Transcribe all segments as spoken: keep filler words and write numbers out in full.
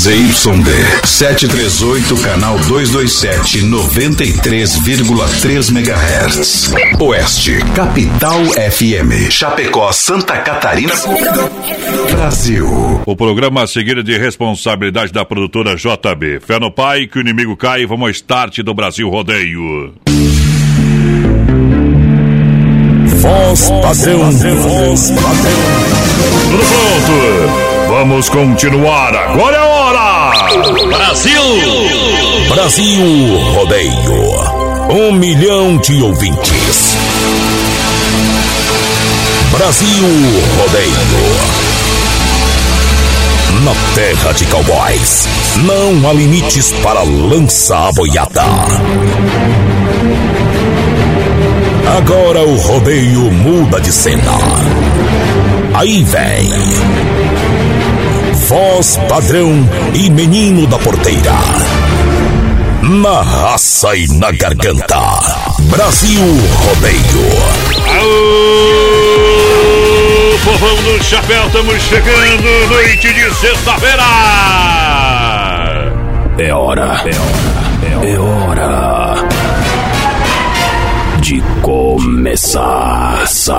Z Y D sete três oito, canal duzentos e vinte e sete, noventa e três vírgula três megahertz. Oeste, Capital F M. Chapecó, Santa Catarina, Brasil. O programa a seguir é de responsabilidade da produtora J B. Fé no pai, que o inimigo cai. Vamos ao start do Brasil Rodeio. Voz padrão, voz padrão. Tudo pronto. Vamos continuar. Agora é hora. Brasil. Brasil Rodeio. Um milhão de ouvintes. Brasil Rodeio. Na terra de cowboys, não há limites para lança a boiada. Agora o rodeio muda de cena. Aí vem Voz padrão e menino da porteira. Na raça e na garganta. Brasil Rodeio. Aô! Povão do Chapéu, estamos chegando, noite de sexta-feira. É hora, é hora, é hora de começar.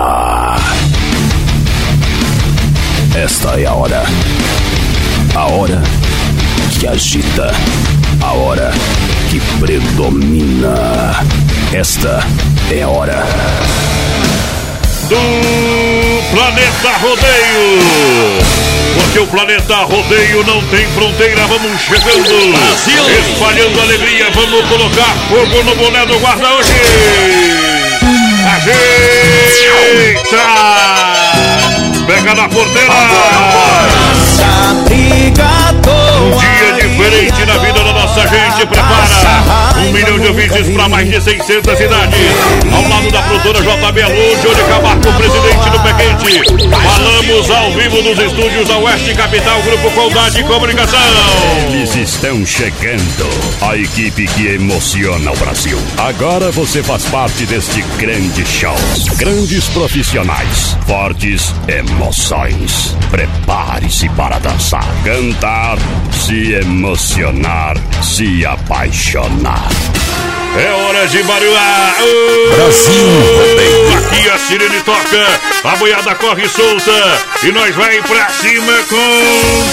Esta é a hora, a hora que agita, a hora que predomina. Esta é a hora do Planeta Rodeio, porque o Planeta Rodeio não tem fronteira. Vamos chegando, Brasil, espalhando alegria. Vamos colocar fogo no boné do guarda hoje. Ajeita, pega na porteira. Um dia diferente na vida da nossa gente. Prepara um milhão de ouvintes para mais de seiscentas cidades. Ao lado da produtora J B Alô, de onde acabar com o presidente do Pé Quente. Falamos ao vivo nos estúdios da Oeste Capital, Grupo Qualidade e Comunicação. Eles estão chegando, a equipe que emociona o Brasil. Agora você faz parte deste grande show. Grandes profissionais, fortes emoções. Prepare-se para dançar, cantar, se emocionar, se apaixonar. É hora de barulhar. Oh! Brasil Rodeio. Aqui a sirene toca, a boiada corre solta e nós vai pra cima com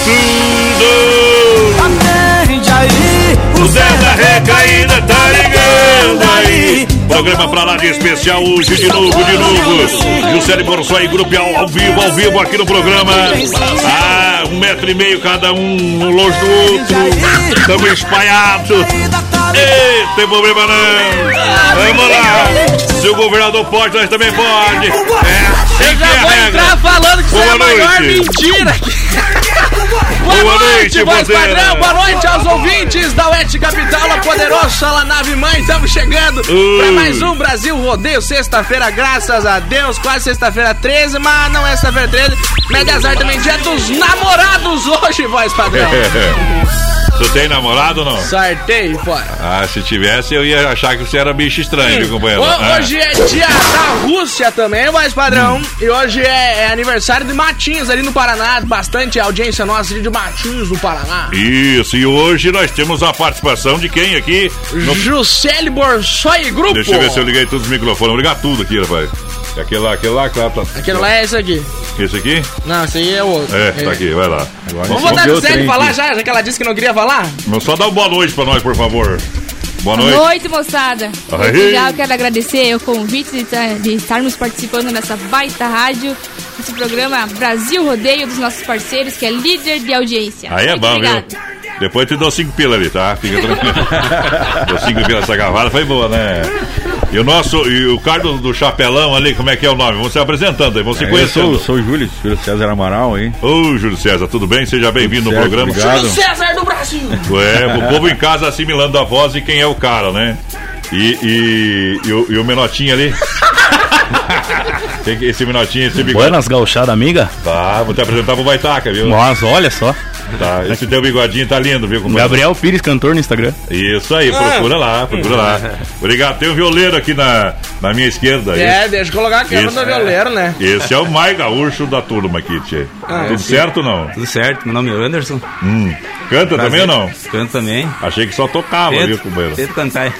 tudo. Atende aí, o Zé da Recaída tá ligando aí. Programa pra lá de especial hoje de novo, de novo. Juscelio Borsoi e Grupo ao, ao vivo, ao vivo aqui no programa. Ah, um metro e meio cada um, um longe do outro. Estamos espalhados. Ei, tem problema não. Vamos lá. Se o governador pode, nós também pode. É, eu já é vou entrar falando que isso é a maior mentira. Boa, boa noite, noite, voz você. padrão. Boa noite aos ouvintes da Oeste Capital, a poderosa a nave mãe. Estamos chegando uh. para mais um Brasil Rodeio. Sexta-feira, graças a Deus, quase sexta-feira treze, mas não é sexta-feira treze. Média azar também, dia dos namorados hoje, voz padrão. Tu tem namorado ou não? Sartei, fora. Ah, se tivesse eu ia achar que você era bicho estranho, viu, companheiro? O, ah. Hoje é dia da Rússia também, voz padrão. Hum. E hoje é, é aniversário de Matinhos ali no Paraná. Bastante audiência nossa ali de Matinhos no Paraná. Isso, e hoje nós temos a participação de quem aqui? No... Juscelio Borsoi Grupo. Deixa eu ver se eu liguei todos os microfones. Vou ligar tudo aqui, rapaz. Aquele lá, aquele lá, claro. Tá... Aquele lá é esse aqui. Esse aqui? Não, esse aí é o outro. É, é. tá aqui, vai lá. Agora vamos botar a Juscelio falar já, já que ela disse que não queria falar? Mas só dá uma boa noite pra nós, por favor. Boa noite. Boa noite, moçada. Desde já eu quero agradecer o convite de, de estarmos participando nessa baita rádio, nesse programa Brasil Rodeio, dos nossos parceiros, que é líder de audiência. Aí é muito bom, obrigado. Viu? Depois te dou cinco pila ali, tá? Fica tranquilo. Dou cinco pila, essa cavada foi boa, né? E o nosso, e o cara do, do chapelão ali, como é que é o nome? Vamos se apresentando aí, vamos se é, conhecendo. Eu sou, sou o Júlio, Júlio César Amaral aí. Ô, Júlio César, tudo bem? Seja bem-vindo no programa. Obrigado. Júlio César do Brasil! É, o povo em casa assimilando a voz de quem é o cara, né? E, e, e, o, e o Menotinho ali. Esse Menotinho, esse bigode. Buenas, gauchada amiga. Tá, vou te apresentar pro Baitaca, viu? Nossa, olha só. Tá, esse teu bigodinho tá lindo, viu? Como Gabriel Pires, cantor no Instagram. Isso aí, procura ah. lá, procura lá. Obrigado, tem um violeiro aqui na, na minha esquerda. É, esse, deixa eu colocar a câmera do violeiro, né? Esse é o mais gaúcho da turma aqui, tchê. Ah, Tudo sim. certo ou não? Tudo certo, meu nome é Anderson. Hum. Canta Prazer. também ou não? Canta também. Achei que só tocava, Tento, viu, companheiro? tento cantar.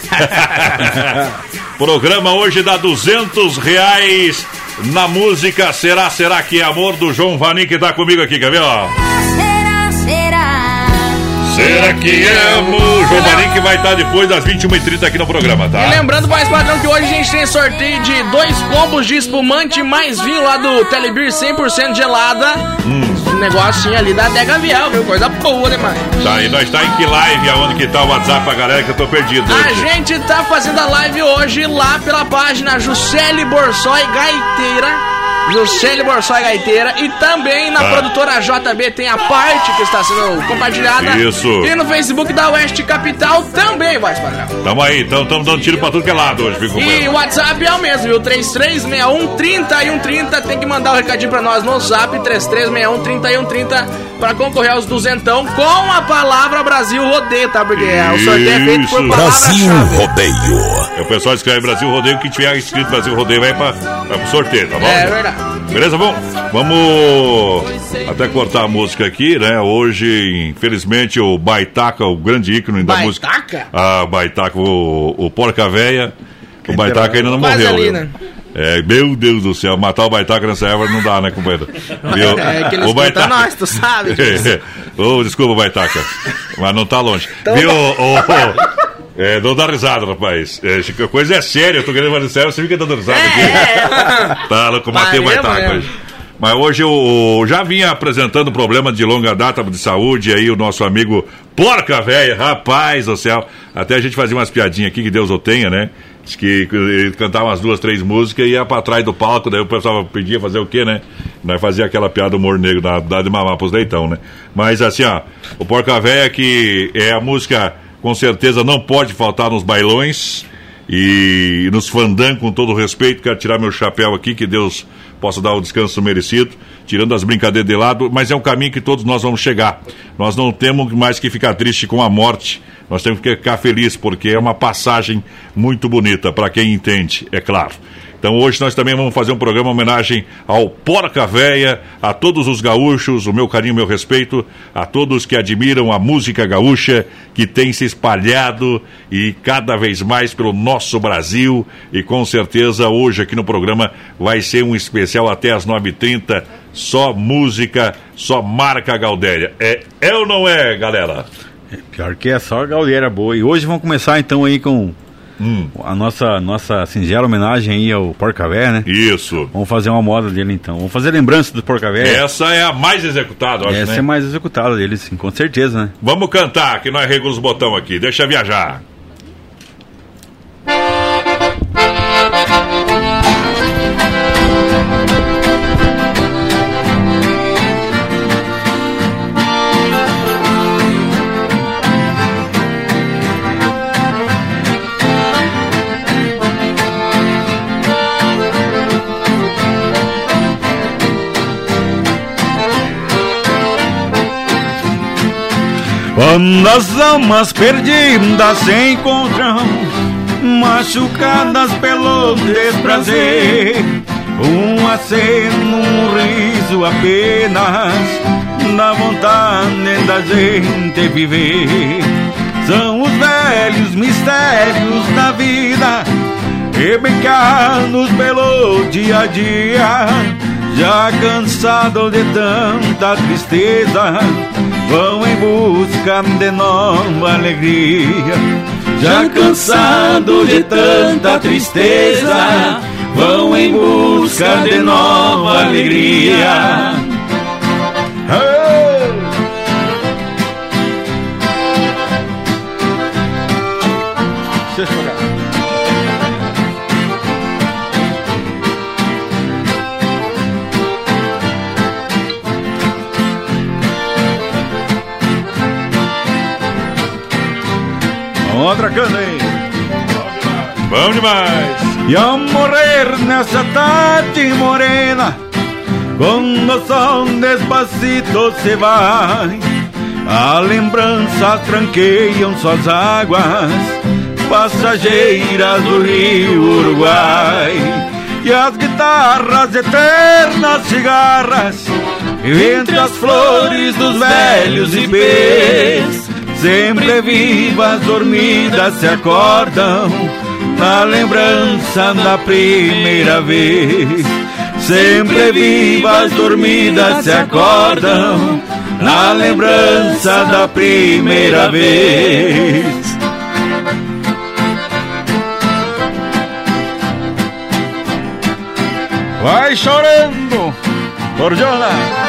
Programa hoje dá duzentos reais na música Será, Será que é Amor, do João Vanim, que tá comigo aqui, quer ver, ó? Será, será. Será que é amor? João Vanim, que vai estar depois das vinte e uma e trinta aqui no programa, tá? E lembrando, mais padrão, que hoje a gente tem sorteio de dois combos de espumante mais vinho lá do Telebir cem por cento gelada. Hum. Um negocinho ali da Adega Viel, viu? Coisa boa demais. Tá, e nós tá em que live? Aonde que tá o WhatsApp pra galera, que eu tô perdido hoje. A gente tá fazendo a live hoje lá pela página Juscelie Borsoi Gaiteira. Juscelie Borsoi Gaiteira. E também na Ah. produtora J B tem a parte que está sendo compartilhada. Isso. E no Facebook da Oeste Capital também, voz padrão. Tamo aí, então tamo dando tiro pra tudo que é lado hoje, viu, E companheiro? o WhatsApp é o mesmo, viu? três três seis um, trinta e um trinta. Tem que mandar o um recadinho pra nós no zap, três três seis um, trinta e um trinta, pra concorrer aos duzentão com a palavra Brasil Rodeio, tá? Porque é, o sorteio é feito por Isso. palavra-chave. Rodeio. O pessoal escreve Brasil Rodeio, que tiver escrito Brasil Rodeio vai pra, pra pro sorteio, tá bom? É verdade. Beleza, bom? Vamos até cortar a música aqui, né? Hoje, infelizmente, o Baitaca, o grande ícone da música. Baitaca? Ah, Baitaca, o, o Porca Véia. O Baitaca ainda não Quase morreu. ali, viu? né? É, meu Deus do céu, matar o Baitaca nessa época não dá, né, companheiro? Viu? É que ele O escuta Baitaca- nós, tu sabe. Ô, desculpa, Baitaca, mas não tá longe. Então Viu? Ô, ô, é, não dá risada, rapaz. É, a coisa é séria, eu tô querendo fazer sério, você fica dando risada aqui. Tá louco, matei o Valeu, Baitaca valeu. hoje. Mas hoje eu já vinha apresentando problema de longa data de saúde aí, o nosso amigo Porca Véia, rapaz do céu. Até a gente fazia umas piadinhas aqui, que Deus o tenha, né? Diz que ele cantava umas duas, três músicas e ia pra trás do palco, daí o pessoal pedia fazer o quê, né? Nós fazia aquela piada humor negro da, da de mamar pros leitão, né? Mas assim, ó, o Porca Véia, que é a música, com certeza não pode faltar nos bailões e nos fandangos, com todo o respeito. Quero tirar meu chapéu aqui, que Deus possa dar o descanso merecido, tirando as brincadeiras de lado, mas é um caminho que todos nós vamos chegar. Nós não temos mais que ficar triste com a morte, nós temos que ficar felizes, porque é uma passagem muito bonita, para quem entende, é claro. Então hoje nós também vamos fazer um programa em homenagem ao Porca Véia, a todos os gaúchos, o meu carinho, o meu respeito, a todos que admiram a música gaúcha, que tem se espalhado e cada vez mais pelo nosso Brasil, e com certeza hoje aqui no programa vai ser um especial até às nove e trinta, só música, só marca Gaudéria. É, é ou não é, galera? É, pior que é só a galera boa. E hoje vamos começar então aí com hum. a nossa, nossa singela homenagem aí ao Porca Véia, né? Isso. Vamos fazer uma moda dele então. Vamos fazer lembrança do Porca Véia. Essa é a mais executada, eu acho, Essa né? é mais executada dele, sim, com certeza, né? Vamos cantar, que nós regula os botões aqui. Deixa viajar. Quando as almas perdidas se encontram, machucadas pelo desprazer, um aceno, um riso apenas, dá vontade da gente viver. São os velhos mistérios da vida, rebencados pelo dia a dia, já cansado de tanta tristeza, vão em busca de nova alegria. Já cansado de tanta tristeza, vão em busca de nova alegria. Outra cana aí. Bom demais. E ao morrer nessa tarde morena, quando o sol despacito se vai, as lembranças tranqueiam suas águas passageiras do rio Uruguai. E as guitarras eternas cigarras, entre as flores dos velhos ipês, sempre vivas dormidas se acordam na lembrança da primeira vez. Sempre vivas dormidas se acordam na lembrança da primeira vez. Vai chorando, Cordiona.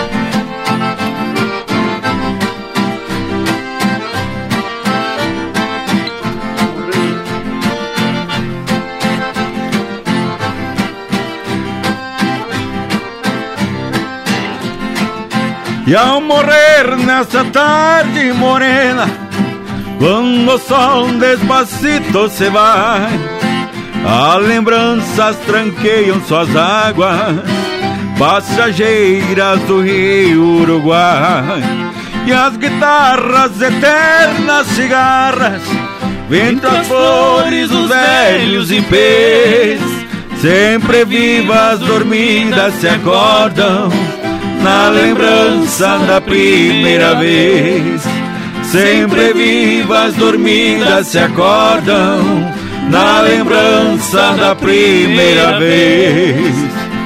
E ao morrer nessa tarde morena, quando o sol despacito se vai, as lembranças tranqueiam suas águas, passageiras do rio Uruguai. E as guitarras eternas cigarras, vento as flores, os velhos ipês, sempre vivas dormidas se acordam na lembrança da primeira vez. Sempre vivas dormidas se acordam na lembrança da primeira vez.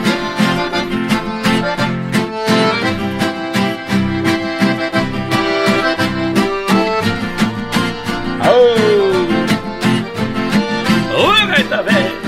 Oi, gaita velha.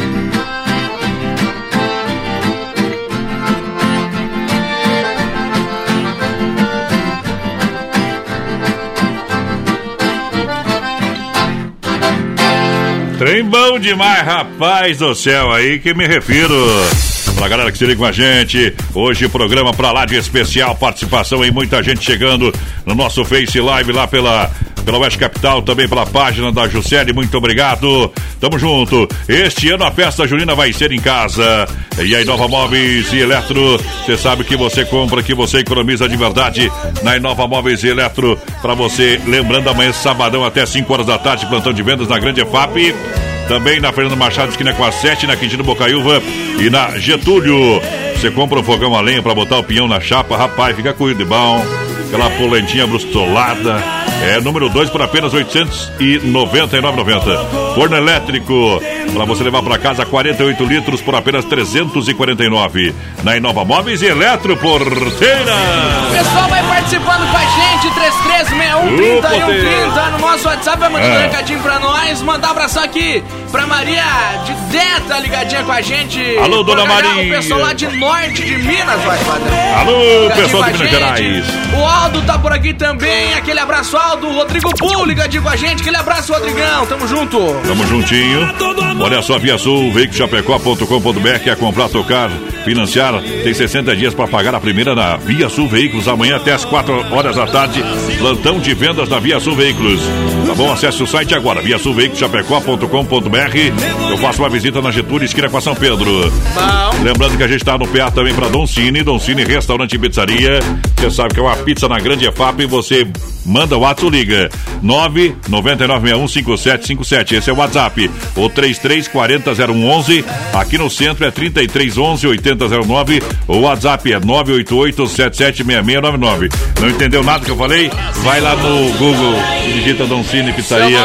Trem bom demais, rapaz do céu, aí que me refiro. Pra galera que se liga com a gente, hoje programa pra lá de especial, participação aí, muita gente chegando no nosso Face Live lá pela, pela Oeste Capital, também pela página da Juscelia, muito obrigado, tamo junto. Este ano a festa junina vai ser em casa, e a Inova Móveis e Eletro, você sabe que você compra, que você economiza de verdade na Inova Móveis e Eletro, pra você, lembrando amanhã sabadão até cinco horas da tarde, plantão de vendas na Grande E F A P. Também na Fernando Machado, esquina com a sete, na Quintino Bocaiúva e na Getúlio. Você compra um fogão a lenha pra botar o pinhão na chapa, rapaz, fica com de bom. Aquela polentinha brustolada. É número dois por apenas oitocentos e noventa e nove reais e noventa centavos. Forno elétrico para você levar para casa quarenta e oito litros por apenas trezentos e quarenta e nove reais. Na Inova Móveis e Eletro Porteira. O pessoal vai participando com a gente, três três seis um, trinta e um trinta no nosso WhatsApp, vai mandando é. um recadinho pra nós. Mandar um abração aqui pra Maria de Deta, ligadinha com a gente. Alô, dona Maria. O pessoal lá de norte de Minas vai fazer. Alô, ligadinho pessoal de Minas Gerais. O Aldo tá por aqui também, aquele abraço, Aldo. Rodrigo Pul, ligadinho com a gente, aquele abraço, Rodrigão, tamo junto. Tamo juntinho. Olha só, Via Sul, veículos chapecó ponto com ponto b r, quer comprar, tocar, financiar, tem sessenta dias para pagar a primeira na Via Sul Veículos, amanhã até as quatro horas da tarde, plantão de vendas da Via Sul Veículos. Tá bom? Acesse o site agora, via sul veículos chapecó ponto com ponto b r. Eu faço uma visita na Getúlio, esquina com a São Pedro. Bom. Lembrando que a gente tá no P A também para Don Cine, Don Cine Restaurante e Pizzaria. Você sabe que é uma pizza na Grande E F A P e você manda o WhatsApp ou liga nove nove nove seis um cinco sete cinco sete, esse é o WhatsApp, ou trinta e três quarenta zero um onze, aqui no centro é trinta e três onze oitenta zero nove, o WhatsApp é nove oito oito sete sete seis seis nove nove. Não entendeu nada que eu falei? Vai lá no Google e digita Don Cine Pizzaria.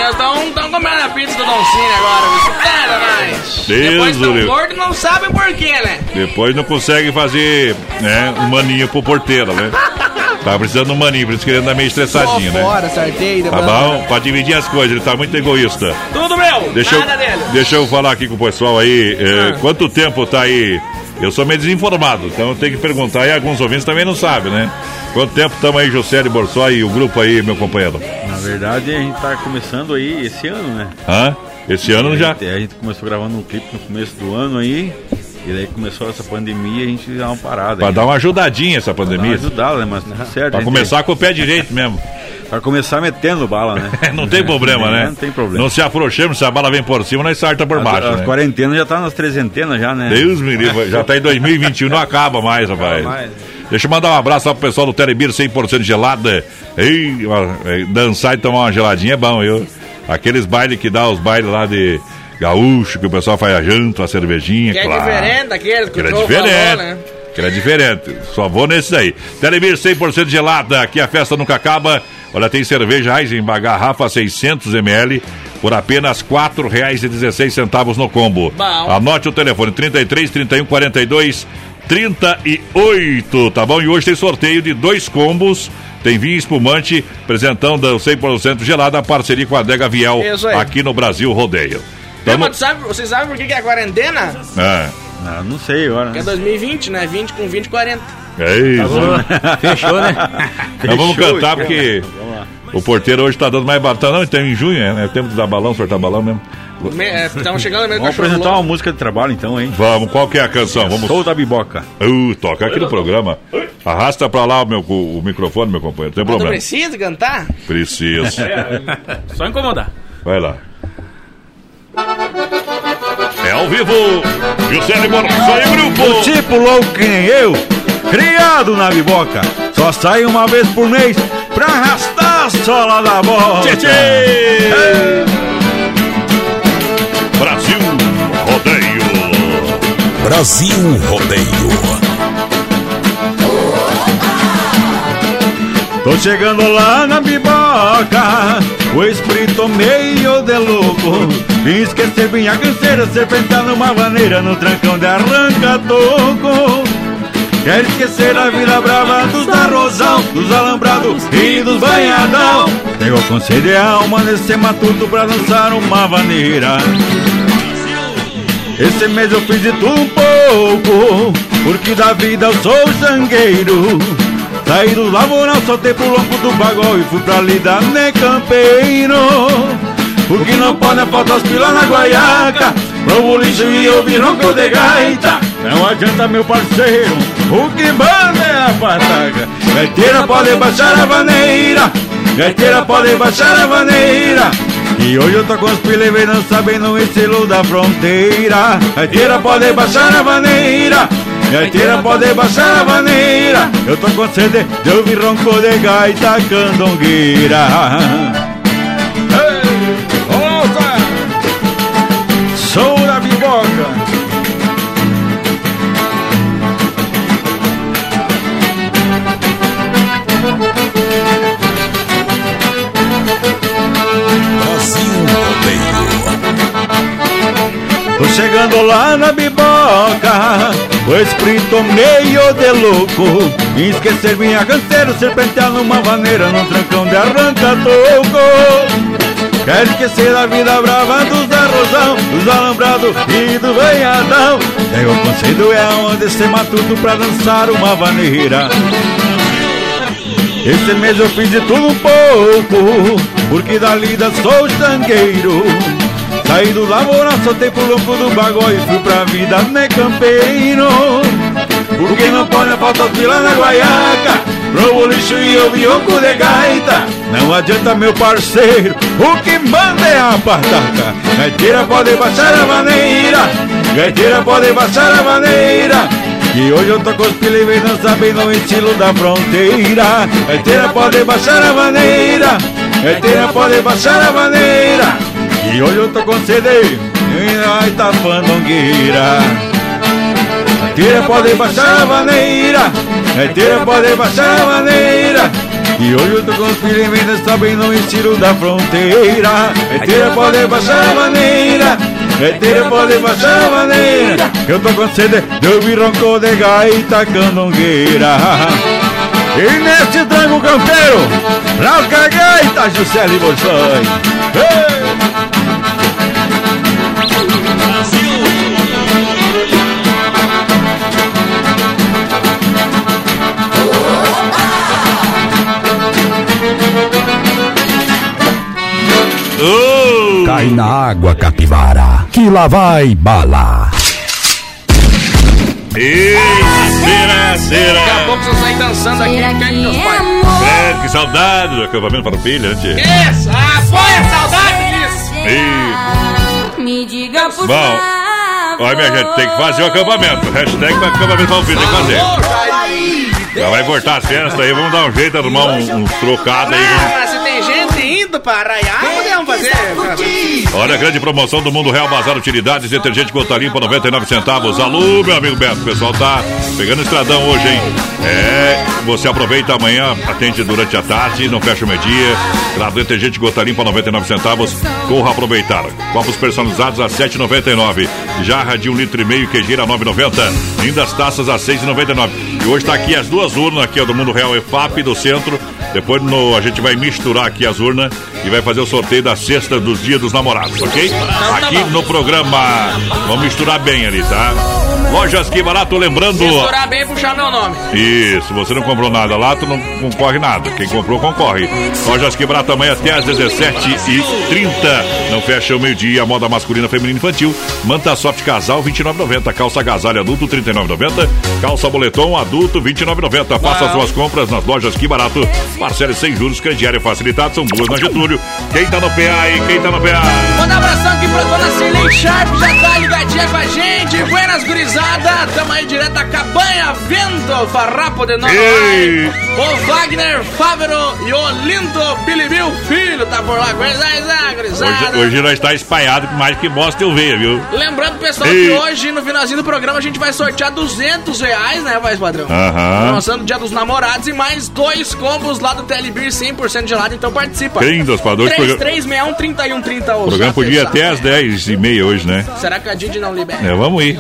Estão comendo a pizza do Don Cine agora, você pera mais. Depois tão gordo não sabem por quê, né? Depois não consegue fazer, né, um maninho pro porteiro, né? Tá precisando de um maninho, por isso que ele anda meio estressadinho, né? Fora, sarteio, tá bom? Pra dividir as coisas, ele tá muito egoísta. Tudo meu, deixa nada eu, dele. Deixa eu falar aqui com o pessoal aí, é, ah. quanto tempo tá aí? Eu sou meio desinformado, então eu tenho que perguntar, e alguns ouvintes também não sabem, né? Quanto tempo estamos aí, Juscelia Borsoi e o grupo aí, meu companheiro? Na verdade, a gente tá começando aí esse ano, né? Hã? Esse ano a já? Gente, a gente começou gravando um clipe no começo do ano aí, e daí começou essa pandemia e a gente deu uma parada. Pra aí, dar né? uma ajudadinha essa pandemia. Pra dar uma ajudada, né? Mas tudo certo. Pra começar com o pé direito mesmo. Pra começar metendo bala, né? Não tem problema, né? Não tem problema. Não se afrouxemos, se a bala vem por cima, nós sarta por baixo. As, as né? quarentenas já tá nas trezentenas já, né? Deus me livre, já tá em dois mil e vinte e um, não acaba mais, rapaz. mais. Deixa eu mandar um abraço lá pro pessoal do Telebir cem por cento gelada. Ei, dançar e tomar uma geladinha é bom, eu. Aqueles bailes que dá, os bailes lá de gaúcho, que o pessoal faz a janta, a cervejinha, que claro. É diferente daquele que é o diferente. Falou, né? Que era diferente, só vou nesses aí. Telebir cem por cento gelada, aqui a festa nunca acaba. Olha, tem cerveja Eisenbach, garrafa seiscentos mililitros, por apenas quatro reais e dezesseis centavos no combo. Bom. Anote o telefone, trinta e três, trinta e um, quarenta e dois, trinta e oito, tá bom? E hoje tem sorteio de dois combos. Tem vinho espumante, apresentando cem por cento gelado, a parceria com a Adega Viel, aqui no Brasil Rodeio. Tamo... Mas sabe, vocês sabem por que, que é a quarentena? É. Não, não sei agora. Que é dois mil e vinte, né? vinte com vinte, quarenta. É isso. Tá Fechou, né? Então vamos cantar, porque o porteiro hoje tá dando mais batalha. Não, então em junho, é, é tempo de dar balão, sortar balão mesmo. Estamos chegando mesmo. Vamos apresentar uma música de trabalho então, hein? Vamos, qual que é a canção? Vamos... Sou da Biboca. Uh, toca aqui no programa. Arrasta pra lá o, meu, o microfone, meu companheiro, não tem problema. Não precisa cantar? Precisa. É, só incomodar. Vai lá. É ao vivo, Juscelio Morsói e Grupo. O tipo louco que nem eu, criado na Biboca, só sai uma vez por mês pra arrastar a sola da bola. Tchê, tchê. Brasil Rodeio. Brasil Rodeio. Tô chegando lá na Biboca, o espírito meio de louco. Vim esquecer minha canseira, serpentar numa vaneira, no trancão de arranca-toco. Quero esquecer a vida brava dos arrozão, dos alambrados e dos banhadão. Tenho conselho e alma nesse matuto pra dançar uma vaneira. Esse mês eu fiz de tudo um pouco, porque da vida eu sou zangueiro. Saí do lavoral, soltei pro lombo do bagol e fui pra lida ne campeiro. Porque não pode faltar os pilas na guaiaca, pro lixo e ouvir ronco de gaita. Não adianta, meu parceiro, o que manda é a pataca. Gaiteira pode baixar a vaneira, gaiteira pode baixar a vaneira. E hoje eu tô com os pilas e vem dançar bem no estilo da fronteira. Gaiteira pode baixar a vaneira, gaiteira pode baixar a vaneira. Eu tô com sede de ouvir ronco de gaita candongueira. Ei, ouça! Sou da Biboca. Tô chegando lá na Biboca, o espírito meio de louco. Me esquecer minha canseira, serpentear numa vaneira, num trancão de arranca-toco. Quero esquecer a vida brava dos arrozão, dos alambrados e do banhadão. Tenho o conselho é onde se matuto pra dançar uma vaneira. Esse mês eu fiz de tudo um pouco, porque da lida sou sangueiro. Saí do lavoura, soltei pro lombo do bagulho e fui pra vida ne campeiro. Porque não pode faltar fila na guaiaca, pro lixo e ouvir ronco de gaita. Não adianta, meu parceiro, o que manda é a pataca. Gaiteira pode baixar a vaneira, gaiteira pode baixar a vaneira. E hoje eu tô com os pilas e vem dançar bem no estilo da fronteira. Gaiteira pode baixar a vaneira, gaiteira pode baixar a vaneira. E hoje eu tô com C D e nós tá fandongueira. Gaiteira pode baixar a vaneira, gaiteira pode baixar a vaneira. E hoje eu tô com os filhos e vem dançar bem no estilo da fronteira. Gaiteira pode baixar a vaneira, gaiteira pode baixar a vaneira. Eu tô com C D de ouvir ronco de gaita candongueira. E nesse trango campeiro, rasga a gaita, Juscelio Morsói. Oh! Cai na água, capivara, que lá vai bala. Ei, será, será? Daqui a pouco você sai dançando aqui. Quem é teus pais? É, que saudade do acampamento para o filho, gente. Isso, apoia a saudade disso. E... Me diga por favor. Bom, olha, minha gente, tem que fazer o acampamento. Hashtag acampamento para o filho, tem que fazer. Já vai cortar as festas aí, vamos dar um jeito, arrumar uns um, um trocados aí. Não, mas se tem gente indo pra arraiar, podemos fazer. Olha a grande promoção do Mundo Real Bazar Utilidades, detergente gota limpa, noventa e nove centavos. Alô, meu amigo Beto, o pessoal tá pegando estradão hoje, hein? É, você aproveita amanhã, atende durante a tarde, não fecha o meio-dia. Claro, detergente gota limpa, noventa e nove centavos. Corra aproveitar. Copos personalizados a sete reais e noventa e nove centavos. Jarra de um litro e meio, queijeira a nove reais e noventa centavos. Lindas taças a seis reais e noventa e nove centavos. E hoje tá aqui as duas urnas aqui, ó, do Mundo Real E F A P do centro. Depois no, a gente vai misturar aqui as urnas e vai fazer o sorteio da sexta dos dias dos namorados, ok? Aqui no programa. Vamos misturar bem ali, tá? Lojas Que Barato, lembrando... Misturar bem e puxar meu nome. Isso, você não comprou nada lá, tu não concorre nada. Quem comprou, concorre. Lojas Que Barato, amanhã até às dezessete e trinta. Não fecha o meio-dia, moda masculina, feminina e infantil. Manta soft casal, vinte e nove reais e noventa centavos. Calça agasalho adulto, trinta e nove reais e noventa centavos. Calça boletom adulto, vinte e nove reais e noventa centavos. Faça as suas compras nas Lojas Que Barato. Parcela sem juros, crediário facilitado, são duas na Getúlio. Quem tá no P A aí? Quem tá no P A? Manda um abração aqui pra dona Cirlei Sharp, já tá ligadinha com a gente. Buenas gurizada, tamo aí direto da cabanha, vendo farrapo de novo. O Wagner Fávero e o lindo Billy Bill Filho tá por lá, gurizada. Hoje, hoje nós está espalhado mais que bosta eu ver, viu? Lembrando, pessoal, Ei. que hoje no finalzinho do programa a gente vai sortear duzentos reais, né, voz padrão? Aham. Lançando o Dia dos Namorados e mais dois combos lá do Telebir cem por cento gelado, então participa. Quem dos padrões? três três seis um, três um três zero. O programa podia até às dez e meia hoje, né? Será que a Didi não libera? É, vamos ir.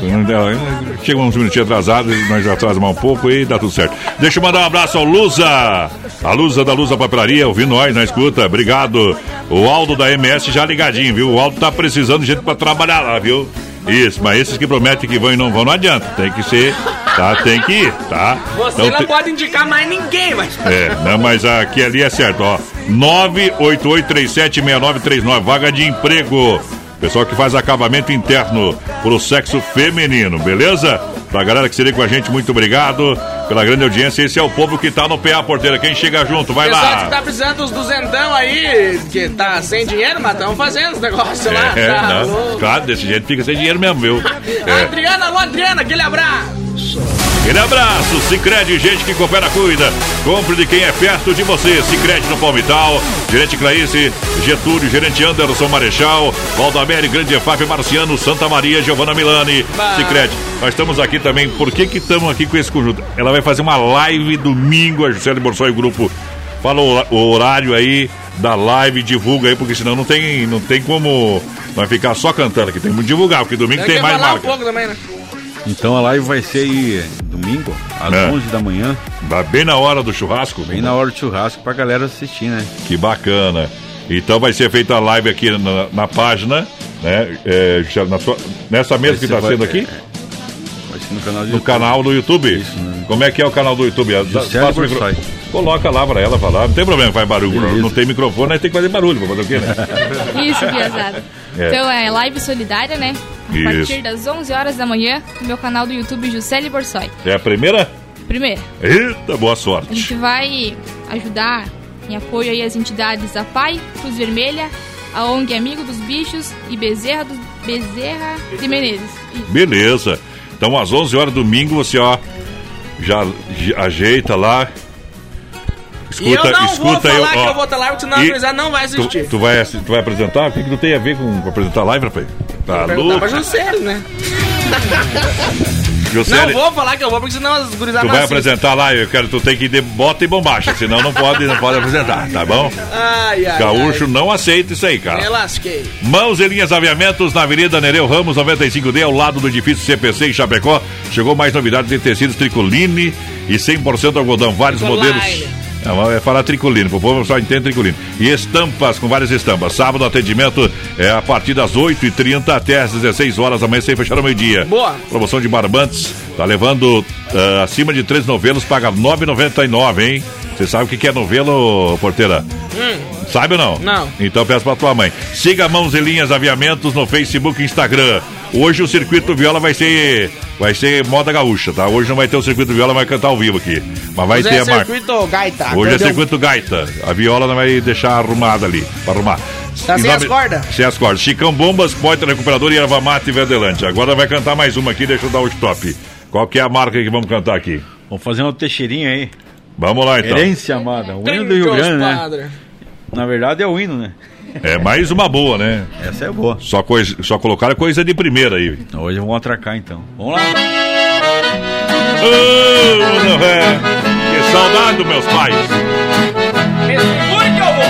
Chega uns minutinhos atrasados, nós já atrasamos um pouco e dá tudo certo. Deixa eu mandar um abraço ao Lusa. A Lusa da Lusa Papelaria, ouvindo nós na escuta. Obrigado. O Aldo da M S já ligadinho, viu? O Aldo tá precisando de gente pra trabalhar lá, viu? Isso, mas esses que prometem que vão e não vão, não adianta. Tem que ser, tá? Tem que ir, tá? Você então, não te... pode indicar mais ninguém, mas... É, não, mas aqui ali é certo, ó. nove oito oito três sete seis nove três nove, vaga de emprego. Pessoal que faz acabamento interno pro sexo feminino, beleza? Pra galera que seria com a gente, muito obrigado pela grande audiência. Esse é o povo que tá no P A Porteira. Quem chega junto, vai Pessoal lá. Pessoal que tá precisando dos duzentão aí, que tá sem dinheiro, mas estão fazendo os negócios é, lá. Tá não, claro, desse jeito fica sem dinheiro mesmo, viu? É. Adriana, alô Adriana, aquele abraço. Aquele abraço, Sicredi, gente que coopera, cuida. Compre de quem é perto de você. Sicredi no Palmital, gerente Clarice, Getúlio, gerente Anderson Marechal, Valdamere, Grande E F A P, Marciano, Santa Maria, Giovana Milani. Sicredi, nós estamos aqui também. Por que que estamos aqui com esse conjunto? Ela vai fazer uma live domingo, a Juscelia Borsoi Grupo. Fala o, o horário aí da live, divulga aí, porque senão não tem, não tem como vai ficar só cantando aqui. Tem que divulgar, porque domingo tem, tem mais marca. Um pouco também, né? Então a live vai ser aí domingo, às é. onze da manhã. Vai bem na hora do churrasco. Bem na hora do churrasco pra galera assistir, né? Que bacana. Então vai ser feita a live aqui na, na página, né? É, na sua, nessa mesa vai que está sendo aqui? É, vai ser no canal do no YouTube. canal do YouTube? Isso, né? Como é que é o canal do YouTube? Juscelia Borsoi. Coloca lá pra ela falar. Não tem problema, faz barulho. Beleza. Não tem microfone, aí tem que fazer barulho. Pra fazer o quê, né? Isso, piazada. É. Então é live solidária, né? A Isso. partir das onze horas da manhã, no meu canal do YouTube, Juscelia Borsoi. É a primeira? Primeira. Eita, boa sorte. A gente vai ajudar em apoio aí as entidades A P A I, Cruz Vermelha, a O N G Amigo dos Bichos e Bezerra, dos, Bezerra de Menezes. Isso. Beleza. Então às onze horas domingo você, ó, já ajeita lá. Escuta, e eu não escuta vou falar eu, ó, que eu vou estar live, senão a gurizada não vai assistir. Tu, tu, vai, tu vai apresentar? O que, que tu tem a ver com, com apresentar live, rapaz? Tá louco? Pra Juscelia, né? Juscelia, não vou falar que eu vou, porque senão as gurizadas tu vai apresentar lá, eu quero, tu tem que ir de bota e bombacha, senão não pode, não pode apresentar, tá bom? Ai, ai, Gaúcho ai. não aceita isso aí, cara. Me lasquei. Mãos e linhas aviamentos na Avenida Nereu Ramos noventa e cinco D, ao lado do edifício C P C em Chapecó. Chegou mais novidades em tecidos tricoline e cem por cento algodão, vários Tricoline. modelos. Não, é falar tricolino, o povo só entende tricolino. E estampas, com várias estampas. Sábado, atendimento é a partir das oito e trinta até as dezesseis horas da manhã, sem fechar ao meio-dia. Boa. Promoção de barbantes, tá levando uh, acima de três novelos, paga nove reais e noventa e nove, hein? Você sabe o que que é novelo, porteira? Hum. Sabe ou não? Não. Então peço pra tua mãe. Siga Mãos e Linhas Aviamentos no Facebook e Instagram. Hoje o Circuito Viola vai ser vai ser moda gaúcha, tá? Hoje não vai ter o Circuito Viola, vai cantar ao vivo aqui. Mas vai Hoje ter é a marca. Circuito Gaita. Hoje Perdeu. é Circuito Gaita. A viola não vai deixar arrumada ali, pra arrumar. Tá em sem nome... as cordas? Sem as cordas. Chicão Bombas, Poitra Recuperador e Erva Mate e Verdelante. Agora vai cantar mais uma aqui, deixa eu dar o stop. Qual que é a marca que vamos cantar aqui? Vamos fazer uma teixeirinha aí. Vamos lá então. Herência amada, o hino do Rio Grande, né? Na verdade é o hino, né? É mais uma boa, né? Essa é boa. Só, coisa, só colocaram coisa de primeira aí. Hoje vamos atracar então. Vamos lá. Oh, é. Que saudade dos meus pais. Segure que eu vou.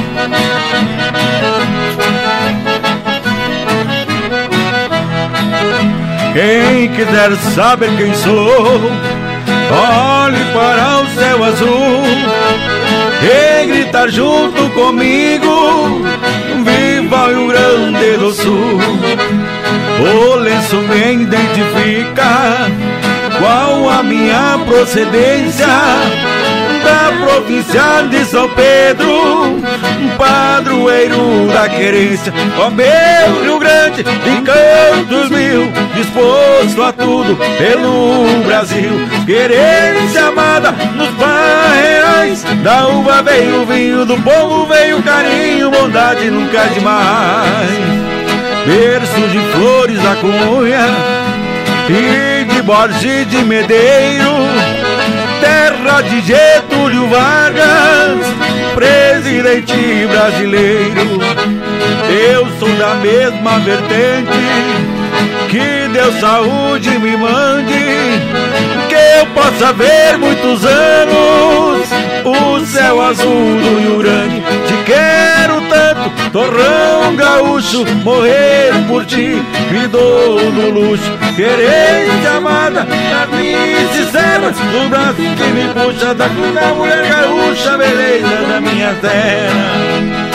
Quem quiser saber quem sou, olhe para o céu azul e gritar junto comigo: viva o Rio Grande do Sul. O lenço me identifica qual a minha procedência, da província de São Pedro, padroeiro da querência. Ó meu Rio Grande, de cantos mil, disposto a tudo pelo Brasil. Querência amada nos barreirais, da uva veio o vinho, do povo veio o carinho, bondade nunca é demais. Berço de flores da cunha e de Borges de Medeiro, terra de Getúlio Vargas, presidente brasileiro. Eu sou da mesma vertente, que Deus saúde me mande, que eu possa ver muitos anos o céu azul do Rio Grande. Te quero tanto, torrão gaúcho, morrer por ti me dou no luxo. Querência amada, das minhas serras, do braço que me puxa da cruz da mulher gaúcha, beleza da minha terra.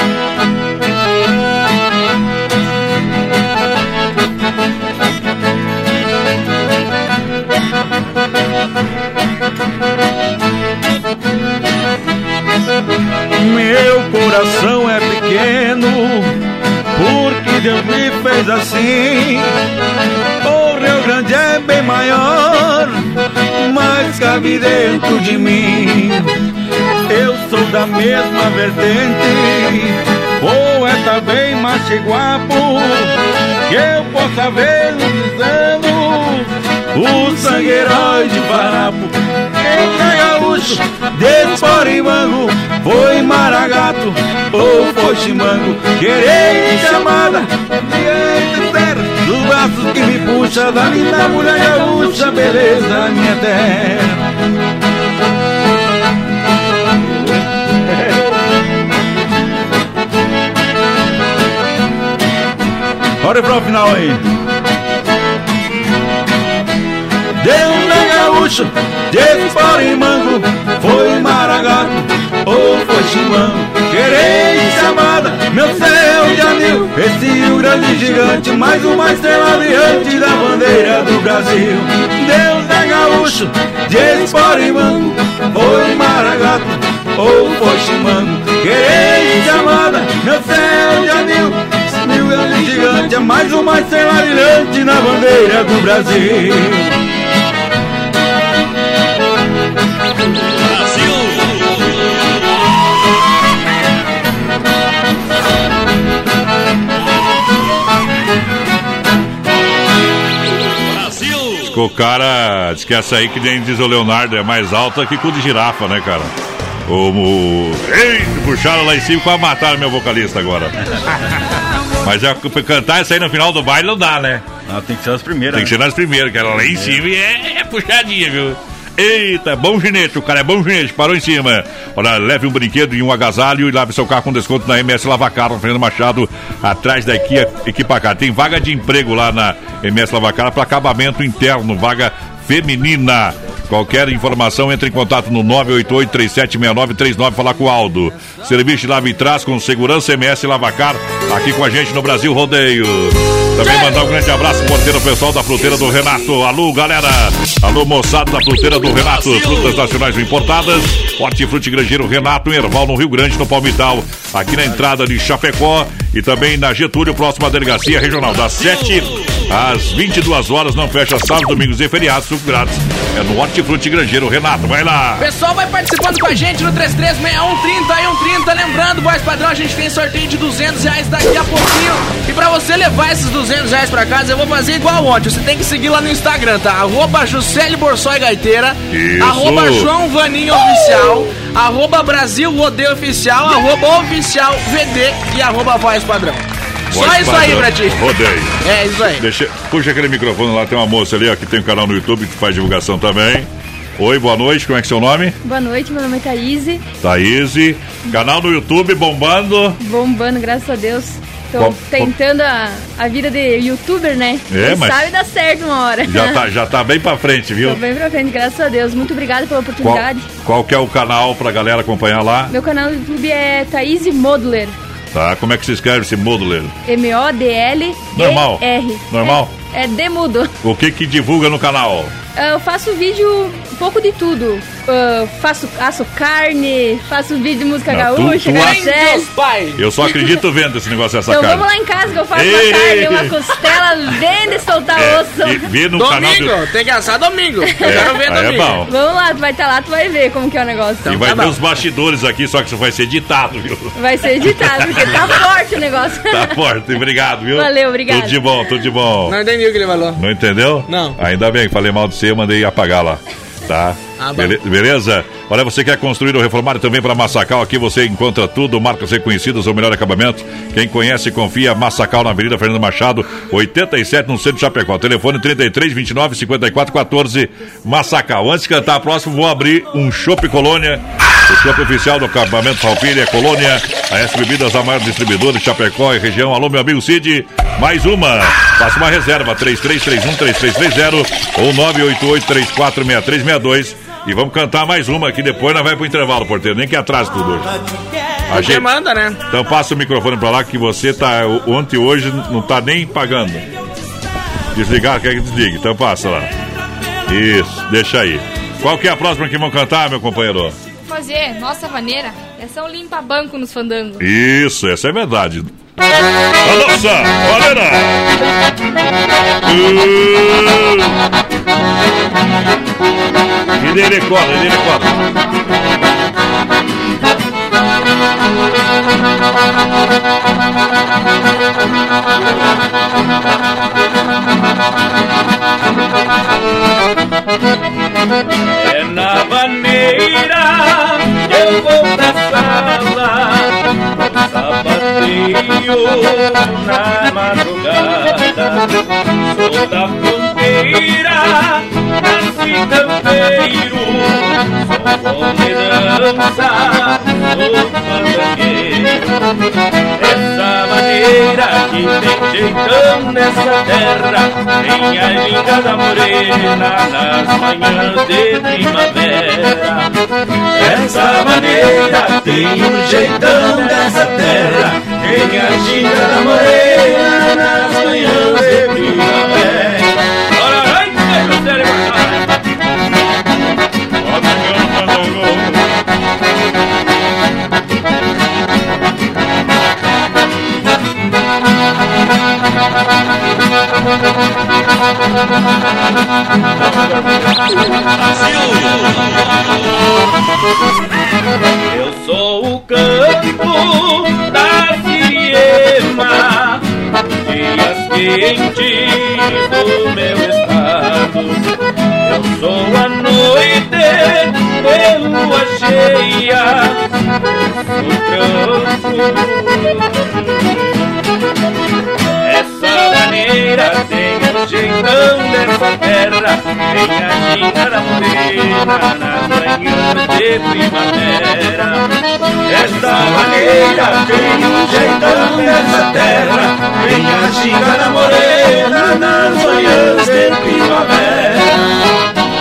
Meu coração é pequeno, porque Deus me fez assim. O Rio Grande é bem maior, mas cabe dentro de mim. Eu sou da mesma vertente, poeta bem machiguapo, que eu possa ver nos anos o sangue herói de Farrapo. Quem é gaúcho, Desporimango, foi Maragato ou foi Chimango. Querência amada, de terra, dos braços que me puxa, da linda mulher gaúcha, beleza da minha terra. Bora pro final aí. Deu na gaúcho, Desporimango, foi Maragato ou foi Chimango. Querência amada, meu céu de anil, esse Rio Grande gigante, mais uma estrela brilhante da bandeira do Brasil. Deus é gaúcho, Desporimango, foi Maragato ou foi Chimango. Querência amada, meu céu de anil, esse Rio Grande gigante, é mais uma estrela brilhante na bandeira do Brasil. O cara diz que essa aí, que nem diz o Leonardo, é mais alta que cu de girafa, né, cara? Como. Ei, puxaram lá em cima e quase mataram meu vocalista agora. Mas é, cantar essa aí no final do baile não dá, né? Não, tem que ser as primeiras. Tem que ser nas primeiras, que era lá em cima e é, é puxadinha, viu? Eita, bom ginete, o cara é bom ginete, parou em cima. Olha, leve um brinquedo e um agasalho e lave seu carro com desconto na M S Lavacar, Fernando Machado, atrás da Equipacar. Tem vaga de emprego lá na M S Lavacar para acabamento interno, vaga feminina. Qualquer informação, entre em contato no nove oito oito, três sete seis nove três nove, falar com o Aldo. Serviço de lava e trás com segurança, M S Lavacar, aqui com a gente no Brasil Rodeio. Também mandar um grande abraço, porteiro, pessoal da fruteira do Renato. Alô, galera. Alô, moçada da fruteira do Renato. Frutas nacionais importadas. Hortifruti Grangeiro Renato, em Erval, no Rio Grande, no Palmital. Aqui na entrada de Chapecó e também na Getúlio, próxima à delegacia regional. Das sete às vinte e duas horas, não fecha sábado, domingos e feriados, suco grátis. É no Hortifruti Grangeiro. Renato, vai lá. Pessoal, vai participando com a gente no três três seis um, trinta e um trinta. Lembrando, voz padrão, a gente tem sorteio de duzentos reais daqui a pouquinho. E pra você levar esses duzentos reais pra casa, eu vou fazer igual ontem. Você tem que seguir lá no Instagram, tá? Arroba Juscelie Borsoi Gaiteira. Isso. Arroba João Vaninho Oficial. Arroba Brasil Rodeio Oficial. Arroba Oficial V D e arroba Voz Padrão. Voz Só isso padrão. aí pra ti. Rodeio. É isso aí. Deixa, puxa aquele microfone lá, tem uma moça ali, ó, que tem um canal no YouTube que faz divulgação também. Oi, boa noite, como é que é seu nome? Boa noite, meu nome é Thaís. Thaís, canal no YouTube bombando. Bombando, graças a Deus. Tô Qual- tentando a, a vida de youtuber, né? É, Quem mas- sabe dar certo uma hora. Já tá, já tá bem pra frente, viu? Tô bem pra frente, graças a Deus. Muito obrigada pela Qual, oportunidade. qual que é o canal pra galera acompanhar lá? Meu canal no YouTube é Thaís Modler. Tá, como é que se escreve esse modular? M O D L E R. Normal. Normal? É, é demudo. O que que divulga no canal? Eu faço vídeo um pouco de tudo. Eu faço, asso carne, faço vídeo de música Não, tu- gaúcha, tu caractere. pai. Eu só acredito vendo esse negócio dessa Então carne. vamos lá em casa que eu faço Ei! uma carne, uma costela bem de soltar É, osso. e vê no canal Domingo, do... tem que assar domingo. Eu quero ver aí é domingo. bom. Vamos lá, tu vai estar lá, tu vai ver como que é o negócio. E vai tá ver bom. os bastidores aqui, só que isso vai ser editado, viu? Vai ser editado, porque tá forte o negócio. Tá forte, obrigado, viu? Valeu, obrigado. Tudo de bom, tudo de bom. Não entendi o que ele falou. Não entendeu? Não. Ainda bem que falei mal de você, eu mandei apagar lá. Tá? Ah, bom. Bele- beleza? Olha, você quer construir ou reformar também para Massacal? Aqui você encontra tudo, marcas reconhecidas, o melhor acabamento. Quem conhece, confia. Massacal na Avenida Fernando Machado, oitenta e sete, no centro de Chapecó. Telefone trinta e três, vinte e nove, cinquenta e quatro, quatorze. Massacal. Antes de cantar a próxima, vou abrir um Chopp Colônia. O Chopp oficial do acabamento Palpilha, Colônia. A S Bebidas, a maior distribuidora de Chapecó e região. Alô, meu amigo Cid. Mais uma. Faça uma reserva. três três três um, três três três zero ou nove oito oito, três quatro seis três seis dois. E vamos cantar mais uma aqui, depois nós vamos pro intervalo, porteiro. Nem que atrase tudo hoje. A Você gente- manda, né? Então passa o microfone pra lá que você tá. o- Ontem e hoje não tá nem pagando. Desligar, quer que desligue. Então passa lá. Isso, deixa aí. Qual que é a próxima que vão cantar, meu companheiro? Vou fazer Nossa Vaneira. Essa é um limpa-banco nos fandangos. Isso, essa é verdade. A nossa, galera! E dele corda, e dele corda. É na vaneira eu vou pra sala, sapateio na madrugada. Sou da fronteira, nasci campeiro, sou bom de dança, sou fandangueiro. Essa maneira que tem jeitão nessa terra, tem a linda morena nas manhãs de primavera. Essa maneira tem um jeitão nessa terra, tem a linda morena nas manhãs de primavera. Ora, vai, meu cérebro, eu sou o campo da Siriema, dias quentes do meu estado. Eu sou a noite de lua cheia, eu sou campo. Essa maneira tem um jeitão dessa terra, tem a ginga da morena nas manhãs de primavera. Essa maneira tem um jeitão dessa terra, tem a ginga da morena nas manhãs de primavera.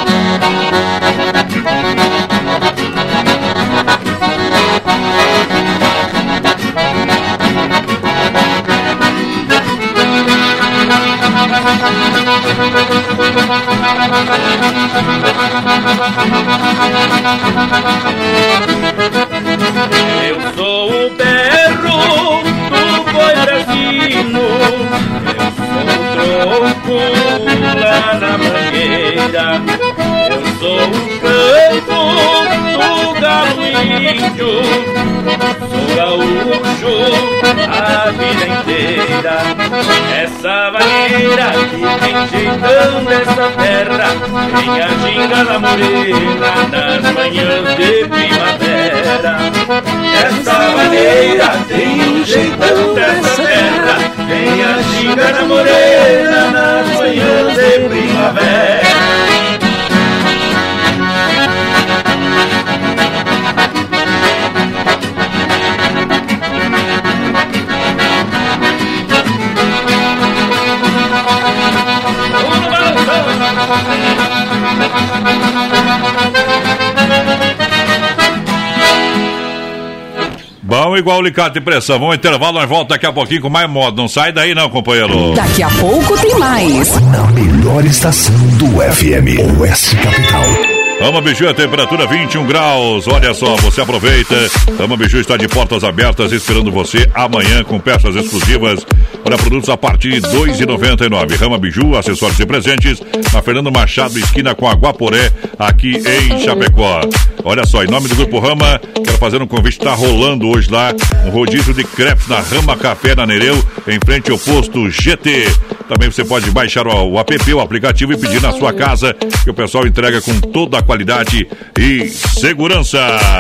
Eu sou o berro do boi brasino, eu sou o tronco índio, sou gaúcho a vida inteira. Essa vaneira que tem jeitão dessa terra, tem a ginga da morena nas manhãs de primavera. Essa vaneira tem um jeitão dessa terra, tem a ginga da morena nas manhãs de primavera. Bom, igual o alicate de pressão. Vamos ao intervalo, nós voltamos daqui a pouquinho com mais moda. Não sai daí não, companheiro. Daqui a pouco tem mais. Na melhor estação do F M, Oeste Capital. Ama Biju, a temperatura vinte e um graus. Olha só, você aproveita. Ama Biju está de portas abertas esperando você amanhã com peças exclusivas para produtos a partir de dois reais e noventa e nove centavos. Rama Biju, acessórios e presentes na Fernando Machado, esquina com Aguaporé, aqui em Chapecó. Olha só, em nome do Grupo Rama, quero fazer um convite. Está rolando hoje lá um rodízio de crepes na Rama Café na Nereu, em frente ao posto G T. Também você pode baixar o, o app, o aplicativo, e pedir na sua casa, que o pessoal entrega com toda a qualidade e segurança.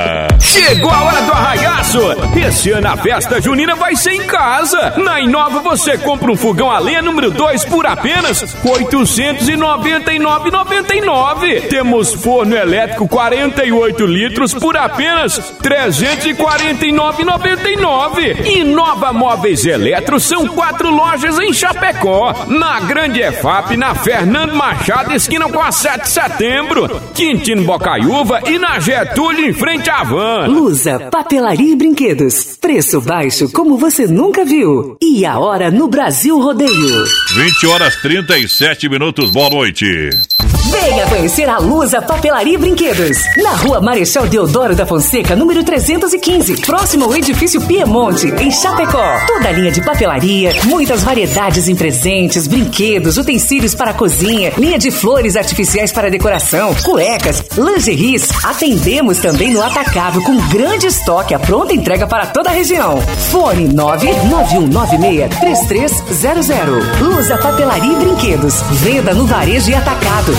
Chegou a hora do arraiaço! Esse ano a festa junina vai ser em casa. Na Inova você compra um fogão a lenha número dois por apenas oitocentos e noventa e nove reais e noventa e nove centavos. Temos forno elétrico quarenta e oito litros por apenas trezentos e quarenta e nove reais e noventa e nove centavos. Inova Móveis Eletro são quatro lojas em Chapecó. Na Grande E F A P, na Fernando Machado, esquina com a sete de setembro. Quintino Bocaiúva e na Getúlio, em frente à Van. Lusa, papelaria e brinquedos. Preço baixo como você nunca viu. E a hora no Brasil Rodeio. vinte horas e trinta e sete minutos. Boa noite. Venha conhecer a Lusa Papelaria e Brinquedos. Na rua Marechal Deodoro da Fonseca, número trezentos e quinze. Próximo ao edifício Piemonte, em Chapecó. Toda a linha de papelaria, muitas variedades em presentes, brinquedos, utensílios para a cozinha, linha de flores artificiais para decoração, cuecas, lingeries. Atendemos também no atacado com grande estoque, a pronta entrega para toda a região. Fone nove nove um nove seis três três zero zero. Lusa Papelaria e Brinquedos. Venda no varejo e atacado.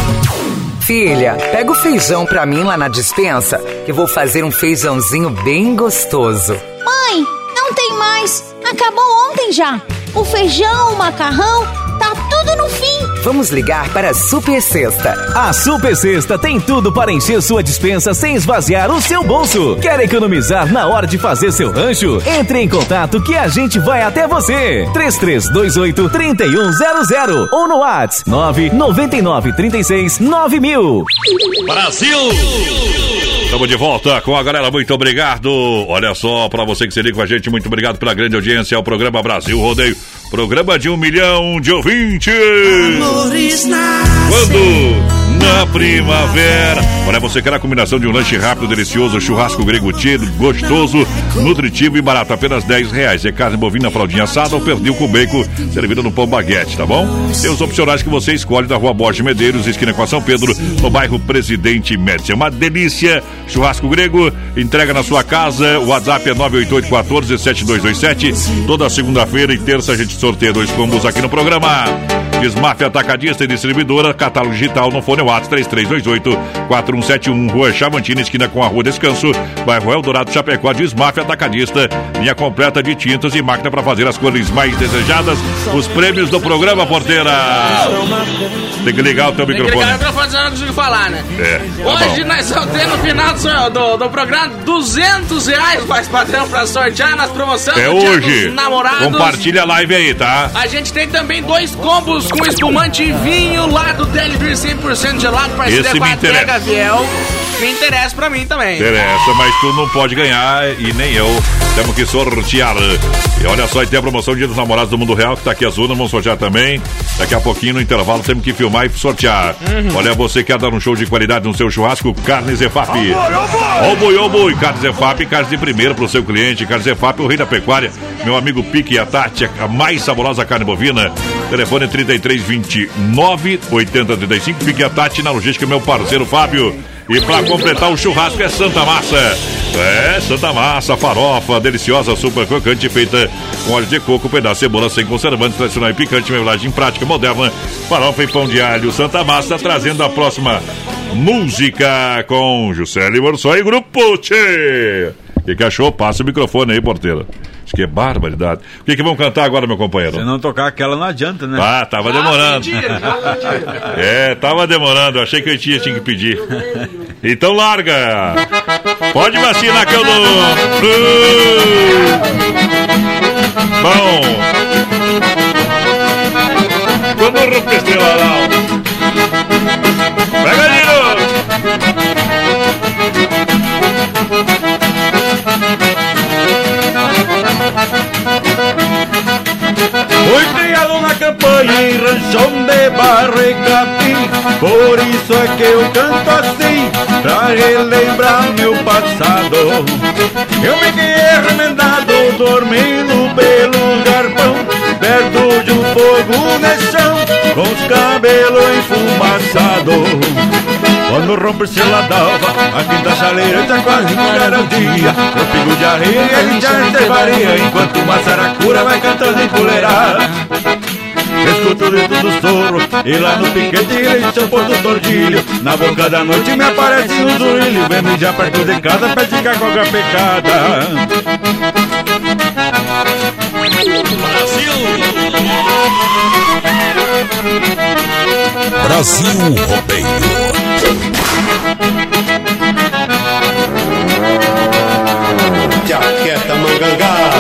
Filha, pega o feijão pra mim lá na despensa, que eu vou fazer um feijãozinho bem gostoso. Mãe, não tem mais. Acabou ontem já. O feijão, o macarrão, tá tudo no fim. Vamos ligar para a Super Sexta. A Super Sexta tem tudo para encher sua despensa sem esvaziar o seu bolso. Quer economizar na hora de fazer seu rancho? Entre em contato que a gente vai até você. três três dois oito, três um zero zero ou no WhatsApp nove nove nove três seis nove mil. Brasil! Estamos de volta com a galera, muito obrigado. Olha só, para você que se liga com a gente, muito obrigado pela grande audiência ao programa Brasil Rodeio. Programa de um milhão de ouvintes. Quando? Na primavera. Olha, você quer a combinação de um lanche rápido, delicioso, churrasco grego tiro, gostoso, nutritivo e barato, apenas dez reais. É carne bovina, fraldinha assada ou pernil com bacon, servida no pão baguete, tá bom? Tem os opcionais que você escolhe da rua Borges Medeiros, esquina com a São Pedro, no bairro Presidente Médici. É uma delícia. Churrasco grego, entrega na sua casa. O WhatsApp é nove oito oito um quatro sete dois dois sete. Toda segunda-feira e terça a gente sorteia dois combos aqui no programa. Desmafia Atacadista e Distribuidora, catálogo digital no fone WhatsApp três três dois oito quatro um sete um, Rua Chavantina, esquina com a Rua Descanso, bairro Eldorado, Chapecó. Desmafia Atacadista, linha completa de tintas e máquina para fazer as cores mais desejadas. Os prêmios do programa, porteira. Tem que ligar o teu Tem microfone. Tem que ligar o microfone, senão eu não consigo falar, né? É, tá Hoje bom. nós sorteamos no final do, do, do programa duzentos reais, mais padrão, pra sortear nas promoções É do Dia hoje. dos Namorados. Compartilha a live aí, tá? A gente tem também dois combos com espumante e vinho lá do Delivery cem por cento gelado, parceria Esse com me a interessa. Adega Viel. Me interessa pra mim também. Interessa, mas tu não pode ganhar e nem eu. Temos que sortear. E olha só, e tem a promoção Dia dos Namorados do Mundo Real, que tá aqui azul, vamos sortear também. Daqui a pouquinho, no intervalo, temos que filmar e sortear. Uhum. Olha, você quer dar um show de qualidade no seu churrasco? Carnes E F A P. Ó boi, ó boi. Carnes E F A P, carnes de primeira pro seu cliente. Carnes E F A P, o rei da pecuária. Meu amigo Pique e a Tati, a mais saborosa carne bovina. Telefone trinta e três vinte e nove oitenta trinta e cinco. Pique e a Tati na logística, meu parceiro Fábio. E pra completar o churrasco é Santa Massa. É, Santa Massa, farofa, deliciosa, super crocante, feita com óleo de coco, pedaço de cebola sem conservantes, tradicional e picante, embalagem prática, moderna, farofa e pão de alho. Santa Massa trazendo a próxima música com Juscelia Borsoi e Grupo Tchê. O que, que achou? Passa o microfone aí, porteiro. Acho que é barbaridade. O que, que vão cantar agora, meu companheiro? Se não tocar aquela, não adianta, né? Ah, tava demorando. É, tava demorando. Achei que eu tinha, tinha que pedir. Então larga. Pode vacinar que eu dou. Uh! Bom. Quando rompe estrela lá. Pega, Nino. Fui criado na campanha em ranchão de barro e capim, por isso é que eu canto assim, pra relembrar meu passado. Eu me criei remendado, dormindo pelo garpão, perto de um fogo no chão, com os cabelos enfumaçados. Quando rompe estrela d'alva, a quinta chaleira já quase não era o dia. Eu pico de areia e ele já entervaria, enquanto uma saracura vai cantando em fuleirada. Escuto o dentro do soro, e lá no piquete ele chamou do tordilho. Na boca da noite me aparece um zurilho, vem mijar perto de casa pra ficar com a pecada. Brasil! Brasil Rodeio. Jaqueta Mangangá.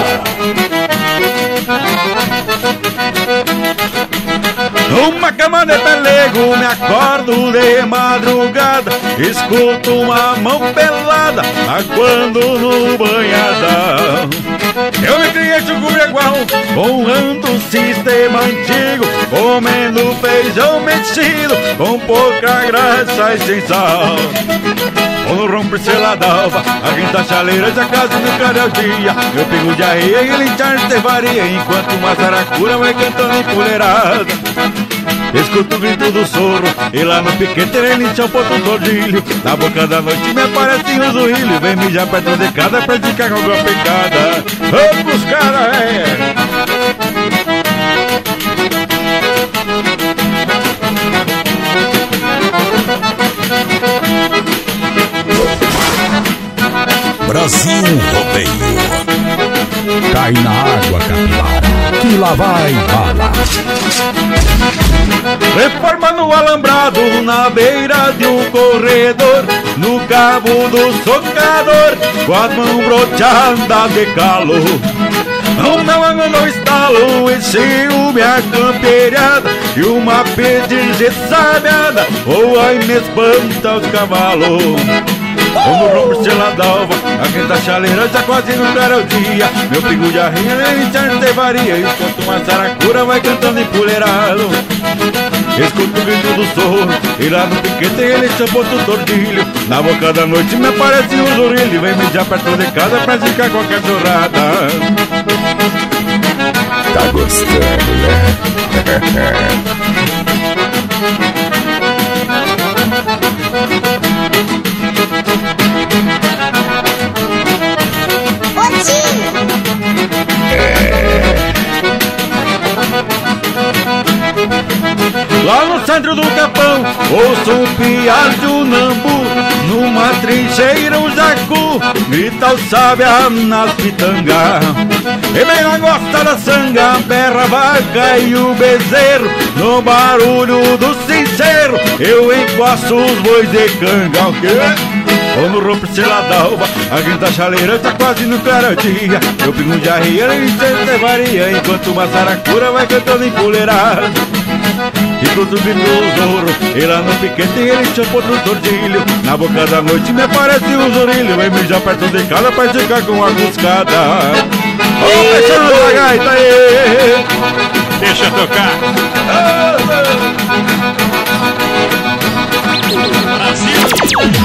Numa cama de pelego me acordo de madrugada, escuto uma mão pelada aguando no banhadão. Eu me criei chucurigual, honrando o sistema antigo, comendo feijão mexido com pouca graça e sem sal. Quando rompe estrela d'alva, a quinta chaleira já quase no cara o dia. Eu pego de areia e ele já varia, enquanto uma saracura vai cantando em fuleirada. Escuto o grito do soro, e lá no piquete ele enxapou o tordilho. Na boca da noite me aparece um zurilho, vem mijar perto de casa pra ficar com a pecada. Vamos, cara, é! Brasil Rodeio. Cai na água, capivara, que lá vai bala. Reforma no alambrado, na beira de um corredor, no cabo do socador, com as mãos broteadas de calo. Um não anda no estalo, e ciúme a campeirada, e uma pedinha sabiada, ou ai me espanta os cavalos. Como rompe estrela d'alva, a quinta chaleira já quase não era o dia. Meu pingo de arrinha ele já te varia, enquanto uma saracura vai cantando em fuleirado. Escuto o grito do soro, e lá no piquete ele chamou do tordilho. Na boca da noite me aparece um zurilho, vem mijar perto de casa pra ficar qualquer chorrada. Tá gostando, né? Lá no centro do capão, ouço um piar de um nambu, numa trincheira um jacu, grita o sábia nas pitangas. E bem na gosta da sanga, berra a vaca e o bezerro, no barulho do sincero, eu encosto os bois de canga. O quê? Quando rompe estrela d'alva, a quinta chaleira tá quase no claro-dia. Eu pingo de arreia e sempre varia, enquanto uma saracura vai cantando em fuleirada. E tudo vindo o zorro, e lá no piquete ele chamou do tordilho. Na boca da noite me aparece um zorilho, vem mijar perto de casa pra ficar com a buscada. Ô, fechando a gaita aí! Deixa tocar! Brasil!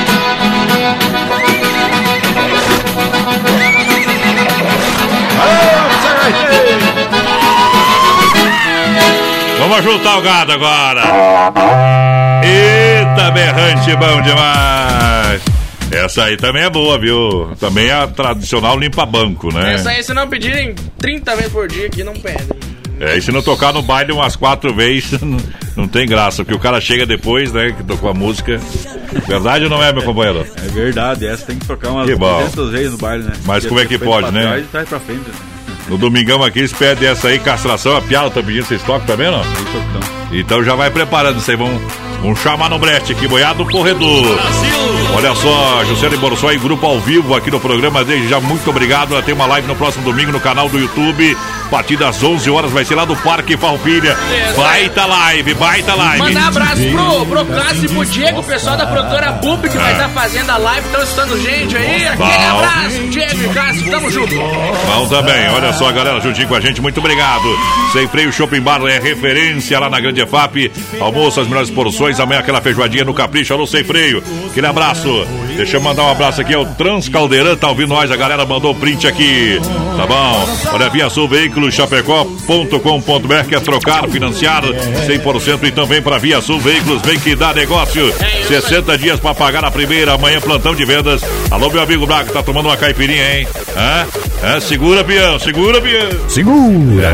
Vamos juntar o gado agora. Eita, berrante bom demais. Essa aí também é boa, viu? Também é a tradicional limpa-banco, né? Essa aí, se não pedirem trinta vezes por dia aqui, não pedem. É, e se não tocar no baile umas quatro vezes, não, não tem graça, porque o cara chega depois, né, que tocou a música. Verdade ou não é, meu companheiro? É verdade, essa tem que tocar umas duzentas vezes no baile, né? Mas como é que pode, né? Trás e traz pra frente. No domingão aqui eles pedem essa aí, castração, a piada tá pedindo, vocês tocam também, não? Então já vai preparando, vocês vão, vão chamar no brete aqui, boiado do corredor. Olha só, Juscelio Borsoi, grupo ao vivo aqui no programa, desde já muito obrigado. Tem uma live no próximo domingo no canal do YouTube, a partir das onze horas vai ser lá do Parque Farroupilha. Baita live, baita live. Mandar abraço pro, pro Cássio e pro Diego, o pessoal da produtora Bub que vai estar fazendo a live, estão escutando gente aí. Aquele Bom. abraço, Diego e Cássio, tamo junto. Bom também, olha só, galera, juntinho com a gente, muito obrigado. Sem Freio Shopping Bar é referência lá na Grande E F A P. Almoço, as melhores porções, amanhã aquela feijoadinha no Capricho, alô Sem Freio. Aquele abraço. Deixa eu mandar um abraço aqui ao Transcaldeirão, tá ouvindo nós, a galera mandou o print aqui. Tá bom? Olha, Via Sul Veículos, chapecó ponto com ponto b r, quer trocar, financiar cem por cento, então vem pra Via Sul Veículos, vem que dá negócio. sessenta dias pra pagar a primeira, amanhã plantão de vendas. Alô, meu amigo Braga, tá tomando uma caipirinha, hein? Hã? Hã? Segura, peão, segura, peão. Segura.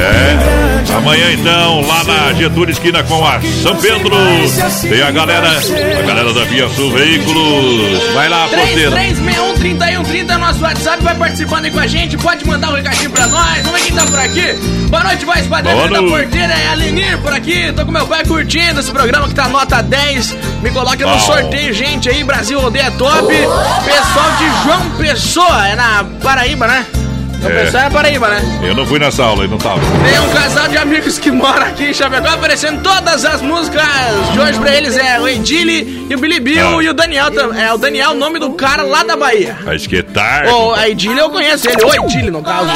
É. Amanhã, então, lá na Getúlio, esquina com a São Pedro, tem a galera, a galera da Via Sul Veículos. Vai lá, porteiro. três três seis um, três um três zero, nosso WhatsApp, vai participando aí com a gente, pode mandar um recadinho pra nós. Vamos ver quem tá por aqui. Boa noite, voz padrão da porteira, é a Lenir por aqui. Tô com meu pai curtindo esse programa que tá nota dez. Me coloca no sorteio, gente aí, Brasil Rodeio é top. Pessoal de João Pessoa, é na Paraíba, né? João É. Pessoa é Paraíba, né? Eu não fui nessa aula, eu não tava. Tem um casal de amigos que mora aqui em Chapecó aparecendo todas as músicas de hoje pra eles. É o Edile e o Billy Bill Ah. e o Daniel. tam- É o Daniel, o nome do cara lá da Bahia. Acho que é tarde. O, a Edile eu conheço ele, o Edile no caso.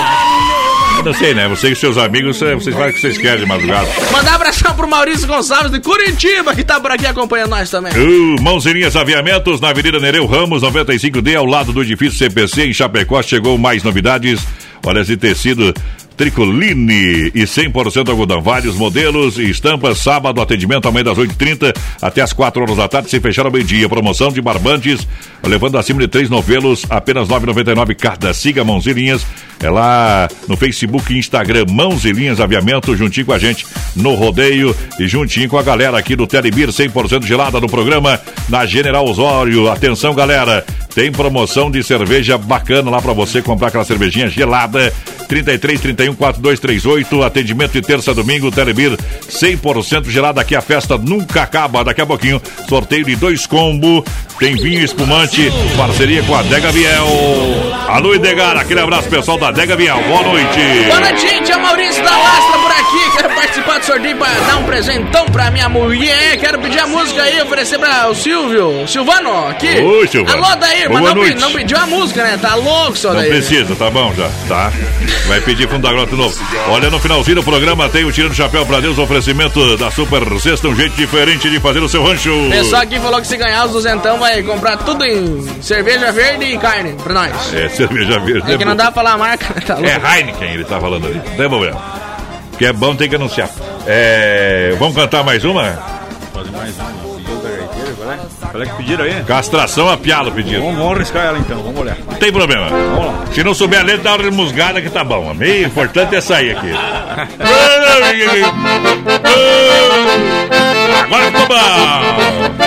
Eu não sei, né? Você e seus amigos, cê- vocês fazem o que vocês querem de madrugada. Mandar abração pro Maurício Gonçalves de Curitiba, que tá por aqui acompanhando nós também. Uh, Mãozinhas Aviamentos, na Avenida Nereu Ramos, noventa e cinco D, ao lado do edifício C P C, em Chapecó. Chegou mais novidades. Olha esse tecido Tricoline e cem por cento algodão. Vários modelos e estampas. Sábado, atendimento amanhã das oito e trinta até as quatro horas da tarde, sem fechar ao meio-dia. Promoção de barbantes, levando acima de três novelos, apenas nove reais e noventa e nove cada. Siga Mãos e Linhas, é lá no Facebook e Instagram, Mãos e Linhas Aviamento, juntinho com a gente no rodeio e juntinho com a galera aqui do Telebir, cem por cento gelada no programa, na General Osório. Atenção, galera, tem promoção de cerveja bacana lá pra você comprar aquela cervejinha gelada. trinta e três, trinta e um, quarenta e dois, trinta e oito, atendimento de terça a domingo, Telebir cem por cento gelado. Aqui a festa nunca acaba. Daqui a pouquinho, sorteio de dois combo, tem vinho espumante, parceria com a Adega Viel. Alô, Edgar, aquele abraço pessoal da Adega Viel, boa noite. Boa noite, gente, é o Maurício da Lastra por aqui. Quero participar do sorteio pra dar um presentão pra minha mulher. Quero pedir a música aí, oferecer pra o Silvio, Silvano, aqui. Oi, Silvano. Alô, Daí, Boa mas não, noite. pe- não pediu a música, né? Tá louco, seu Não Daí. precisa, tá bom já, tá? Vai pedir fundo da grota de novo. Olha, no finalzinho do programa tem o Tirando o Chapéu pra Deus, oferecimento da Super Sexta, um jeito diferente de fazer o seu rancho. O pessoal aqui falou que se ganhar os duzentão vai comprar tudo em cerveja verde e carne pra nós. É, cerveja verde. É que não dá pra falar a marca, né? Tá louco. É Heineken, ele tá falando ali. Não tem problema. Porque é bom, tem que anunciar. É, vamos cantar mais uma? Pode mais uma. Pediu da gaiteira, qual é? Qual é que pediram aí? Castração a pialo pedido. Vamos, vamos arriscar ela então, vamos olhar. Não tem problema. Vamos lá. Se não souber a letra, dá uma remusgada que tá bom. O importante é sair aqui. Agora ficou bom.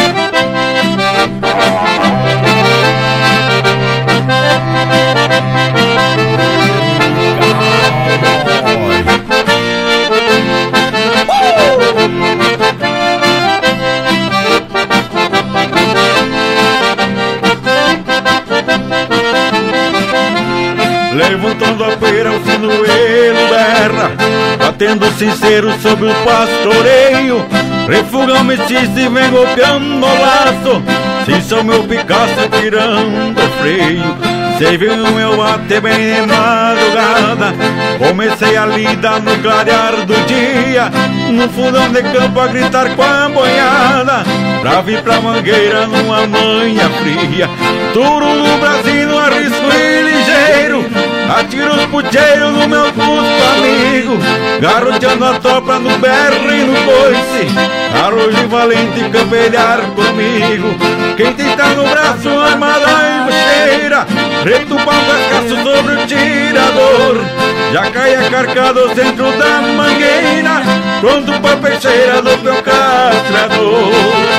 Levantando a poeira ao sinuelo da erra, batendo sincero sobre o pastoreio. Refugão mestiço e vem golpeando o laço, se sou meu Picasso tirando o freio. Sei viu o meu bate bem de madrugada, comecei a lida no clarear do dia, no fundão de campo a gritar com a boiada, pra vir pra Mangueira numa manhã fria. Turo no Brasil, arrisco e ligeiro, atiro os puteiros no meu busto amigo, garroteando a tropa no berro e no coice. Arrojo valente campelhar comigo. Quem tem tá no braço, armada e mocheira, retupa o cascaço sobre o tirador. Já cai a carcada dentro da mangueira, pronto pra peixeira do meu castrador.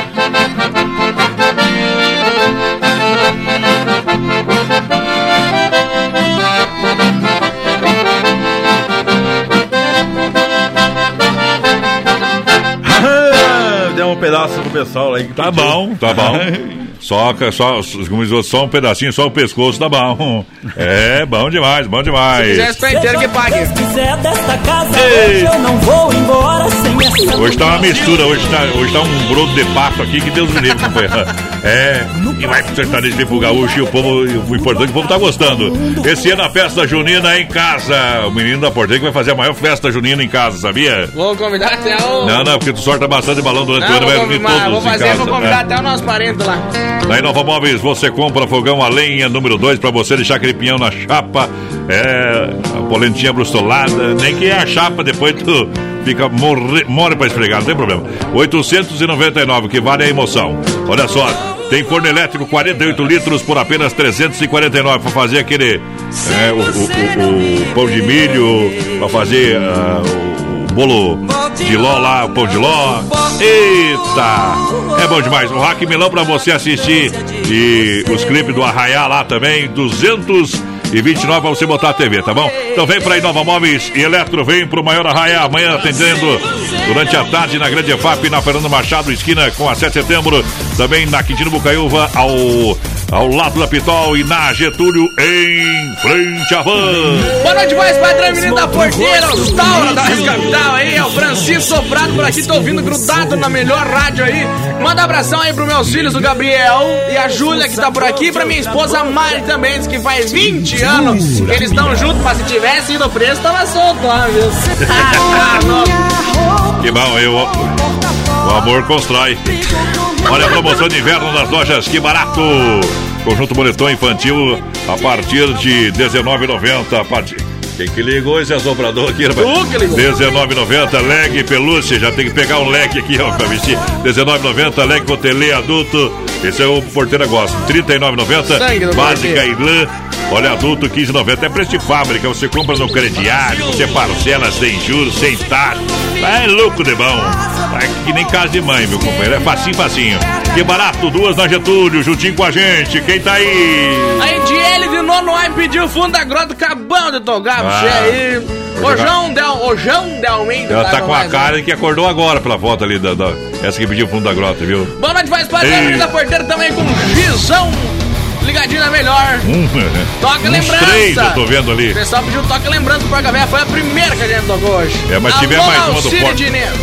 Deu um pedaço pro pessoal aí. Tá bom, tá bom. Só, só, só, só um pedacinho, só o pescoço, tá bom. É, bom demais, bom demais. Se quiser ficar inteiro, que pague. Ei. Eu não vou embora sem hoje tá uma mistura, hoje tá, hoje tá um broto de papo aqui que Deus me livre, companheiro. É, e vai pro sertanejo de pro gaúcho e o povo, o importante é que o povo tá gostando. Esse ano a festa junina em casa. O menino da Porteira que vai fazer a maior festa junina em casa, sabia? Vou convidar até o... Não, não, porque tu sorta bastante balão durante não, o ano, vai reunir todos vou fazer, em casa. Vou convidar né? até o nosso parente lá. Na Inova Móveis você compra fogão a lenha número dois pra você deixar aquele pinhão na chapa. É, a polentinha brustolada, nem que é a chapa, depois tu fica morre, morre pra esfregar, não tem problema. oitocentos e noventa e nove, que vale a emoção. Olha só, tem forno elétrico quarenta e oito litros por apenas trezentos e quarenta e nove para fazer aquele é, o, o, o, o pão de milho, para fazer uh, o bolo de ló lá, o pão de ló. Eita! É bom demais. O Hack Milão para você assistir e os clipes do Arraiá lá também, duzentos e vinte e nove para você botar a T V, tá bom? Então vem pra Inova Móveis e Eletro, vem pro maior Arraiá, amanhã atendendo durante a tarde na Grande E F A P, na Fernando Machado, esquina com a sete de setembro, também na Quintino Bucaiúva, ao, ao lado da Pitol e na Getúlio, em frente à van. Boa noite, mais padrão, menino da Porteira, os Taura da Capital aí, é o Francisco Sobrado por aqui, tô ouvindo grudado na melhor rádio aí. Manda um abração aí pros meus filhos, o Gabriel e a Júlia que tá por aqui, pra minha esposa Mari também, diz que faz vinte anos que eles estão juntos, mas se tivesse ido preso, tava solto lá, viu? Que bom, eu, o amor constrói. Olha a promoção de inverno das lojas, que barato! Conjunto moletom infantil a partir de dezenove reais e noventa centavos. A partir... Quem que ligou esse assoprador aqui, rapaz? dezenove reais e noventa centavos, leg pelúcia, já tem que pegar um leque aqui, ó, pra vestir. dezenove reais e noventa centavos, leg cotelê adulto. Esse é o Porteira gosta. trinta e nove reais e noventa centavos, básica e lã. Olha, adulto quinze reais e noventa centavos, é preço de fábrica. Você compra no crediário, você parcela sem juros, sem taxa. É louco de bom. É que nem casa de mãe, meu companheiro. É facinho, facinho. Que barato, duas na Getúlio, juntinho com a gente. Quem tá aí? A Ediele de Nono Ai pediu o fundo da grota, acabando de tocar pra você aí. O João Del, o João Del Almeida. Ela tá com a cara que acordou agora pela foto ali, da, da, essa que pediu o fundo da grota, viu? Boa noite, faz parte da menina da Porteira também com Gizão. Ligadinho na melhor. Hum, toca uns lembrança. Três eu tô vendo ali. O pessoal pediu toca lembrança pro Porca Véia. Foi a primeira que a gente tocou hoje. É, mas se tiver mais uma do Porca.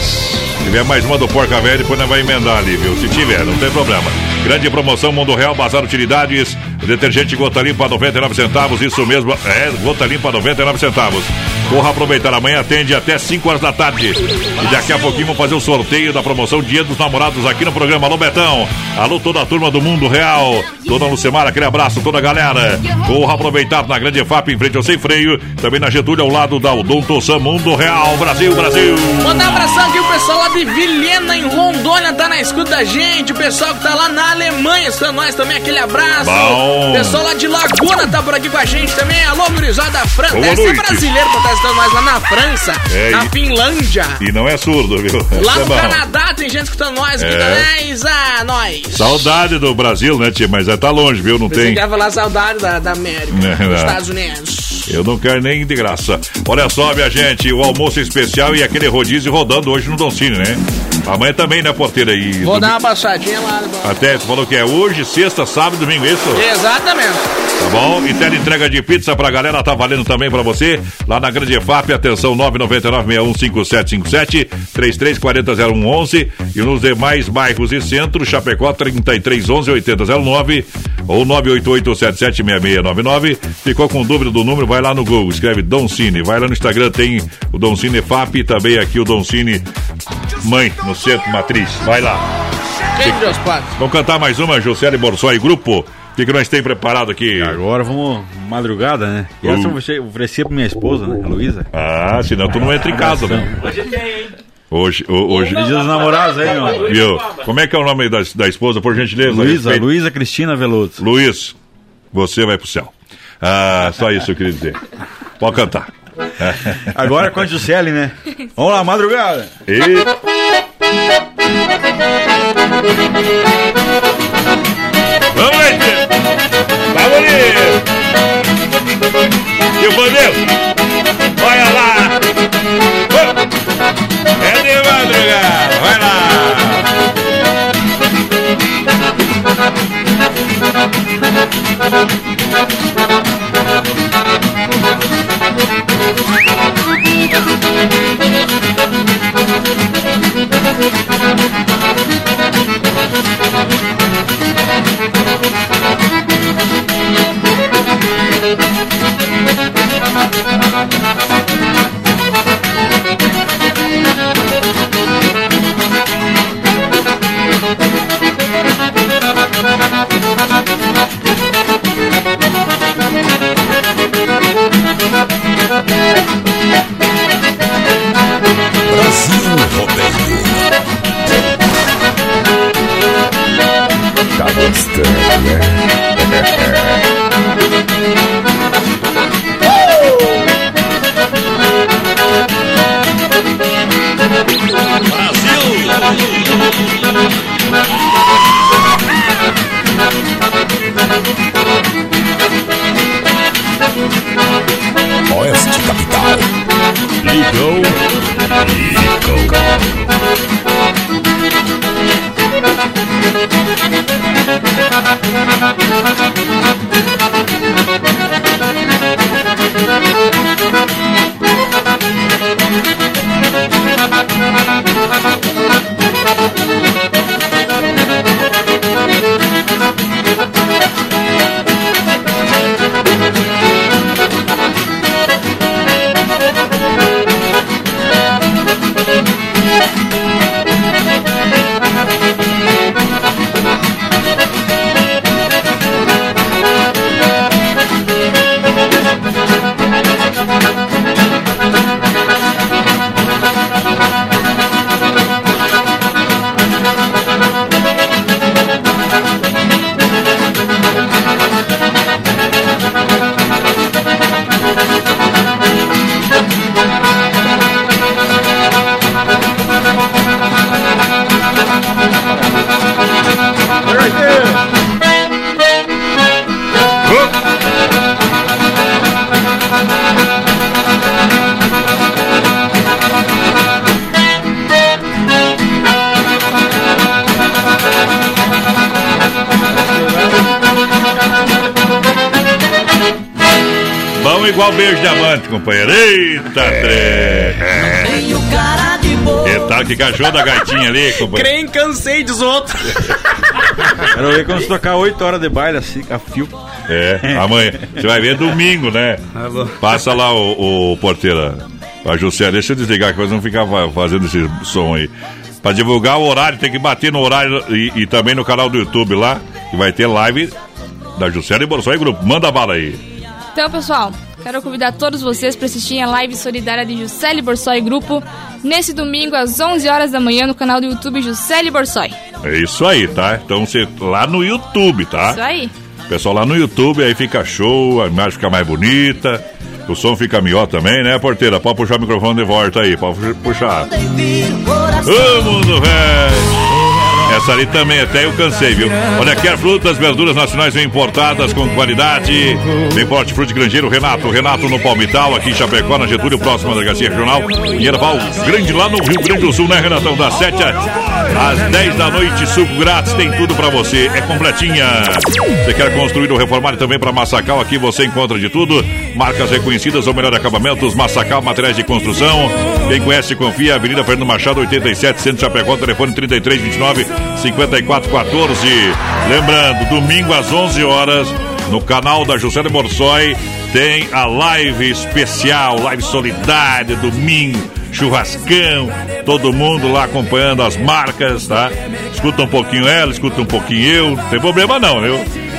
Se tiver mais uma do Porca Véia, depois nós vamos emendar ali, viu? Se tiver, não tem problema. Grande promoção Mundo Real, Bazar Utilidades. Detergente Gota Limpa noventa e nove centavos. Isso mesmo, é, Gota Limpa noventa e nove centavos. Corra aproveitar, amanhã atende até cinco horas da tarde. E daqui a pouquinho vamos fazer o sorteio da promoção Dia dos Namorados aqui no programa. Alô, Betão. Alô, toda a turma do Mundo Real. Dona Lucemara, aquele abraço, toda a galera. Corra aproveitar na Grande E F A P, em frente ao Sem Freio. Também na Getúlio, ao lado da Odonto Sam, Mundo Real. Brasil, Brasil. Manda um abração aqui o pessoal lá de Vilhena, em Rondônia, tá na escuta da gente. O pessoal que tá lá na Alemanha, está nós também, aquele abraço. Bom. O pessoal lá de Laguna tá por aqui com a gente também. Alô, gurizada da França. Boa Deve ser noite. brasileiro pra estar escutando nós lá na França, É, na e- Finlândia. E não é surdo, viu? Lá Isso no é bom. Canadá tem gente escutando nós aqui É. também. Ah, nós. Saudade do Brasil, né, tia? Mas é, tá longe, viu? Não Pensei tem. que ia falar saudade da, da América, É, dos não. Estados Unidos. Eu não quero nem de graça. Olha só, minha gente, o almoço especial e aquele rodízio rodando hoje no Doncini, né? Amanhã também, né, Porteira? E Vou domi- dar uma passadinha lá. né? Até, você falou que é hoje, sexta, sábado e domingo, isso? Exatamente. Tá bom? E tela entrega de pizza pra galera, tá valendo também pra você. Lá na Grande E F A P, atenção, nove nove nove, seis um cinco sete cinco sete, três três quatro zero zero um onze. E nos demais bairros e centros, Chapecó, trinta e três onze, oitenta zero nove ou nove oito oito sete sete seis seis nove nove. Ficou com dúvida do número, vai lá no Google, escreve Doncini. Vai lá no Instagram, tem o Doncini F A P e também aqui o Doncini Mãe, no centro matriz. Vai lá. Quem Deus Padre? Vamos cantar mais uma, Juscelia Borsoi Grupo. O que, que nós temos preparado aqui? Agora vamos madrugada, né? E essa Uh. eu oferecia pra minha esposa, né, a Luísa. Ah, senão tu não entra em casa, né? Hoje tem, hein? Hoje, ho- hoje. Dia dos namorados aí, meu. Viu? Como é que é o nome da, da esposa, por gentileza? Luísa, Respeito. Luísa Cristina Veloso. Luiz, você vai pro céu. Ah, só isso eu queria dizer. Pode cantar. Agora com a Juscelie, né? Vamos lá, madrugada. E... Vamos aí, tio. Vamos ali. E o bandeiro? Olha lá. É de madrugada. Vai lá. Brasil Rodeio. Tá gostando, né? Oeste Capital. Ligou. Vamos igual beijo de amante, companheiro. Eita, trem. Que tal que cachorro da gaitinha ali, companheiro? Crem, cansei dos outros. Quero ver quando você tocar oito horas de baile assim, a fio. É, amanhã. Você vai ver domingo, né? Passa lá o, o porteira. A Juscelie, deixa eu desligar que nós vamos ficar fa- fazendo esse som aí. Pra divulgar o horário, tem que bater no horário e, e também no canal do YouTube lá, que vai ter live da Juscelie Borsoi Grupo. Manda bala aí. Então, pessoal, quero convidar todos vocês para assistirem a live solidária de Juscelie Borsoi Grupo nesse domingo às onze horas da manhã no canal do YouTube Juscelie Borsoi. É isso aí, tá? Então você lá no YouTube, tá? Isso aí. Pessoal lá no YouTube, aí fica show, a imagem fica mais bonita, o som fica melhor também, né, porteira? Pode puxar o microfone de volta aí, pode puxar. Ô, mundo velho! Essa ali também até eu cansei, viu? Olha, quer frutas, verduras nacionais bem importadas com qualidade. Vem Porte Fruta Grangeiro, Renato. Renato no Palmital, aqui em Chapecó, na Getúlio, próxima da Delegacia Regional. Em Erval, grande lá no Rio Grande do Sul, né, Renatão? Das sete às dez da noite, suco grátis, tem tudo pra você. É completinha. Você quer construir ou reformar também pra Massacal? Aqui você encontra de tudo. Marcas reconhecidas ou melhor acabamentos. Massacal, materiais de construção. Quem conhece, confia. Avenida Fernando Machado, oitenta e sete, Centro Chapecó, telefone trinta e três, vinte e nove, cinquenta e quatro, quatorze. Lembrando, domingo às onze horas, no canal da Juscelie Borsoi, tem a live especial, live solidária, domingo, churrascão, todo mundo lá acompanhando as marcas, tá? Escuta um pouquinho ela, escuta um pouquinho eu, não tem problema não, viu?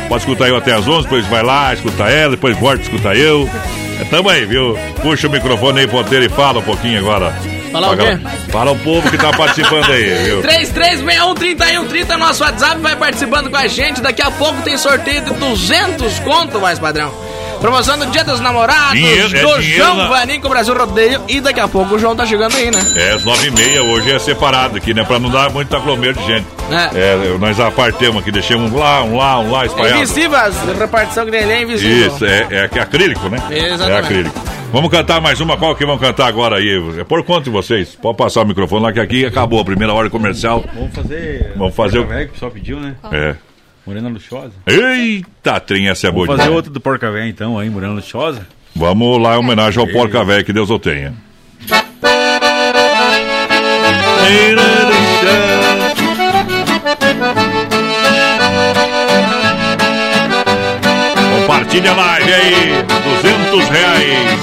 Pode escutar eu até as onze, depois vai lá, escuta ela, depois volta, escuta eu. É, tamo aí, viu? Puxa o microfone aí, porteiro, e fala um pouquinho agora. Fala o quê? Fala o povo que tá participando aí, viu? três três seis um, três um três zero, nosso WhatsApp, vai participando com a gente. Daqui a pouco tem sorteio de duzentos conto, mais padrão. Promoção do Dia dos Namorados, dinheiro, do é João na... Vaninho Brasil Rodeio. E daqui a pouco o João tá chegando aí, né? É, às nove e meia, hoje é separado aqui, né? Pra não dar muito aglomero de gente. É. é nós apartemos aqui, deixamos um lá, um lá, um lá, espalhado. É invisível, a repartição que tem ali é invisível. Isso, é, é, é acrílico, né? Exatamente. É acrílico. Vamos cantar mais uma, qual que vamos cantar agora aí? É por conta de vocês. Pode passar o microfone lá que aqui acabou a primeira hora comercial. Vamos fazer. Vamos fazer o velho que o pessoal pediu, né? É. Morena Luxosa. Eita, trem, essa é boa. Vamos fazer outra do Porca Véia então, aí, Morena Luxosa. Vamos lá, em homenagem ao Porca Véia, que Deus o tenha. Compartilha a live aí, duzentos reais.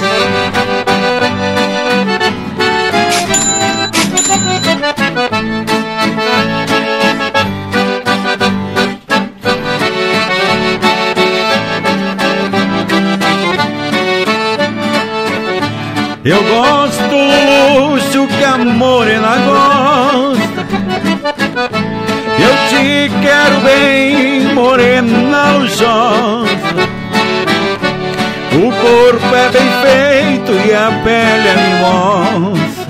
Eu gosto do luxo que a morena gosta. Eu te quero bem, morena luxosa. O corpo é bem feito e a pele é mimosa.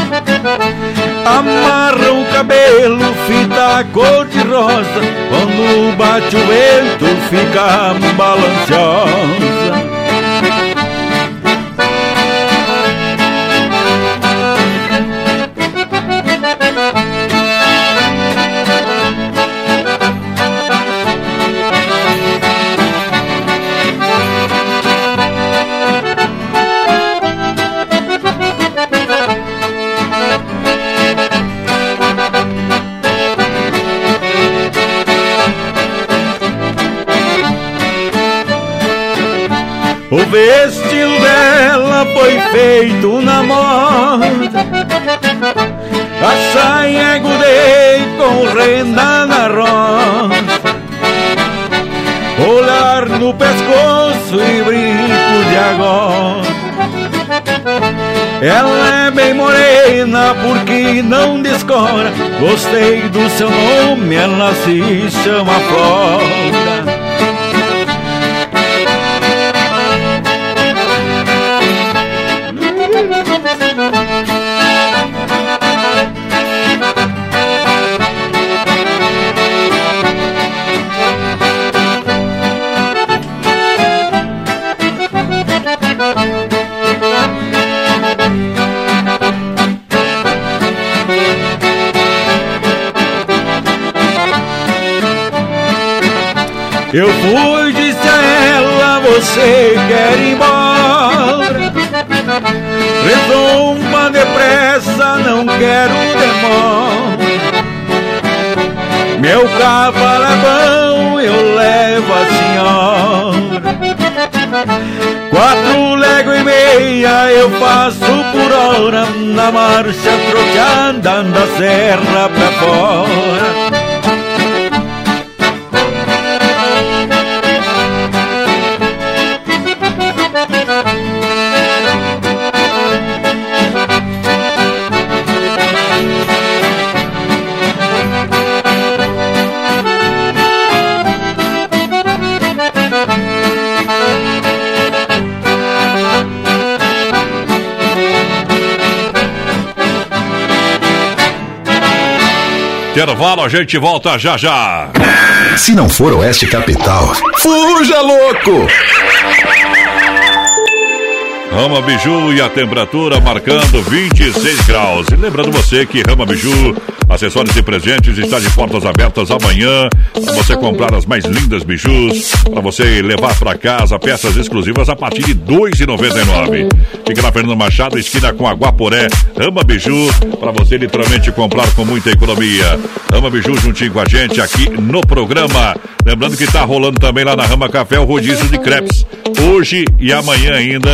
Amarra o cabelo, fita cor de rosa. Quando bate o vento, fica balanceosa. O vestido dela foi feito na moda. A saia grudei com renda na rosa. Olhar no pescoço e brinco de agora. Ela é bem morena porque não descora. Gostei do seu nome, ela se chama Flora. Eu fui, disse a ela, você quer ir embora? Resolva depressa, não quero demora. Meu cavalo é bom, eu levo a senhora. Quatro léguas e meia eu faço por hora, na marcha troteada da serra pra fora. Intervalo, a gente volta já já. Se não for Oeste Capital, fuja, louco! Rama Biju e a temperatura marcando vinte e seis graus. E lembrando você que Rama Biju, acessórios e presentes, está de portas abertas amanhã para você comprar as mais lindas bijus, para você levar para casa peças exclusivas a partir de dois reais e noventa e nove centavos. Fica na Fernando Machado, esquina com Aguaporé. Rama Biju, para você literalmente comprar com muita economia. Rama Biju juntinho com a gente aqui no programa. Lembrando que está rolando também lá na Rama Café o rodízio de crepes. Hoje e amanhã ainda, para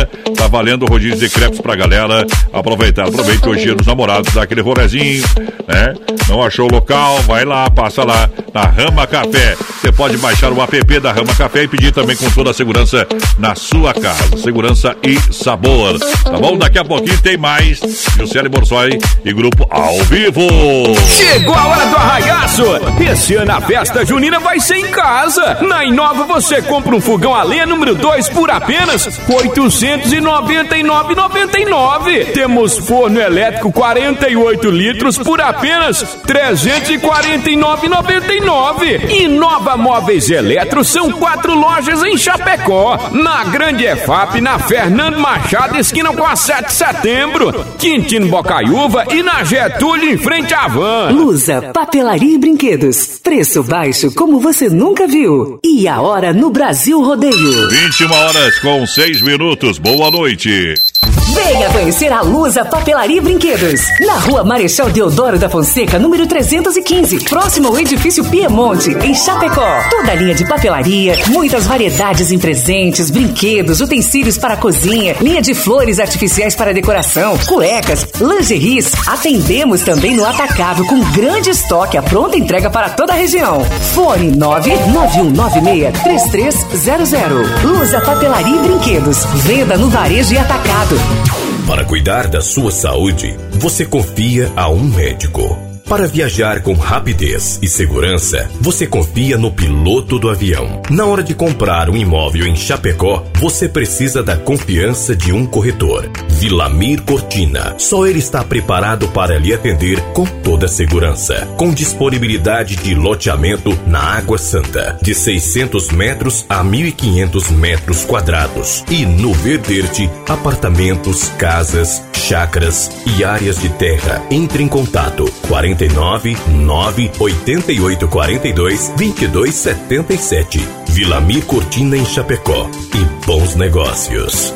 valendo rodízio de crepes pra galera aproveitar. Aproveite hoje dia dos namorados, dá aquele rolezinho, né? Não achou o local? Vai lá, passa lá na Rama Café. Você pode baixar o app da Rama Café e pedir também com toda a segurança na sua casa. Segurança e sabor. Tá bom? Daqui a pouquinho tem mais. Juscelio Borsoi e grupo ao vivo. Chegou a hora do arraiaço. Esse ano a festa junina vai ser em casa. Na Inova você compra um fogão a lenha número dois por apenas oitocentos e noventa e nove reais e noventa e nove centavos. Temos forno elétrico quarenta e oito litros por apenas trezentos e quarenta e nove reais e noventa e nove centavos. E Nova Móveis Eletro são quatro lojas em Chapecó. Na Grande E F A P, na Fernando Machado, esquina com a sete de setembro. Quintino Bocaiúva e na Getúlio, em frente à Van. Lusa, papelaria e brinquedos. Preço baixo como você nunca viu. E a hora no Brasil Rodeio. vinte e uma horas com seis minutos. Boa noite. Venha conhecer a Lusa Papelaria e Brinquedos. Na rua Marechal Deodoro da Fonseca, número trezentos e quinze. Próximo ao edifício Piemonte, em Chapecó. Toda a linha de papelaria, muitas variedades em presentes, brinquedos, utensílios para a cozinha, linha de flores artificiais para decoração, cuecas, lingeries. Atendemos também no atacado com grande estoque, a pronta entrega para toda a região. Fone nove nove um nove seis três três zero zero. Lusa Papelaria e Brinquedos. Venda no varejo e atacado. Para cuidar da sua saúde, você confia a um médico. Para viajar com rapidez e segurança, você confia no piloto do avião. Na hora de comprar um imóvel em Chapecó, você precisa da confiança de um corretor. Vilamir Cortina. Só ele está preparado para lhe atender com toda a segurança. Com disponibilidade de loteamento na Água Santa, de seiscentos metros a mil e quinhentos metros quadrados. E no Verderte, apartamentos, casas, chácaras e áreas de terra. Entre em contato quarenta e nove, nove, oito oito quatro dois, dois dois sete sete. Vilamir Cortina em Chapecó. E bons negócios.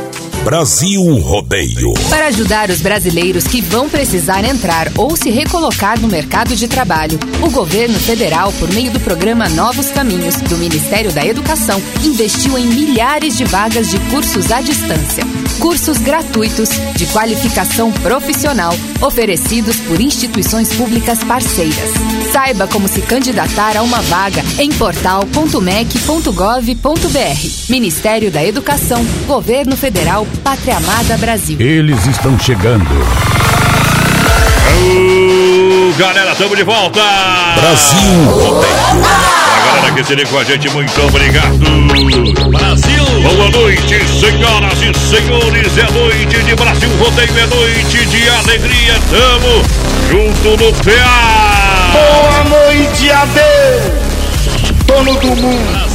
Brasil Rodeio. Para ajudar os brasileiros que vão precisar entrar ou se recolocar no mercado de trabalho, o governo federal, por meio do programa Novos Caminhos, do Ministério da Educação, investiu em milhares de vagas de cursos à distância. Cursos gratuitos de qualificação profissional, oferecidos por instituições públicas parceiras. Saiba como se candidatar a uma vaga em portal ponto mec ponto gov ponto br. Ministério da Educação, Governo Federal, Pátria Amada Brasil. Eles estão chegando. Uh, galera, estamos de volta. Brasil Rodeio. A galera que se liga com a gente, muito obrigado. Brasil. Boa noite, senhoras e senhores. É noite de Brasil Rodeio, é noite de alegria. Tamo junto no P A. Boa noite a Deus, dono do mundo.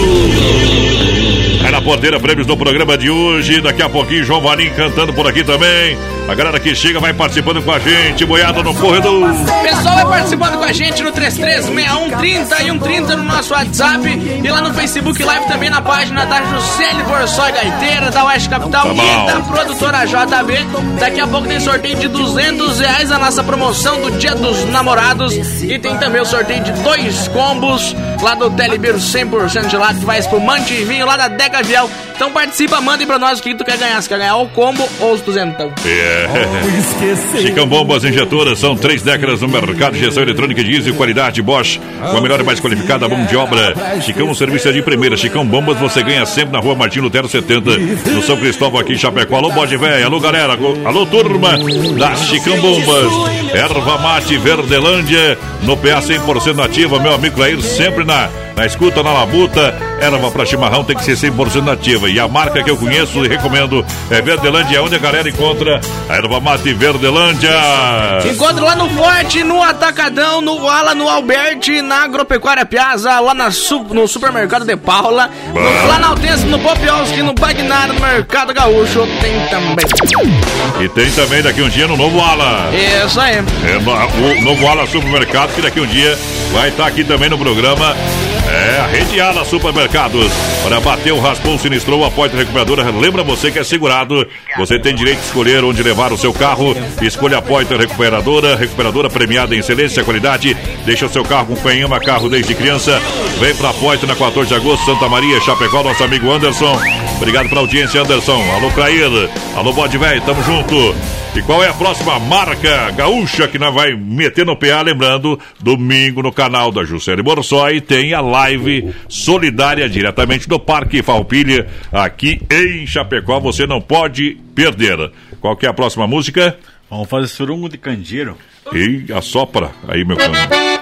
Uh. É na porteira, prêmios do programa de hoje. Daqui a pouquinho, João Valim cantando por aqui também. A galera que chega vai participando com a gente. Boiada no corredor. O pessoal vai participando com a gente no três três seis um trinta e um trinta no nosso WhatsApp. E lá no Facebook Live também na página da Juscelio Borsoi Gaiteira, da Oeste Capital, tá e da produtora J B. Daqui a pouco tem sorteio de duzentos reais, a nossa promoção do Dia dos Namorados. E tem também o sorteio de dois combos lá do Telebir cem por cento de lado, que vai espumante e vinho lá da Deca Viel. Então participa, mandem pra nós o que tu quer ganhar. Se quer ganhar o combo ou os duzentão. É. Chicão Bombas Injetoras, são três décadas no mercado de injeção eletrônica de diesel, qualidade Bosch, com a melhor e mais qualificada mão de obra. Chicão, um serviço de primeira. Chicão Bombas, você ganha sempre na rua Martim Lutero setenta, no São Cristóvão, aqui em Chapecó. Alô, bode velho, alô, galera, alô, turma da Chicão Bombas. Erva Mate Verdelândia, no P A cem por cento nativa, meu amigo Clair, sempre na, na escuta, na labuta. Erva pra chimarrão tem que ser cem por cento nativa. E a marca que eu conheço e recomendo é Verdelândia, onde a galera encontra a Erva Mate Verdelândia. Se encontra lá no Forte, no Atacadão, no Ala, no Alberti, na Agropecuária Piazza, lá na, no Supermercado de Paula, no, lá na Altense, no Popiolski, no Bagnar, no Mercado Gaúcho, tem também. E tem também daqui um dia no Novo Ala. Isso aí. É, o Novo Ala Supermercado, que daqui um dia vai estar aqui também no programa. É, a Rede Ala Supermercados. Para bater o raspão, sinistrou a porta recuperadora. Lembra você que é segurado. Você tem direito de escolher onde levar o seu carro. Escolha a porta recuperadora. Recuperadora premiada em excelência e qualidade. Deixa o seu carro com quem ama carro desde criança. Vem pra porta na quatorze de agosto, Santa Maria, Chapecó, nosso amigo Anderson. Obrigado pela audiência, Anderson. Alô, Clair. Alô, Bode Velho, tamo junto. E qual é a próxima marca gaúcha que nós vai meter no P A? Lembrando, domingo no canal da Juscelia Borsoi tem a live solidária diretamente do Parque Farroupilha, aqui em Chapecó. Você não pode perder. Qual que é a próxima música? Vamos fazer surungo de candeeiro. E assopra aí, meu cano.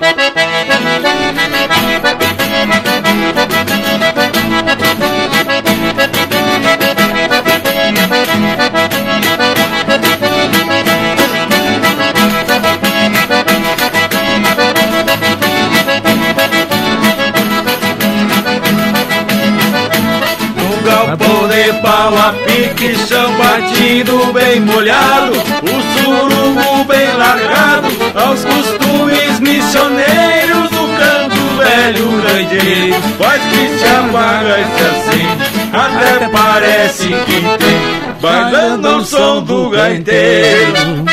Galpão de pau a pique, chão batido bem molhado, o surungo bem largado, aos costumes missioneiros do canto velho randeiro. Faz que se apaga esse assim, até parece que tem, bailando ao som do gaiteiro.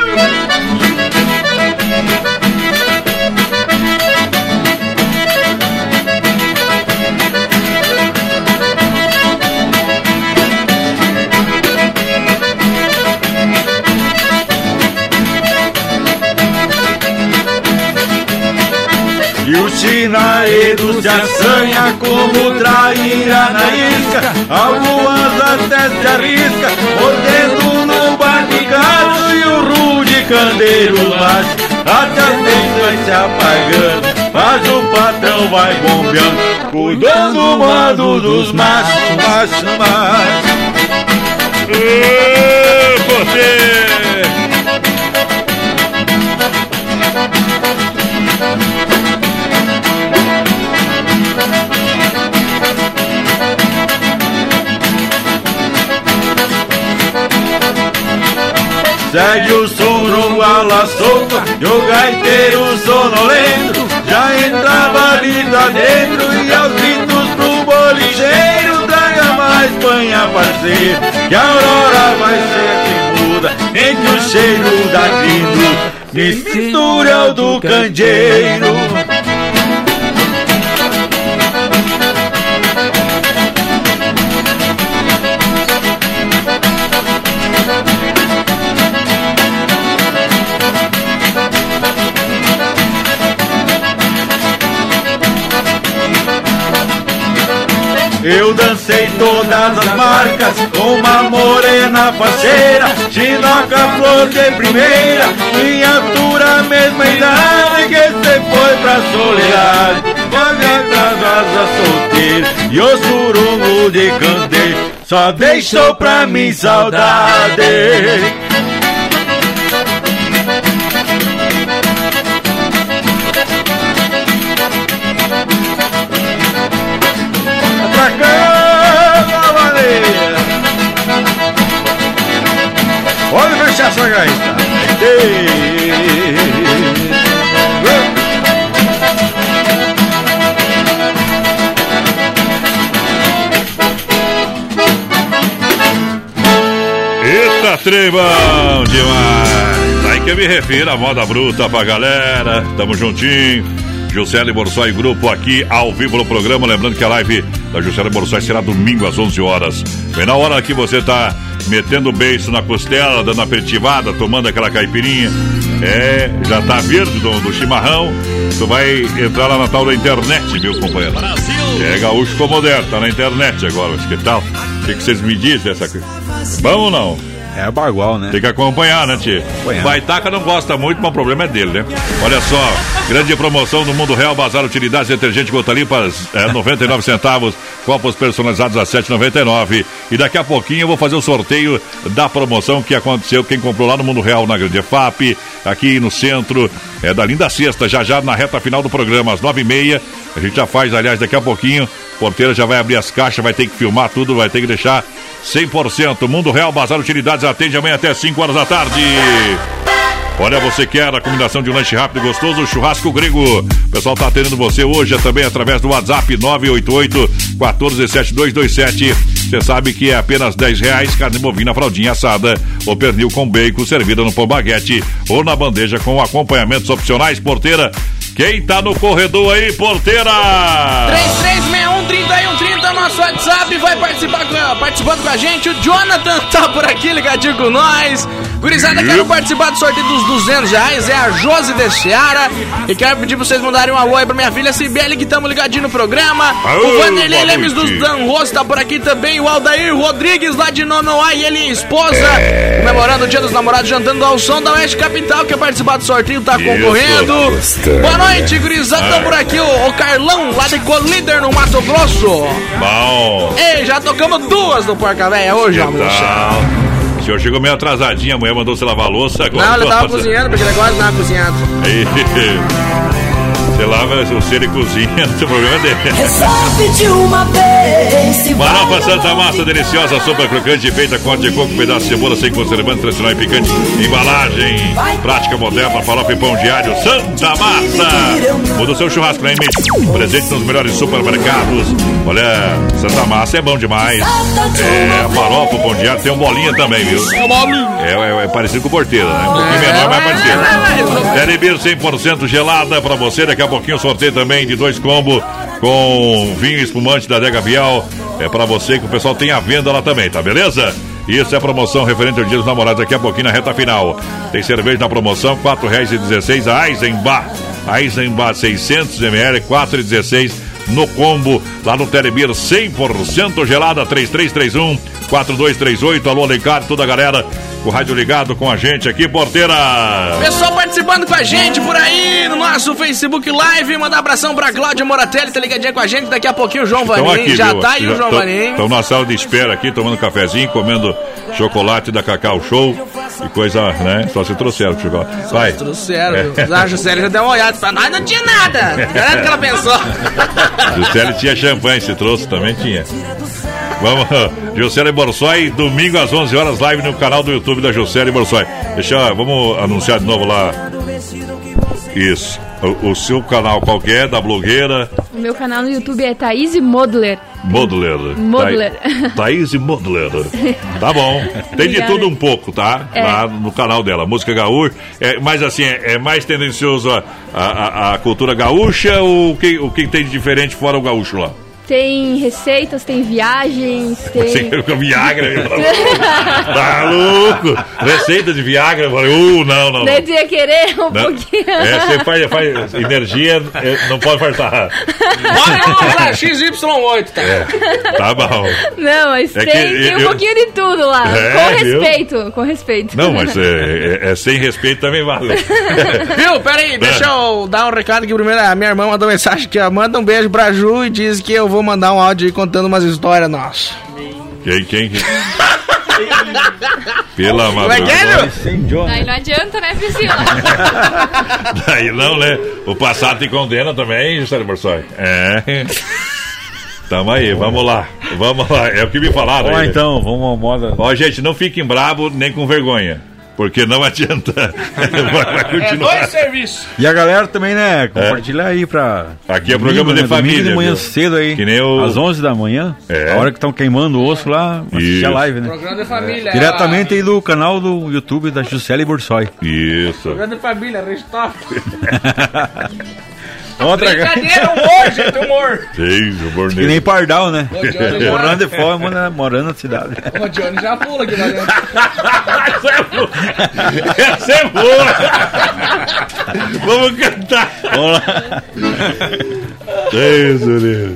E os chinaredos de assanha como traíra na isca, algumas até se arrisca, mordendo no barrigado e o rude candeiro bate, até as tensões se apagando, mas o patrão vai bombeando, cuidando do modo dos machos, macho, macho. Ê, você! Segue o surungo a la solta e o gaiteiro sonolento já entrava ali lá dentro e aos gritos pro bolicheiro: traga mais panha, parceiro, que a aurora vai ser que muda entre o cheiro da trindo e mistura o do candeeiro. Eu dancei todas as marcas com uma morena faceira, chinoca, flor de primeira, minha altura, mesma idade, que se foi pra soledade, paga das asas solteira, e o surungo de candeeiro só deixou pra mim saudade. Olha a fechação, gaita. Eita, trembão demais. Aí que eu me refiro à moda bruta pra galera. Tamo juntinho. Juscelia Borsoi Grupo aqui ao vivo no programa. Lembrando que a live da Juscelia Borsoi será domingo às onze horas. Bem na hora que você tá metendo o beiço na costela, dando aperitivada, tomando aquela caipirinha. É, já tá verde do, do chimarrão. Tu vai entrar lá na tal da internet, viu, companheiro? É gaúcho como moderno, tá na internet agora. Mas que tal? O que, que vocês me dizem dessa coisa? Bom ou não? É bagual, né? Tem que acompanhar, né, tio? Baitaca não gosta muito, mas o problema é dele, né? Olha só, grande promoção do Mundo Real, Bazar Utilidades, detergente Gota Limpa, é, noventa e nove centavos, copos personalizados a sete reais e noventa e nove centavos. E daqui a pouquinho eu vou fazer o sorteio da promoção que aconteceu, quem comprou lá no Mundo Real, na Grande F A P, aqui no centro, é da Linda Sexta, já já na reta final do programa, às nove e meia. A gente já faz, aliás, daqui a pouquinho, porteira já vai abrir as caixas, vai ter que filmar tudo, vai ter que deixar cem por cento. Mundo Real, Bazar Utilidades, atende amanhã até cinco horas da tarde. Olha, você quer a combinação de um lanche rápido e gostoso, churrasco grego. O pessoal tá atendendo você hoje também através do WhatsApp nove oito oito, quatro sete dois dois sete. Você sabe que é apenas dez reais, carne bovina, fraldinha assada ou pernil com bacon, servida no pão baguete ou na bandeja com acompanhamentos opcionais. Porteira, quem tá no corredor aí, porteira? três três seis um, três trinta e um trinta, nosso WhatsApp, vai participar, participando com a gente. O Jonathan tá por aqui, ligadinho com nós. Gurizada, quero participar do sorteio dos duzentos reais. É a Josi de Seara. E quero pedir pra vocês mandarem um alô aí pra minha filha Cibele, que estamos ligadinho no programa. Aô, o Vanderlei Lemes dos Dan Rosso tá por aqui também. O Aldair Rodrigues lá de Nonoá e ele e a esposa. É. Comemorando o Dia dos Namorados, jantando ao som da Oeste Capital. Quer participar do sorteio, tá Isso, concorrendo. Gostei. Boa noite, gurizada. Estão por aqui o, o Carlão, lá de Colíder, no Mato Grosso. Bom. Ei, já tocamos duas do Porca Véia hoje, ó, o senhor chegou meio atrasadinho, a mulher mandou você lavar a louça agora. Não, ele tava cozinhando, porque ele gosta de dar cozinhado. Você lava o ser e cozinha, não tem problema dele. Resolve de uma vez. Farofa Santa Massa, deliciosa, sopa crocante, feita com de coco, pedaço de cebola sem conservante, tradicional e picante. Embalagem prática, moderna, farofa e pão diário. Santa Massa. Muda o seu churrasco, né, mesmo? Presente nos melhores supermercados. Olha, Santa Massa é bom demais. É, a farofa, o pão diário, tem um bolinha também, viu? É, é, é parecido com o porteiro, né? Um pouquinho menor, mas parecido. Telebir cem por cento gelada pra você. Daqui a pouquinho sorteio também de dois combos com vinho espumante da Adega Bial. É pra você que o pessoal tem a venda lá também, tá beleza? Isso é promoção referente ao Dia dos Namorados. Daqui a pouquinho na reta final. Tem cerveja na promoção, quatro reais e dezesseis. A Eisenbach. A Eisenbach seiscentos mililitros, quatro reais e dezesseis no combo. Lá no Telebir cem por cento gelada, três três três um, quatro dois três oito. Alô, Alencar, toda a galera com o rádio ligado com a gente aqui, porteira. Pessoal participando com a gente por aí no nosso Facebook Live. Mandar abração pra Cláudia Moratelli, tá ligadinha com a gente. Daqui a pouquinho o João Vanim aqui, já viu? Tá aí já, o João Vanim. Estão na sala de espera aqui, tomando cafezinho, comendo chocolate da Cacau Show e coisa, né? Só se trouxeram o chocolate. Vai. Só se trouxeram. É. A Juscelia já deu uma olhada pra nós, não tinha nada. Era o que ela pensou. Juscelia tinha champanhe, se trouxe também tinha. Vamos, Juscelia Borsoi, domingo às onze horas, live no canal do YouTube da Juscelia Borsoi. Deixa, vamos anunciar de novo lá. Isso. O, o seu canal qual que é? Da blogueira? O meu canal no YouTube é Thaís Modler. Modler. Modler. Thaís Modler. Tá bom. Tem de tudo um pouco, tá? É. Lá no canal dela. Música gaúcha. É, mas assim, é, é mais tendencioso a, a, a cultura gaúcha ou o que, o que tem de diferente fora o gaúcho lá? Tem receitas, tem viagens, tem... Você quer com Viagra? Tá louco? Receita de Viagra? Uh, não, não. Daí tu ia querer um não. pouquinho. É, você faz, faz energia, não pode faltar. Bora, X Y oito, tá? É, tá bom. Não, mas é tem, tem eu, um pouquinho de tudo lá. É, com respeito, viu? Com respeito. Não, mas é, é, é sem respeito também vale. Viu? Pera aí, deixa eu dar um recado aqui primeiro. A minha irmã mandou mensagem que manda um beijo pra Ju e diz que eu vou mandar um áudio aí contando umas histórias nossas. Quem, quem? Pela madrugada. Como é que é, meu? Daí não adianta, né, Priscila? Daí não, né? O passado te condena também, Juscelio Borsoi. É. Tamo aí, vamos lá. Vamos lá, é o que me falaram. Ó, aí, então, né? Vamos à moda. Ó, gente, não fiquem bravos nem com vergonha. Porque não adianta. Vai continuar. É dois serviços. E a galera também, né? Compartilhar é. aí pra... Aqui é programa de né, família. de manhã viu? cedo aí. Que nem o... Às onze da manhã. É. A hora que estão queimando o osso lá. Assistir a live, né? Programa de família. É. Diretamente aí do canal do YouTube da Juscelia Borsoi. Isso. Programa de família, Ristoff. Outra brincadeira, humor, gente, humor. Sim, humor que nem pardal, né? Já... Morando de fome, morando na cidade. O Johnny já pula aqui lá dentro. Essa é boa. Vamos cantar. Vamos lá. É isso, né?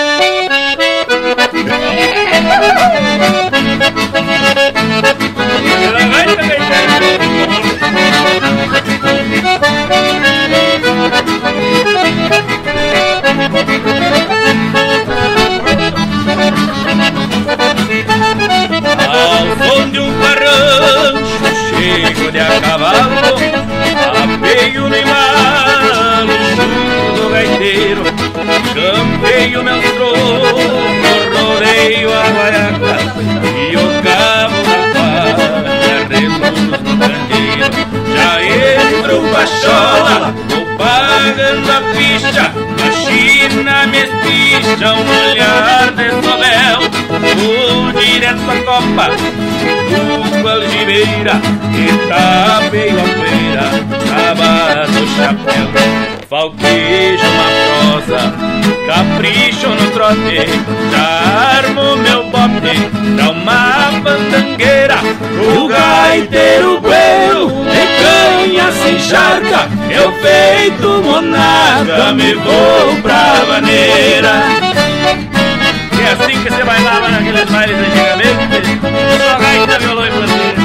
Ao som de um barrancho chego de a cavalo, apeio no embalo, chuto do gaiteiro, campeio meu trono, rodeio a guaiaca e o cabo da palha reduz no candeeiro. Já entra o bachola, vou pagando a ficha, a China me espicha um olhar de sovel. Vou direto à copa do algibeira, que tá meio a poeira, tava no chapéu. Falqueja uma prosa capricho no trote, já armo meu bote pra uma bandangueira. O gaiteiro bueno de canha se encharca, eu feito monaga me vou pra vaneira. É assim que você bailava naqueles bailes antigamente, só gaita, violão e pandeiro.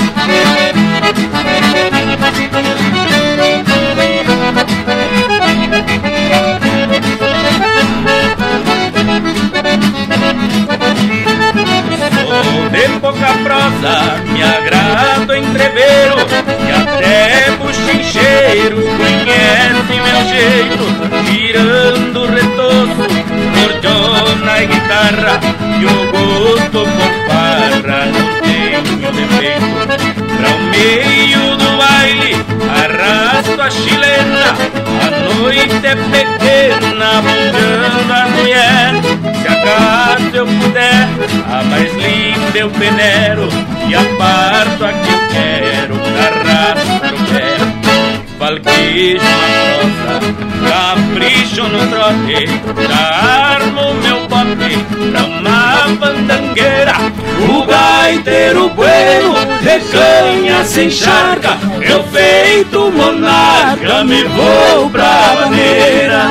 Sou de pouca prosa, me agrado entreveiro, e até buchincheiro conhece meu jeito, tirando retoço, cordiona e guitarra, e o gosto por farra não tenho defeito. Pra o meio do baile arrasto a chilena, a noite é pequena, bundando a mulher. Se acaso eu puder, a mais linda eu venero, e aparto a que eu quero, arrasto o pé. Falquejo na prosa, capricho no trote, já armo meu bote pra uma bandangueira. O gaiteiro bueno de canha se encharca, eu feito monarca me vou pra maneira.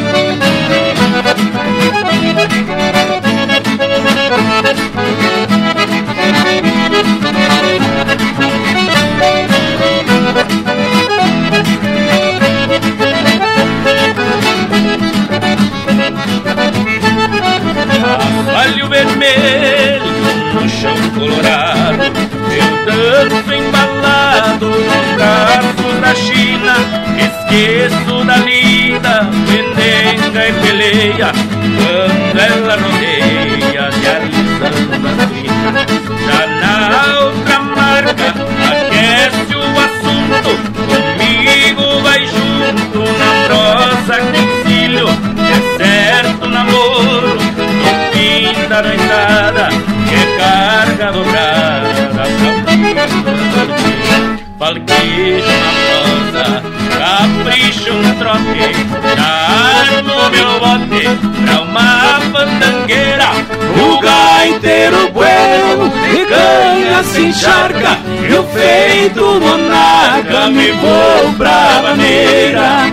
Assoalho vermelho no chão colorado, eu danço embalado nos braços da China. Esqueço da lida, pendenga e peleia, quando ela rodeia de alisando as crinas. Já na outra marca aquece o assunto, comigo vai junto na prosa que ensino. É certo namoro no fim da noitada, que é carga dobrada pra falquejo na prosa, capricho no trote, já armo meu bote pra uma bandangueira. O gaiteiro bueno de canha se encharca, eu feito monaga me vou pra maneira.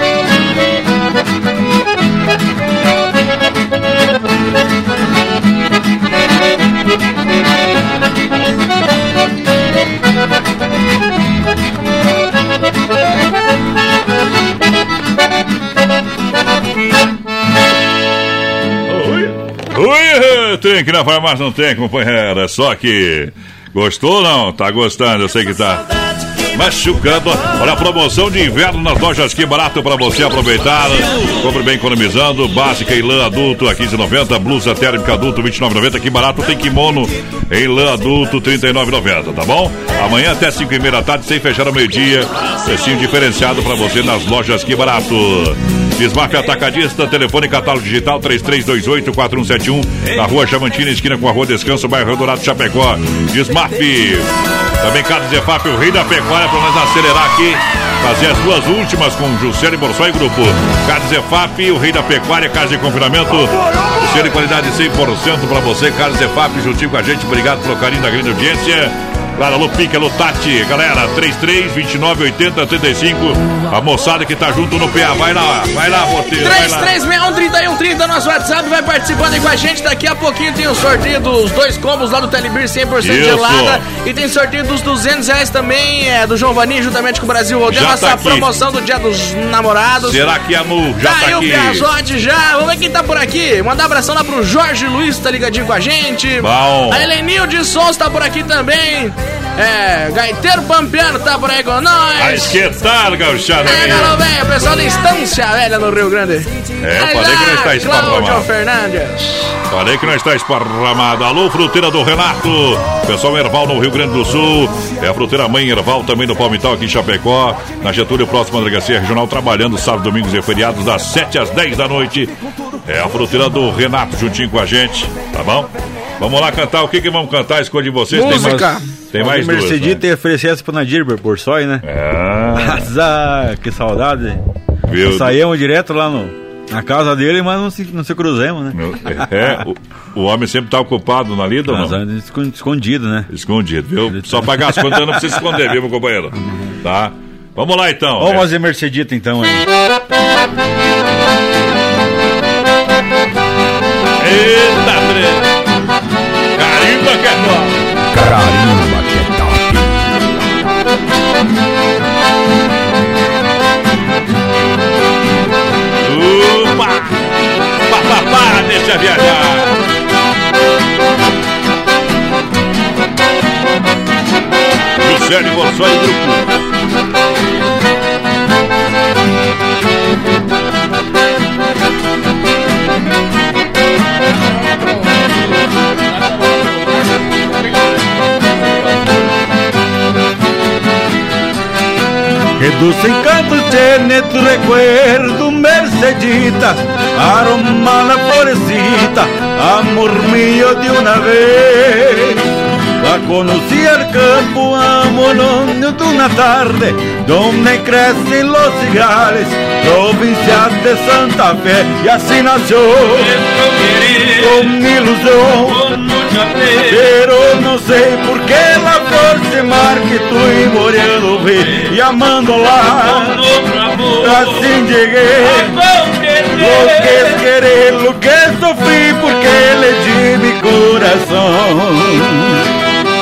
Ui, tem que na farmácia não tem, companheira. Só que gostou ou não? Tá gostando, eu sei que tá machucando. Olha a promoção de inverno nas lojas Que Barato para você aproveitar. Compre bem economizando. Básica em lã adulto a quinze reais e noventa centavos. Blusa térmica adulto vinte e nove reais e noventa centavos. Que Barato tem kimono em lã adulto trinta e nove reais e noventa centavos, tá bom? Amanhã até cinco e meia da tarde, sem fechar ao meio-dia. Precinho diferenciado para você nas lojas Que Barato. Desmaf Atacadista, telefone catálogo digital três três dois oito quatro um sete um, na Rua Chamantina, esquina com a Rua Descanso, bairro Dourado, Chapecó. Desmaf. Também Carlos Zefap, o rei da pecuária, para nós acelerar aqui, fazer as duas últimas com Juscelio Borsoi e Grupo. Carlos Zefap, o rei da pecuária, casa de confinamento, ser de qualidade cem por cento para você. Carlos Zefap, juntinho com a gente, obrigado pelo carinho da grande audiência. Claro, alô Pique, alô Tati, galera, trinta e três, vinte e nove, oitenta, trinta e cinco, a moçada que tá junto no P A, vai lá, vai lá, Boteiro, três três seis um, trinta e um trinta, nosso WhatsApp, vai participando aí com a gente, daqui a pouquinho tem o sorteio dos dois combos lá do Telebir cem por cento gelada, e tem sorteio dos duzentos reais também, é, do João Vaninho, juntamente com o Brasil Rodeio, nossa tá promoção do Dia dos Namorados. Será que a Mu já tá, tá aqui? Tá aí o Piazote já, vamos ver quem tá por aqui, mandar um abração lá pro Jorge Luiz, tá ligadinho com a gente. Bom. A Helenil de Sons tá por aqui também. É, Gaiteiro Pampiano tá por aí com nós. A esquentar, gauchada. É, galo velho, pessoal da Estância Velha no Rio Grande. É, eu falei que não está esparramado. Cláudio Fernandes. Falei que não está esparramado. Alô, Fruteira do Renato. Pessoal Erval no Rio Grande do Sul. É a Fruteira Mãe Erval também no Palmital aqui em Chapecó. Na Getúlio, próxima delegacia regional, trabalhando sábado, domingos e feriados das sete às dez da noite. É a Fruteira do Renato juntinho com a gente, tá bom? Vamos lá cantar, o que que vamos cantar? Escolhe vocês. Música. Tem mais, tem mais duas. Mercedita né? e oferecesse pro Nadir Borsoi, né? Ah. Azar, que saudade. Viu? Saíamos direto lá no Na casa dele, mas não se, não se cruzemos, né? É, o, o homem sempre tá ocupado na lida, ou não? Escondido, né? Escondido, viu? Só pagar as contas não precisa esconder, viu, meu companheiro? Tá? Vamos lá, então. Vamos fazer Mercedita, então, aí. Eita, trem! Carimba que é top! Carimba que é top! Opa! Pá, pá, pá, deixa viajar! Juscelio Borsoi e grupo. Que dos encantos tiene tu recuerdo, Mercedita, aroma la florecita, amor mío de una vez. La conocí al campo, amor de una tarde, donde crecen los cigales, provincia de Santa Fe, y así nació con ilusión. Pero no sé por qué la flor se marca, estoy muriendo ve, y amándola, así llegué. Lo que es querer, lo que sufrí, porque le di mi corazón.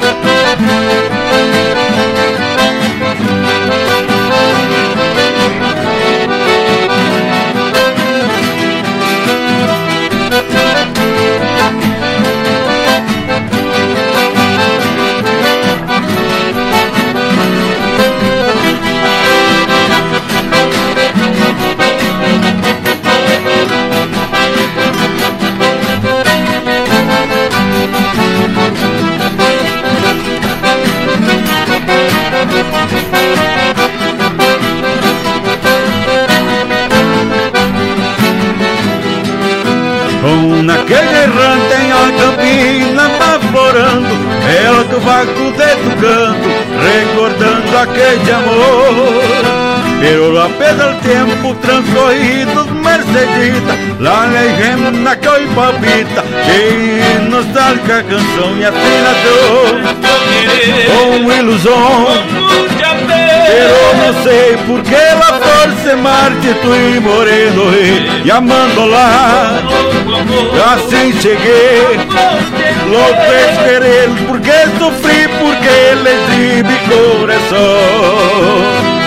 Naquele errante em a campina baforando, ela que vai com o dedo canto, recordando aquele amor. Pero apesar do tempo transcorrido, Mercedita, lá na naquele palpita, que nostálgica canção e assim nasceu com ilusão. Pero não sei por que la flor se marcha, estoy morendo e amando-la, assim cheguei. Lo que querer, porque sofri, porque le di mi corazón.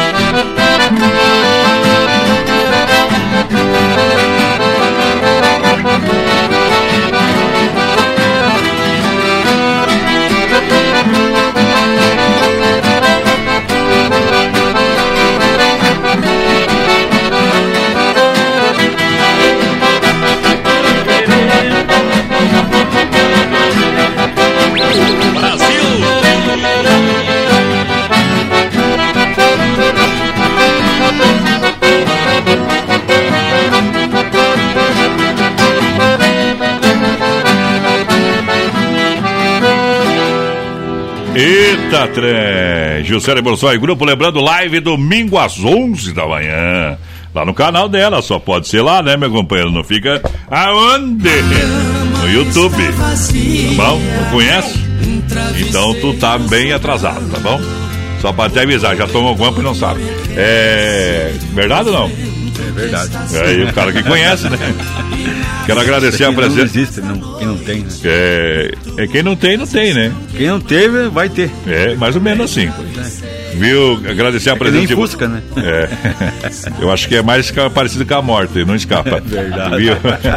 Eita, trem! Juscelio Borsoi Grupo, lembrando, live domingo às onze da manhã. Lá no canal dela, só pode ser lá, né, meu companheiro? Não fica aonde? No YouTube. Tá bom? Não conhece? Então tu tá bem atrasado, tá bom? Só pra te avisar, já tomou guampa e não sabe. É. Verdade ou não? É verdade. É aí o cara que conhece, né? Quero agradecer a presença. Não existe, não, quem não tem, né? É, é quem não tem, não tem, né? Quem não teve, vai ter. É, mais ou menos assim. Viu? Agradecer a é presença. Que nem Fusca, né? É. Eu acho que é mais parecido com a morte, não escapa. É verdade. Viu?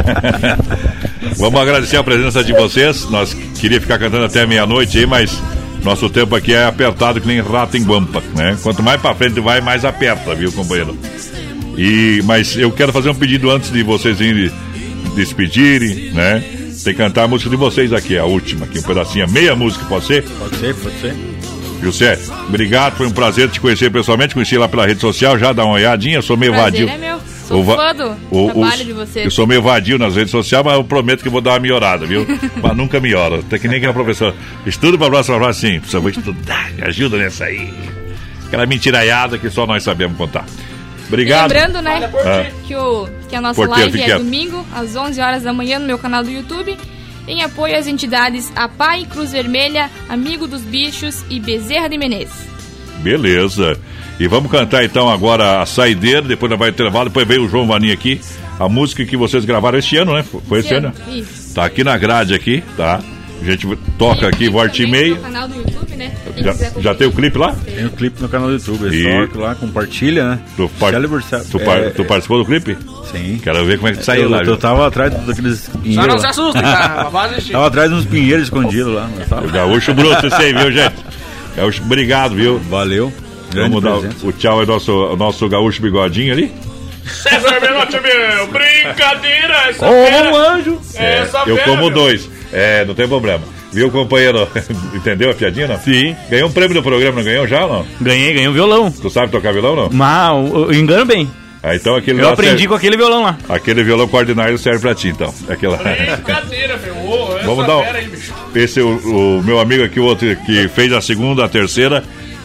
Vamos agradecer a presença de vocês. Nós queria ficar cantando até meia-noite aí, mas nosso tempo aqui é apertado que nem rato em guampa, né? Quanto mais pra frente vai, mais aperta, viu, companheiro? E, mas eu quero fazer um pedido antes de vocês irem despedirem, né? Tem que cantar a música de vocês aqui, a última, aqui um pedacinho, meia música, pode ser? Pode ser, pode ser. José, obrigado, foi um prazer te conhecer pessoalmente, conheci lá pela rede social, já dá uma olhadinha, eu sou meio prazer vadio. É meu. Sou va... fã do o, trabalho o... de vocês. Eu sou meio vadio nas redes sociais, mas eu prometo que vou dar uma melhorada, viu? Mas nunca melhora, até que nem que a professora. Estudo pra próxima frase, sim, precisa vou estudar, me ajuda nessa aí. Aquela mentiraiada que só nós sabemos contar. Obrigado. E lembrando, né, Ah. que, o, que a nossa Porteiro, live fique é quieto. domingo, às onze horas da manhã, no meu canal do YouTube, em apoio às entidades APAI, Cruz Vermelha, Amigo dos Bichos e Bezerra de Menezes. Beleza. E vamos cantar então agora a saideira, depois nós vai intervalo, depois veio o João Vaninho aqui. A música que vocês gravaram este ano, né? Foi esse ano? Isso. Tá aqui na grade aqui, tá? A gente toca aqui, volta e meia. No canal do YouTube, né? Quem Já, quiser já tem o clipe lá? Tem o clipe no canal do YouTube. É E- só que lá, compartilha, né? Tu, par- Célebre- tu, par- é, tu participou do clipe? Sim. Quero ver como é que saiu eu, lá. Eu viu? tava atrás daqueles pinheiros. Só não lá. se assustem, tá? Faz assistir. Tava atrás de uns pinheiros escondidos lá. mas tava- O gaúcho bruto, esse aí, viu, gente? Gaúcho, obrigado, viu? Valeu. Vamos dar presente. o, o tchau é nosso, o nosso gaúcho bigodinho ali. César Menotti, meu, brincadeira, essa Ô, fera, um anjo. É, essa eu fera, como meu. dois. É, não tem problema. Viu, companheiro? Entendeu a piadinha, não? Sim. Ganhou um prêmio do programa, não ganhou já ou não? Ganhei, ganhei um violão. Tu sabe tocar violão, não? Mas eu, eu engano bem. Ah, então aquele Eu lá aprendi serve- com aquele violão lá. Aquele violão coordinário serve pra ti, então. Aquela... Brincadeira, meu, ô, essa Vamos dar fera um... aí, bicho. Esse é o, o meu amigo aqui, o outro que fez a segunda, a terceira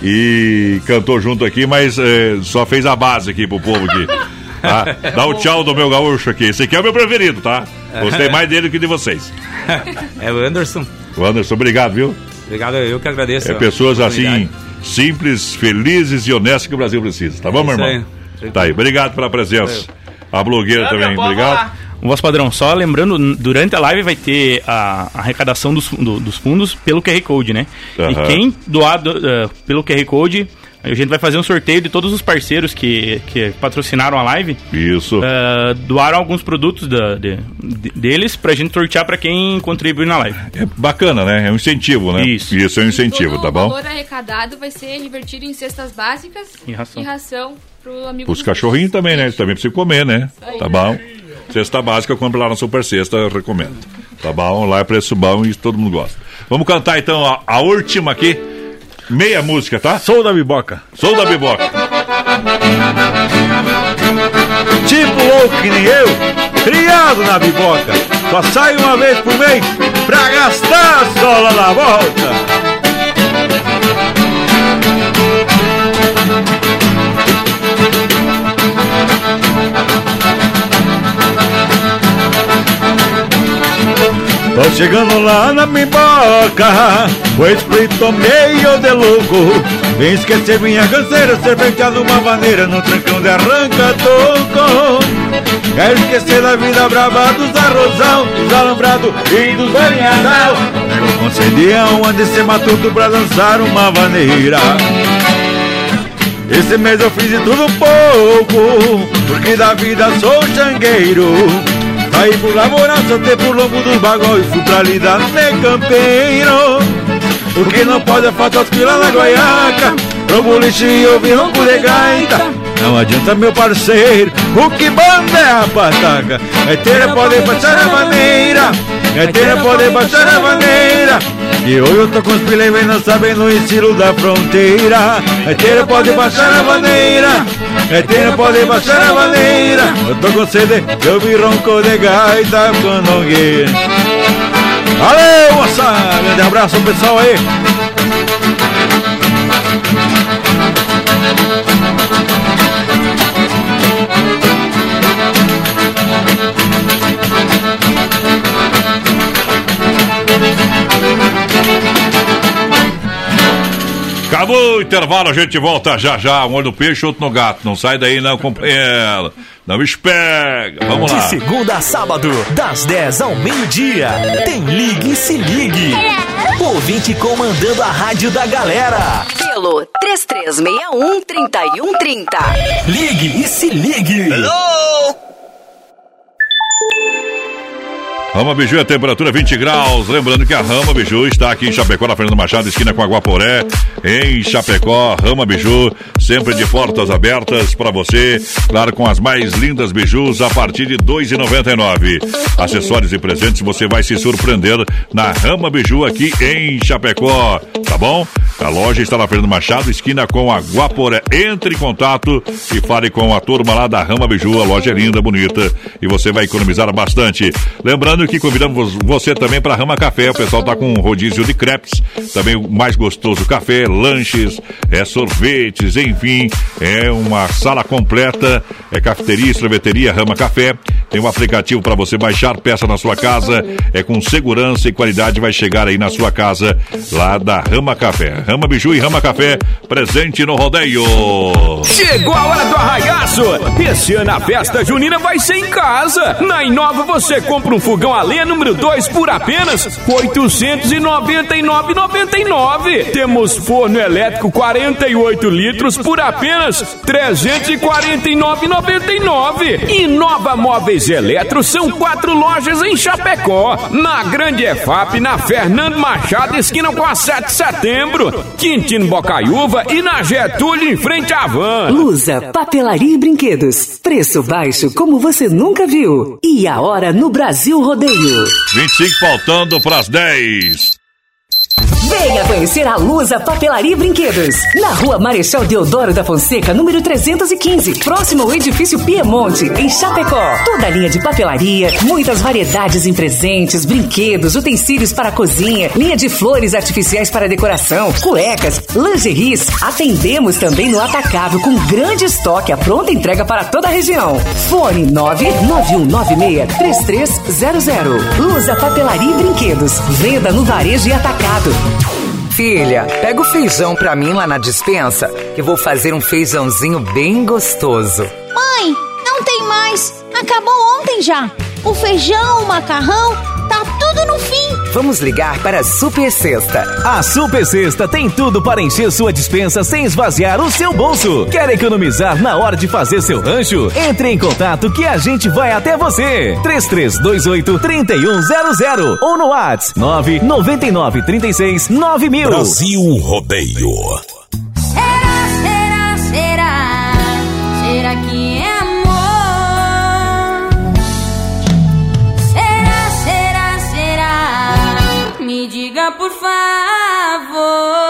e cantou junto aqui, mas eh, só fez a base aqui pro povo aqui. Tá? Dá o tchau do meu gaúcho aqui. Esse aqui é o meu preferido, tá? Gostei mais dele que de vocês. É o Anderson. O Anderson, obrigado, viu? Obrigado, eu que agradeço. É a pessoas oportunidade. assim, simples, felizes e honestas que o Brasil precisa. Tá bom, meu Isso irmão? aí. Tá aí. Obrigado pela presença. A blogueira também, obrigado. Voz padrão, só lembrando, n- durante a live vai ter a, a arrecadação dos, fu- do- dos fundos pelo Q R Code, né? Aham. E quem doar do- eh, pelo Q R Code, a gente vai fazer um sorteio de todos os parceiros que, que patrocinaram a live. Isso. Eh, doaram alguns produtos da, de- de- deles pra gente sortear pra quem contribuir na live. É bacana, né? É um incentivo, né? Isso. Isso é um incentivo, Todo tá o bom? valor arrecadado vai ser revertido em cestas básicas E ração. e ração pro amigo Os dos cachorrinhos também, né? Eles também precisam comer, né? Aí. Tá bom? Cesta básica, eu compro lá na Super Sexta, eu recomendo. Tá bom? Lá é preço bom e todo mundo gosta. Vamos cantar então a, a última aqui. Meia música, tá? Sou da Biboca. Sou da Biboca. Tipo louco que nem eu, criado na Biboca. Só sai uma vez por mês pra gastar só lá na volta. Tô chegando lá na Biboca, o espírito meio de louco. Vem esquecer minha canseira, serpenteado uma maneira no trancão de arranca-toco. Quero esquecer da vida brava dos arrozão, dos alambrados e dos variadão. Pego com cedião onde se matuto pra dançar uma vaneira. Esse mês eu fiz de tudo um pouco, porque da vida sou changueiro. Saí por lavoura, soltei por lombo dos bagulhos, fui pra lidar de campeiro. O que não pode é faltar os pila na goiaca, pro boliche e ouvir ronco de gaita. Não adianta, meu parceiro, o que banda é a pataca. Gaiteira pode baixar a maneira, gaiteira pode baixar a maneira. E hoje eu tô com os pila e vem não sabem no estilo da fronteira. Gaiteira pode baixar a maneira, gaiteira pode baixar a maneira. Eu tô com sede, eu vi ronco de gaita com Nogueira. Valeu, moçada! Grande abraço ao pessoal aí! Acabou o intervalo, a gente volta já já. Um olho no peixe, outro no gato. Não sai daí não, companheiro. Não me pega. Vamos lá. De segunda a sábado, das dez ao meio-dia, tem Ligue e Se Ligue. Ouvinte comandando a rádio da galera. Pelo três três seis um, três um três zero. Ligue e Se Ligue. Rama Biju, a temperatura vinte graus. Lembrando que a Rama Biju está aqui em Chapecó, na Fernando Machado, esquina com a Guaporé. Em Chapecó, Rama Biju, sempre de portas abertas para você. Claro, com as mais lindas bijus a partir de dois reais e noventa e nove centavos. Acessórios e presentes, você vai se surpreender na Rama Biju aqui em Chapecó. Tá bom? A loja está na Fernando Machado, esquina com a Guaporé. Entre em contato e fale com a turma lá da Rama Biju. A loja é linda, bonita e você vai economizar bastante. Lembrando Lembrando que convidamos você também para Rama Café. O pessoal tá com um rodízio de crepes, também o mais gostoso café, lanches, é, sorvetes, enfim, é uma sala completa, é cafeteria, sorveteria, Rama Café. Tem um aplicativo para você baixar, peça na sua casa, é com segurança e qualidade, vai chegar aí na sua casa, lá da Rama Café. Rama Biju e Rama Café, presente no rodeio. Chegou a hora do arraiaço! Esse ano a festa junina vai ser em casa. Na Inova você compra um fogão a lenha número dois por apenas oitocentos e noventa e nove reais e noventa e nove centavos. Temos forno elétrico quarenta e oito litros por apenas trezentos e quarenta e nove reais e noventa e nove centavos. Inova Móveis Eletro são quatro lojas em Chapecó. Na Grande E F A P, na Fernando Machado, esquina com a sete de setembro. Quintino Bocaiúva e na Getúlio, em frente à Van. Lusa, papelaria e brinquedos. Preço baixo como você nunca viu. E a hora no Brasil Rodeio. vinte e cinco faltando para as dez. Venha conhecer a Lusa Papelaria e Brinquedos. Na rua Marechal Deodoro da Fonseca, número trezentos e quinze. Próximo ao edifício Piemonte, em Chapecó. Toda a linha de papelaria, muitas variedades em presentes, brinquedos, utensílios para a cozinha, linha de flores artificiais para decoração, cuecas, lingeries. Atendemos também no atacado com grande estoque, a pronta entrega para toda a região. Fone nove nove um nove seis três três zero zero. Lusa Papelaria e Brinquedos. Venda no varejo e atacado. Filha, pega o feijão pra mim lá na despensa, que vou fazer um feijãozinho bem gostoso. Mãe, não tem mais. Acabou ontem já. O feijão, o macarrão, tá tudo no fim. Vamos ligar para a Super Sexta. A Super Sexta tem tudo para encher sua despensa sem esvaziar o seu bolso. Quer economizar na hora de fazer seu rancho? Entre em contato que a gente vai até você. três três dois oito, três um zero zero ou no WhatsApp nove nove nove, três seis, nove mil. Brasil Rodeio. Será, será, será? Será que é amor? Será, será, será? Me diga por favor.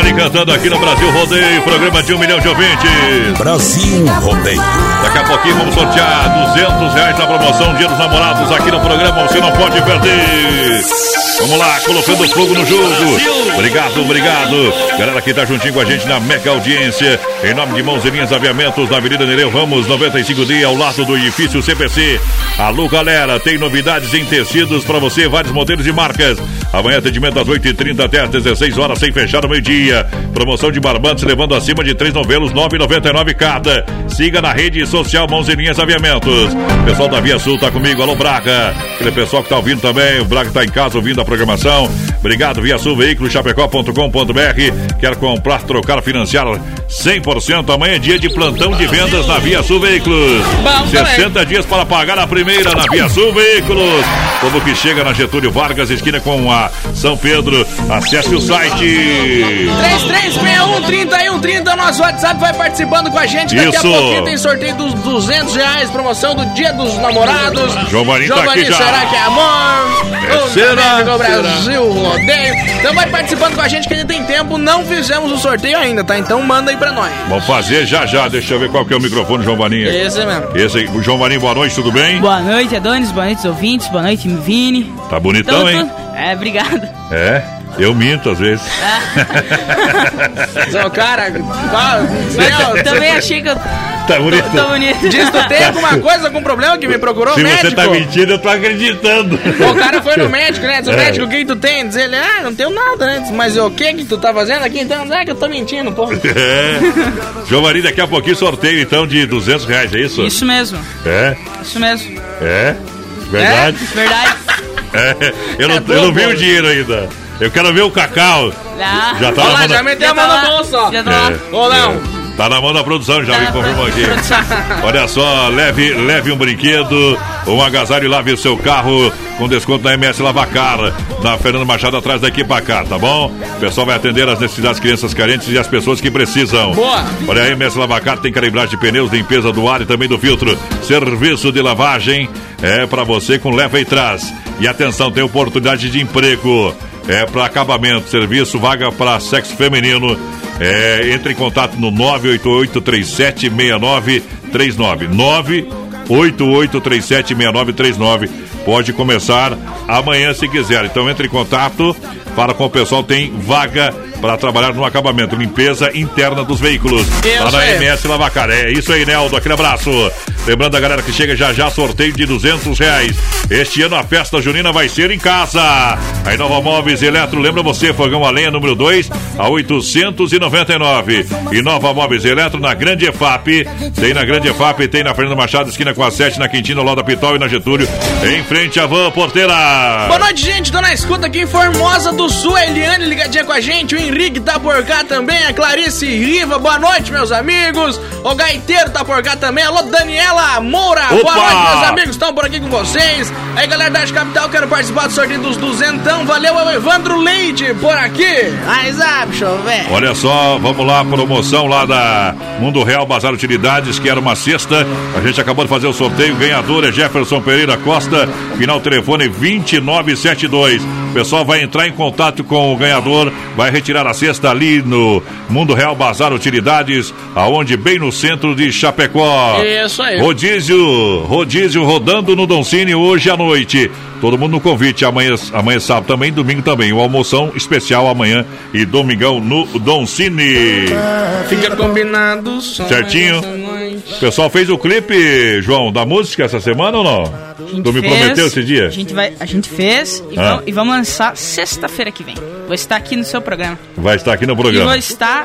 Giovanni cantando aqui no Brasil Rodeio, programa de um milhão de ouvintes. Brasil Rodeio. Daqui a pouquinho vamos sortear duzentos reais na promoção Dia dos Namorados aqui no programa, você não pode perder. Vamos lá, colocando fogo no jogo. Obrigado, obrigado. Galera que tá juntinho com a gente na mega audiência. Em nome de Mãos e Linhas Aviamentos, na Avenida Nereu Ramos, noventa e cinco D, ao lado do edifício C P C. Alô, galera, tem novidades em tecidos pra você, vários modelos e marcas. Amanhã atendimento das oito e trinta até às dezesseis horas, sem fechar no meio-dia. Promoção de barbantes levando acima de três novelos, nove reais e noventa e nove centavos cada. Siga na rede social Mãos e Linhas Aviamentos. Pessoal da Via Sul tá comigo, alô, Braga. Aquele pessoal que tá ouvindo também, o Braga tá em casa ouvindo a programação. Obrigado, Via Sul Veículos, chapecó ponto com ponto br. Quer comprar, trocar, financiar cem por cento? Amanhã é dia de plantão de vendas na Via Sul Veículos. sessenta dias para pagar a primeira na Via Sul Veículos. Como que chega na Getúlio Vargas, esquina com a São Pedro. Acesse o site três três seis um, três um três zero. Nosso WhatsApp vai participando com a gente. Daqui Isso. a pouquinho tem sorteio dos duzentos reais, promoção do Dia dos Namorados. Giovanni tá aqui já. Será que é amor? É, o será? O Brasil Rodeio. Então vai participando com a gente que ainda tem tempo. Não fizemos o sorteio ainda, tá? Então manda aí pra nós. Vamos fazer já já. Deixa eu ver qual que é o microfone, Giovanni. Esse mesmo. Esse aí. Giovanni, boa noite, tudo bem? Boa noite, Adonis. Boa noite, ouvintes. Boa noite, Vini. Tá bonitão, Tô, tô... hein? É, obrigado. É? Eu minto às vezes. Só, cara, eu também achei que eu... Tá bonito. Tô, tô bonito. Diz, tu tem alguma coisa, algum problema que me procurou Se o médico? Se você tá mentindo, eu tô acreditando. O cara foi no médico, né? Diz, o É. médico, o que tu tem? Diz ele, ah, não tenho nada, né? Diz, mas o que que tu tá fazendo aqui? Então, é que eu tô mentindo, pô. É. Giovanni, daqui a pouquinho sorteio então de duzentos reais, é isso? Isso mesmo. É? Isso mesmo. É? Verdade? É? Verdade. É. Eu, não, É bom, eu não vi bom. o dinheiro ainda. Eu quero ver o cacau. Ah. Já tá Olha na lá, mão já da... meteu a mão na bolsa, ó. Já tá lá. Ou não? É. Tá na mão da produção, já me confirmou aqui. Olha só, leve, leve um brinquedo, um agasalho e lave o seu carro com desconto na M S Lavacar, na Fernando Machado, atrás da Equipacar, tá bom? O pessoal vai atender as necessidades das crianças carentes e as pessoas que precisam. Boa! Olha, a M S Lavacar tem calibragem de pneus, limpeza do ar e também do filtro. Serviço de lavagem é pra você com leva e trás. E atenção, tem oportunidade de emprego. É para acabamento, serviço, vaga para sexo feminino. É, entre em contato no nove oito oito, três sete seis nove três nove. nove oito oito, três sete seis nove três nove. Pode começar amanhã se quiser. Então entre em contato, fala com o pessoal, tem vaga para trabalhar no acabamento, limpeza interna dos veículos. Isso Lá na aí. M S Lavacar. É isso aí, Neldo. Aquele abraço. Lembrando a galera que chega já já, sorteio de duzentos reais. Este ano a festa junina vai ser em casa. A Inova Móveis Eletro, lembra você, fogão a lenha número dois a oitocentos e noventa e nove. Inova Móveis Eletro na Grande E F A P. Tem na Grande E F A P, tem na Fernando Machado, esquina com a sete, na Quintino, lá da Pitol e na Getúlio. Em frente à Van Porteira. Boa noite, gente. Tô na escuta aqui em Formosa do Sul. A Eliane ligadinha com a gente. O Henrique tá por cá também. A Clarice Riva. Boa noite, meus amigos. O Gaiteiro tá por cá também. Alô, Daniela Moura. Opa! Boa noite, meus amigos. Estão por aqui com vocês. Aí, galera da Arte Capital, quero participar do sorteio dos duzentão. Valeu, é o Evandro Leite por aqui. Mas, ah, deixa eu ver. Olha só, vamos lá, promoção lá da Mundo Real Bazar Utilidades, que era uma sexta. A gente acabou de fazer o sorteio. Ganhador é Jefferson Pereira Costa. Final telefone vinte e nove setenta e dois. O pessoal vai entrar em contato com o ganhador, vai retirar a cesta ali no Mundo Real Bazar Utilidades, aonde bem no centro de Chapecó. Isso aí. Rodízio, rodízio rodando no Doncini hoje à noite. Todo mundo no convite, amanhã, amanhã sábado também, domingo também. O almoção especial amanhã e domingão no Doncini. Fica combinado. Só Certinho. essa noite. O pessoal fez o clipe, João, da música essa semana ou não? Tu me fez, prometeu esse dia? A gente, vai, a gente fez e, Ah. vamos, e vamos lançar sexta-feira que vem. Vou estar aqui no seu programa. Vai estar aqui no E vou programa. estar...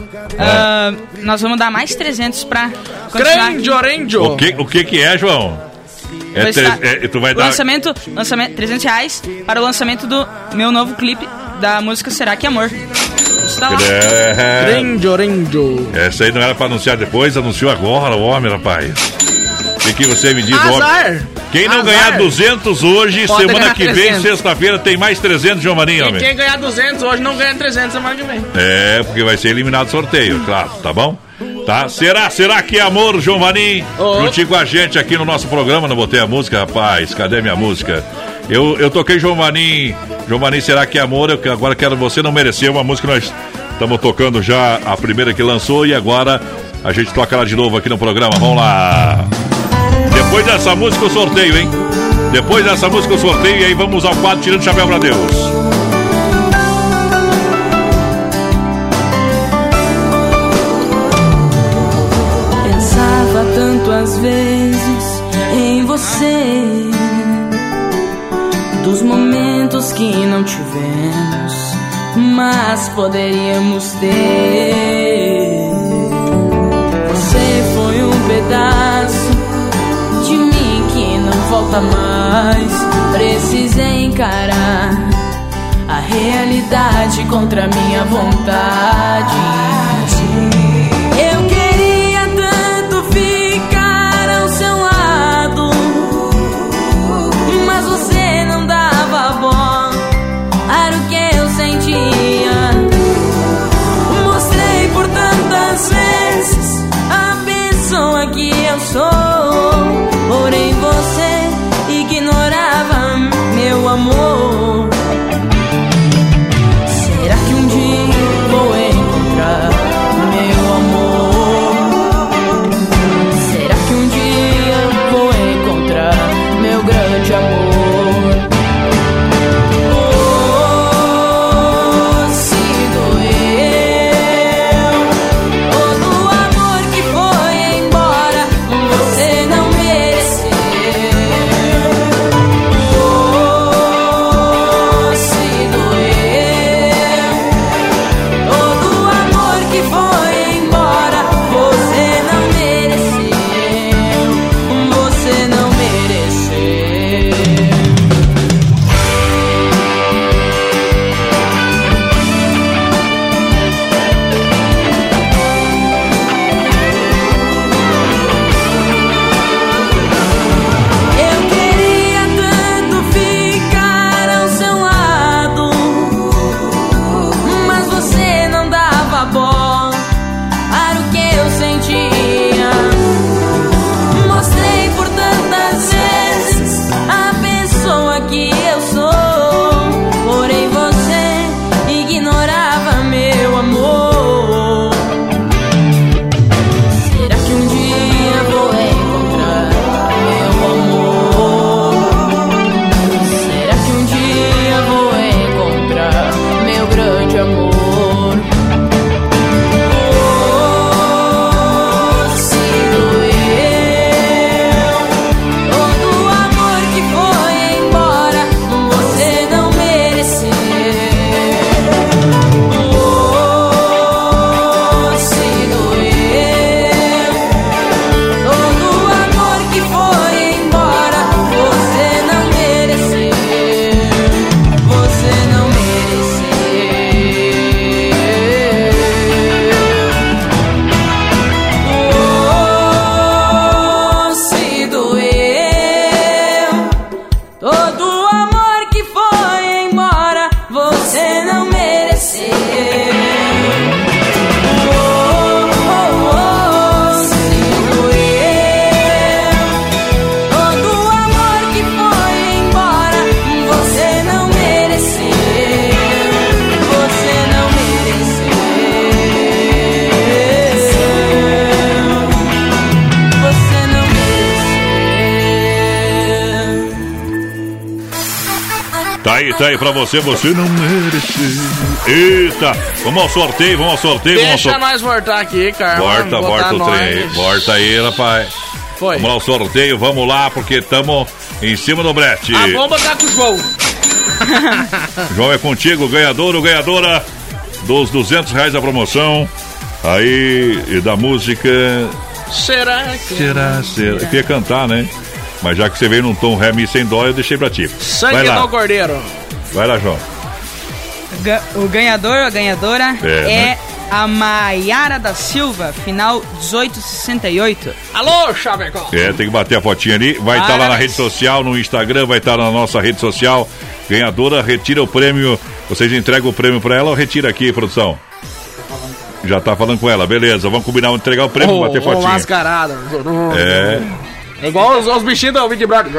ah, nós vamos dar mais trezentos pra continuar. Grande Orendio. O que, o que que é, João? É, Vou tre- estar- é, tu vai dar... lançamento, lançamento, trezentos reais para o lançamento do meu novo clipe da música Será Que Amor. Vamos estar lá. É... Grande Orendio. Essa aí não era pra anunciar depois, anunciou agora o homem, rapaz. O que, que você me diz, homem? Azar. Quem não Azar. ganhar duzentos hoje, Pode semana ganhar que vem, trezentos. sexta-feira, tem mais trezentos, João Marinho, E homem. quem ganhar duzentos hoje não ganha trezentos semana que vem. É, porque vai ser eliminado o sorteio, claro, tá bom? Tá? Será, será que é amor, João Vanim? Oh. Juntinho com a gente aqui no nosso programa, não botei a música, rapaz, cadê minha música? Eu, eu toquei João Vanim, João Vanim, será que é amor? Eu que- agora quero Você Não Mereceu, uma música que nós Estamos tocando já a primeira que lançou e agora a gente toca ela de novo aqui no programa. Vamos lá. Depois dessa música o sorteio, hein? Depois dessa música o sorteio e aí vamos ao quadro Tirando o Chapéu pra Deus. Pensava tanto às vezes em você, dos momentos que não tivemos, mas poderíamos ter. Você foi um pedaço de mim que não volta mais. Precisei encarar a realidade contra a minha vontade. Eu queria tanto ficar ao seu lado, mas você não dava bola para o que eu sentia. Mostrei por tantas vezes a pessoa que eu sou, porém você ignorava meu amor. Será que um dia vou encontrar meu amor? Será que um dia vou encontrar meu grande amor? Tá aí pra você, você não merece. Eita, vamos ao sorteio, vamos ao sorteio. Deixa vamos ao sor... nós voltar aqui, cara. Volta, volta o trem aí. Volta aí, rapaz. Foi. Vamos lá ao sorteio, vamos lá, porque estamos em cima do brete. A bomba tá com o João. João é contigo, ganhador ou ganhadora dos duzentos reais da promoção. Aí, e da música... Será que... Será, será. Eu queria cantar, né? Mas já que você veio num tom ré, mi sem dó, eu deixei pra ti. Sangue do Cordeiro. Vai lá, João. O ganhador, a ganhadora é, é né? a Maiara da Silva, final dezoito sessenta e oito. Alô, Chapecó. É, tem que bater a fotinha ali. Vai estar tá lá na rede social, no Instagram, vai estar tá na nossa rede social. Ganhadora, retira o prêmio. Vocês entregam o prêmio pra ela ou retira aqui, produção? Já tá falando com ela, beleza. Vamos combinar, entregar o prêmio, oh, bater fotinha. Oh, mascarada. É. É igual os, os bichinhos do Big Brother.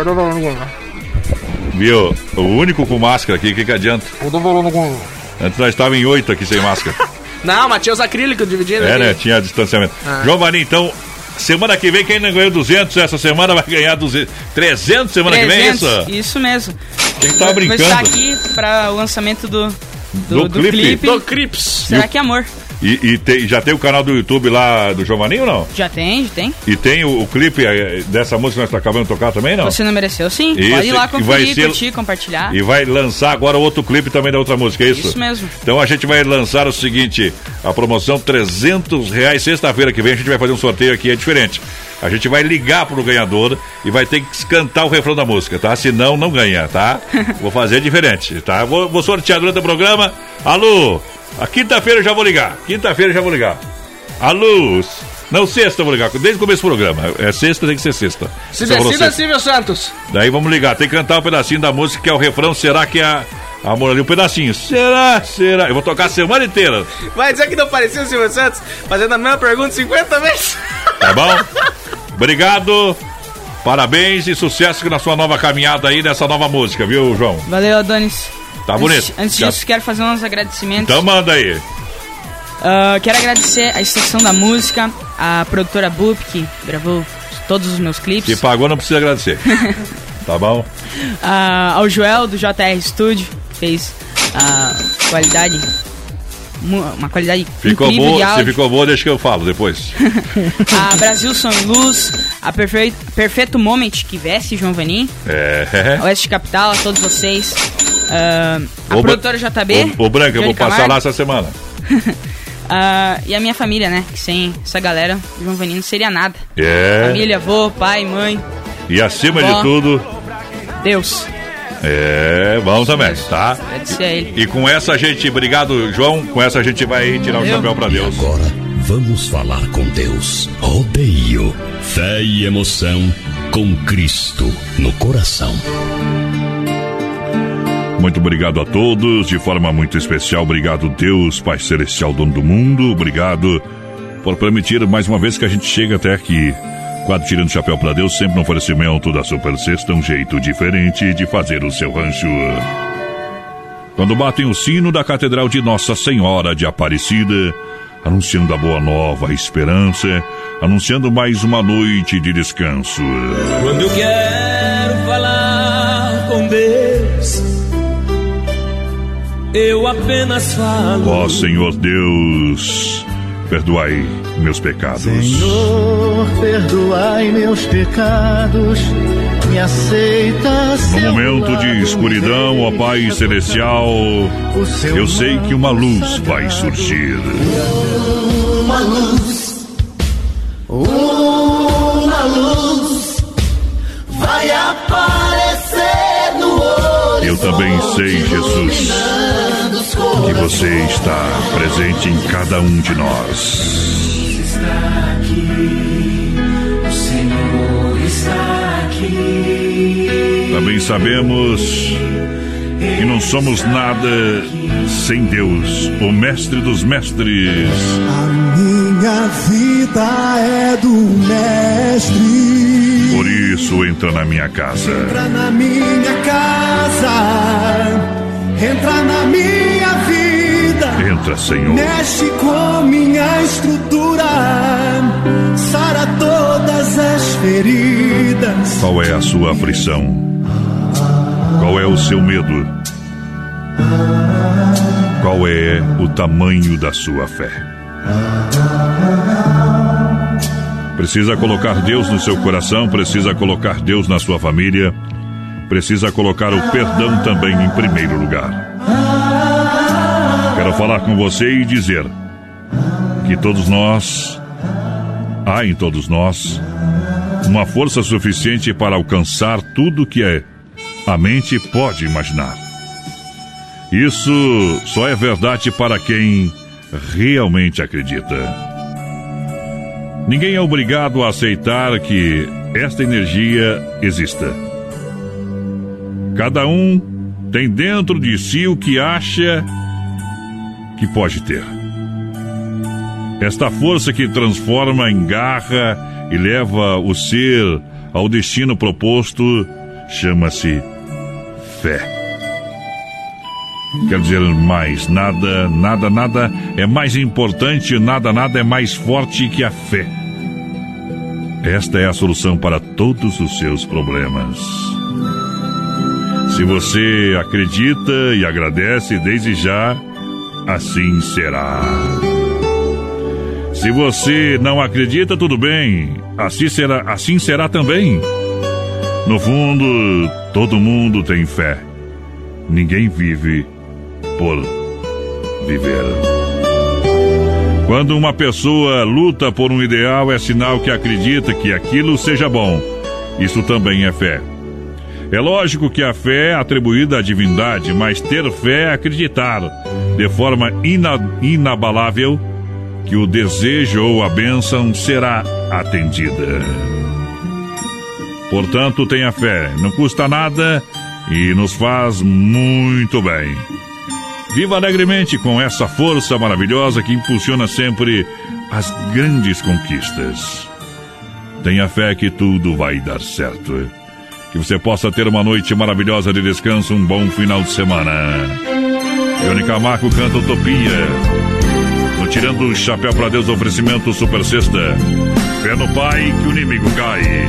Viu? O único com máscara aqui, o que que adianta? Antes nós estávamos em oito aqui sem máscara. Não, mas tinha os acrílicos dividindo. É, aqui. né? Tinha distanciamento. Ah. João Vanim, então, semana que vem, quem não ganhou duzentos essa semana vai ganhar duzentos. trezentos semana trezentos, que vem, é isso? Isso mesmo. Quem tá brincando? Vou estar aqui para o lançamento do, do, Do do clipe. clipe. Do Crips. Será E o- que é amor? E, e tem- já tem o canal do YouTube lá do João Vanim ou não? Já tem, já tem. E tem o, o clipe eh, dessa música que nós tá acabando de tocar também, não? Você não mereceu, sim. Isso, Pode ir lá e vai conferir, ser- curtir, compartilhar. E vai lançar agora outro clipe também da outra música, é isso? Isso mesmo. Então a gente vai lançar o seguinte, a promoção trezentos reais, sexta-feira que vem a gente vai fazer um sorteio aqui, é diferente. A gente vai ligar pro ganhador e vai ter que cantar o refrão da música, tá? Senão não ganha, tá? Vou fazer diferente, tá? Vou, vou sortear durante o programa. Alô, a quinta-feira eu já vou ligar. Quinta-feira eu já vou ligar. Alô, não, sexta eu vou ligar, desde o começo do programa. É sexta, tem que ser sexta. Se Só decida, você. Silvio Santos. Daí vamos ligar, tem que cantar um pedacinho da música que é o refrão. Será que é a, amor ali, um pedacinho? Será? Será? Eu vou tocar a semana inteira, Vai dizer que não parecia o Silvio Santos fazendo a mesma pergunta cinquenta vezes. tá bom? Obrigado, parabéns e sucesso na sua nova caminhada aí, nessa nova música, viu, João? Valeu, Adonis. Tá Antes- bonito. Antes Já- disso, quero fazer uns agradecimentos. Então manda aí. Ah, quero agradecer a Estação da Música, a produtora Boop, que gravou todos os meus clipes. Se pagou, não precisa agradecer. Tá bom? Ah, ao Joel, do J R Studio, fez a qualidade, mu- uma qualidade Ficou incrível de boa, se áudio. ficou boa, deixa que eu falo depois. A Brasil Som e Luz, a Perfeito, Perfeito Moment, que veste João Vanim, É. a Oeste Capital, a todos vocês. Ah, a Ô, produtora J B. Ô, ô, Branca, eu vou Johnny passar Camargo. lá essa semana. Ah, e a minha família, né? Que sem essa galera, o João Vanim não seria nada. É. Família, avô, pai, mãe, E acima Ó. de tudo, Deus. é, vamos também, tá? Agradecer a ele. E com essa a gente, obrigado, João, com essa a gente vai tirar o chapéu pra Deus. Agora, vamos falar com Deus. Rodeio, fé e emoção com Cristo no coração. Muito obrigado a todos, de forma muito especial, obrigado Deus, Pai Celestial, dono do mundo, obrigado por permitir mais uma vez que a gente chegue até aqui. Quadro Tirando o Chapéu para Deus, sempre no oferecimento da Super Sexta, um jeito diferente de fazer o seu rancho. Quando batem o sino da Catedral de Nossa Senhora de Aparecida, anunciando a boa nova, a esperança, anunciando mais uma noite de descanso. Quando eu quero falar com Deus, eu apenas falo. Ó Senhor Deus, perdoai meus pecados. Senhor, perdoai meus pecados, me aceita. No momento de escuridão, ó Pai Celestial, eu sei que uma luz vai surgir. Uma luz, uma luz vai aparecer no horizonte. Eu também sei, Jesus, que você está presente em cada um de nós. Está aqui, o Senhor está aqui. Também sabemos que não somos nada sem Deus, o Mestre dos Mestres. Minha vida é do Mestre. Por isso, entra na minha casa. Entra na minha casa, entra na minha vida. Entra, Senhor. Mexe com minha estrutura, sara todas as feridas. Qual é a sua aflição? Qual é o seu medo? Qual é o tamanho da sua fé? Precisa colocar Deus no seu coração, precisa colocar Deus na sua família, precisa colocar o perdão também em primeiro lugar. Quero falar com você e dizer que todos nós, há em todos nós, uma força suficiente para alcançar tudo que é, a mente pode imaginar. Isso só é verdade para quem realmente acredita. Ninguém é obrigado a aceitar que esta energia exista. Cada um tem dentro de si o que acha que pode ter. Esta força que transforma em garra e leva o ser ao destino proposto chama-se fé. Quer dizer mais, nada, nada, nada é mais importante, nada, nada é mais forte que a fé. Esta é a solução para todos os seus problemas. Se você acredita e agradece desde já, assim será. Se você não acredita, tudo bem, assim será, assim será também. No fundo, todo mundo tem fé. Ninguém vive por viver. Quando uma pessoa luta por um ideal, é sinal que acredita que aquilo seja bom. Isso também é fé. É lógico que a fé é atribuída à divindade, mas ter fé é acreditar de forma ina- inabalável que o desejo ou a bênção será atendida. Portanto, tenha fé, não custa nada e nos faz muito bem. Viva alegremente com essa força maravilhosa que impulsiona sempre as grandes conquistas. Tenha fé que tudo vai dar certo. Que você possa ter uma noite maravilhosa de descanso, um bom final de semana. Johnny Camargo canta Utopia. No Tirando o Chapéu pra Deus, oferecimento Super Sexta. Fé no Pai que o inimigo cai.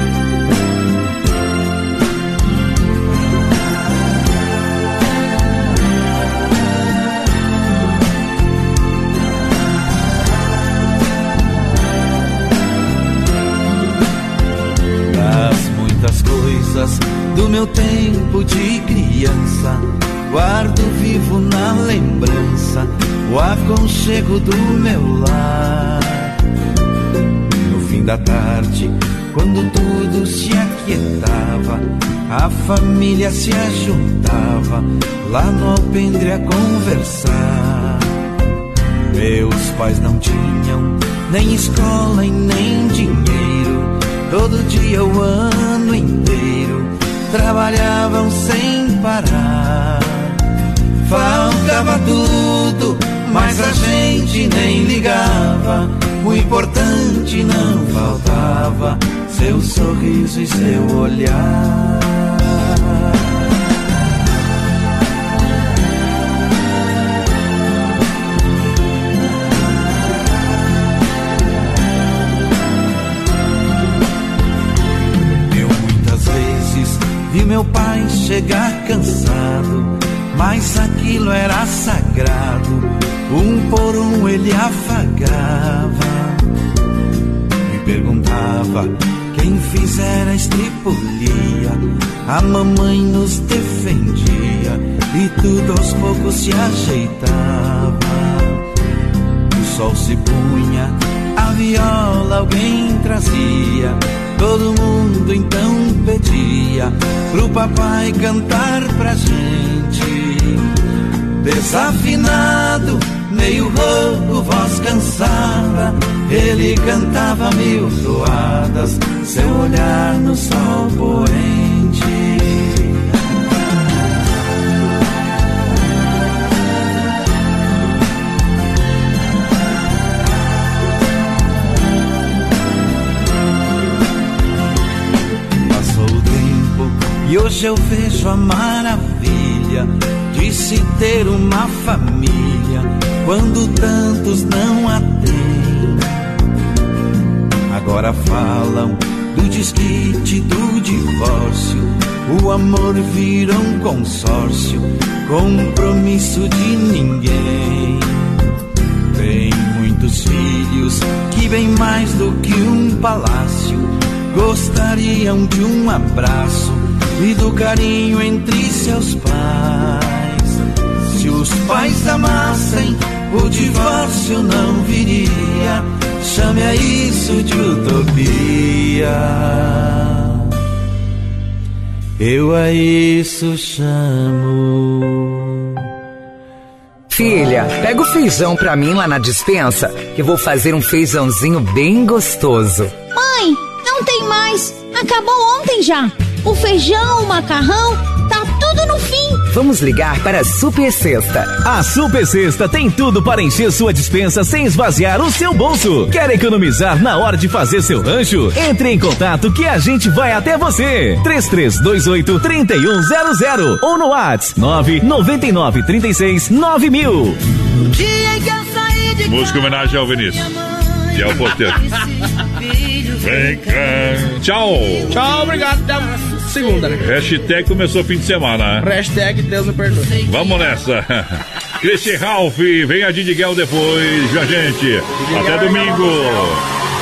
Coisas do meu tempo de criança, guardo vivo na lembrança o aconchego do meu lar. No fim da tarde, quando tudo se aquietava, a família se ajuntava lá no alpendre a conversar. Meus pais não tinham nem escola e nem dinheiro, todo dia, o ano inteiro, trabalhavam sem parar. Faltava tudo, mas a gente nem ligava. O importante não faltava, seu sorriso e seu olhar. Vi meu pai chegar cansado, mas aquilo era sagrado. Um por um ele afagava, me perguntava quem fizera a estripulia. A mamãe nos defendia e tudo aos poucos se ajeitava. O sol se punha, a viola alguém trazia. Todo mundo então pedia pro papai cantar pra gente. Desafinado, meio rouco, voz cansada, ele cantava mil toadas, seu olhar no sol poente. E hoje eu vejo a maravilha de se ter uma família, quando tantos não a têm. Agora falam do desquite, do divórcio, o amor vira um consórcio, compromisso de ninguém. Tem muitos filhos que bem mais do que um palácio gostariam de um abraço e do carinho entre seus pais. Se os pais amassem, o divórcio não viria. Chame a isso de utopia. Eu a isso chamo. Filha, pega o feijão pra mim lá na despensa, que eu vou fazer um feijãozinho bem gostoso. Mãe, não tem mais. Acabou ontem já. O feijão, o macarrão, tá tudo no fim. Vamos ligar para a Super Sexta. A Super Sexta tem tudo para encher sua despensa sem esvaziar o seu bolso. Quer economizar na hora de fazer seu rancho? Entre em contato que a gente vai até você. três três dois oito, três um zero zero ou no WhatsApp nove nove nove três seis nove mil. Música em homenagem ao Vinícius e ao Poteiro. Vem cá. Tchau. Tchau, obrigado. Até segunda, né? Hashtag começou fim de semana. Hashtag Deus me perdoe. Vamos nessa. Christian Ralph, vem a Didi Guel depois, viu, gente? Até domingo.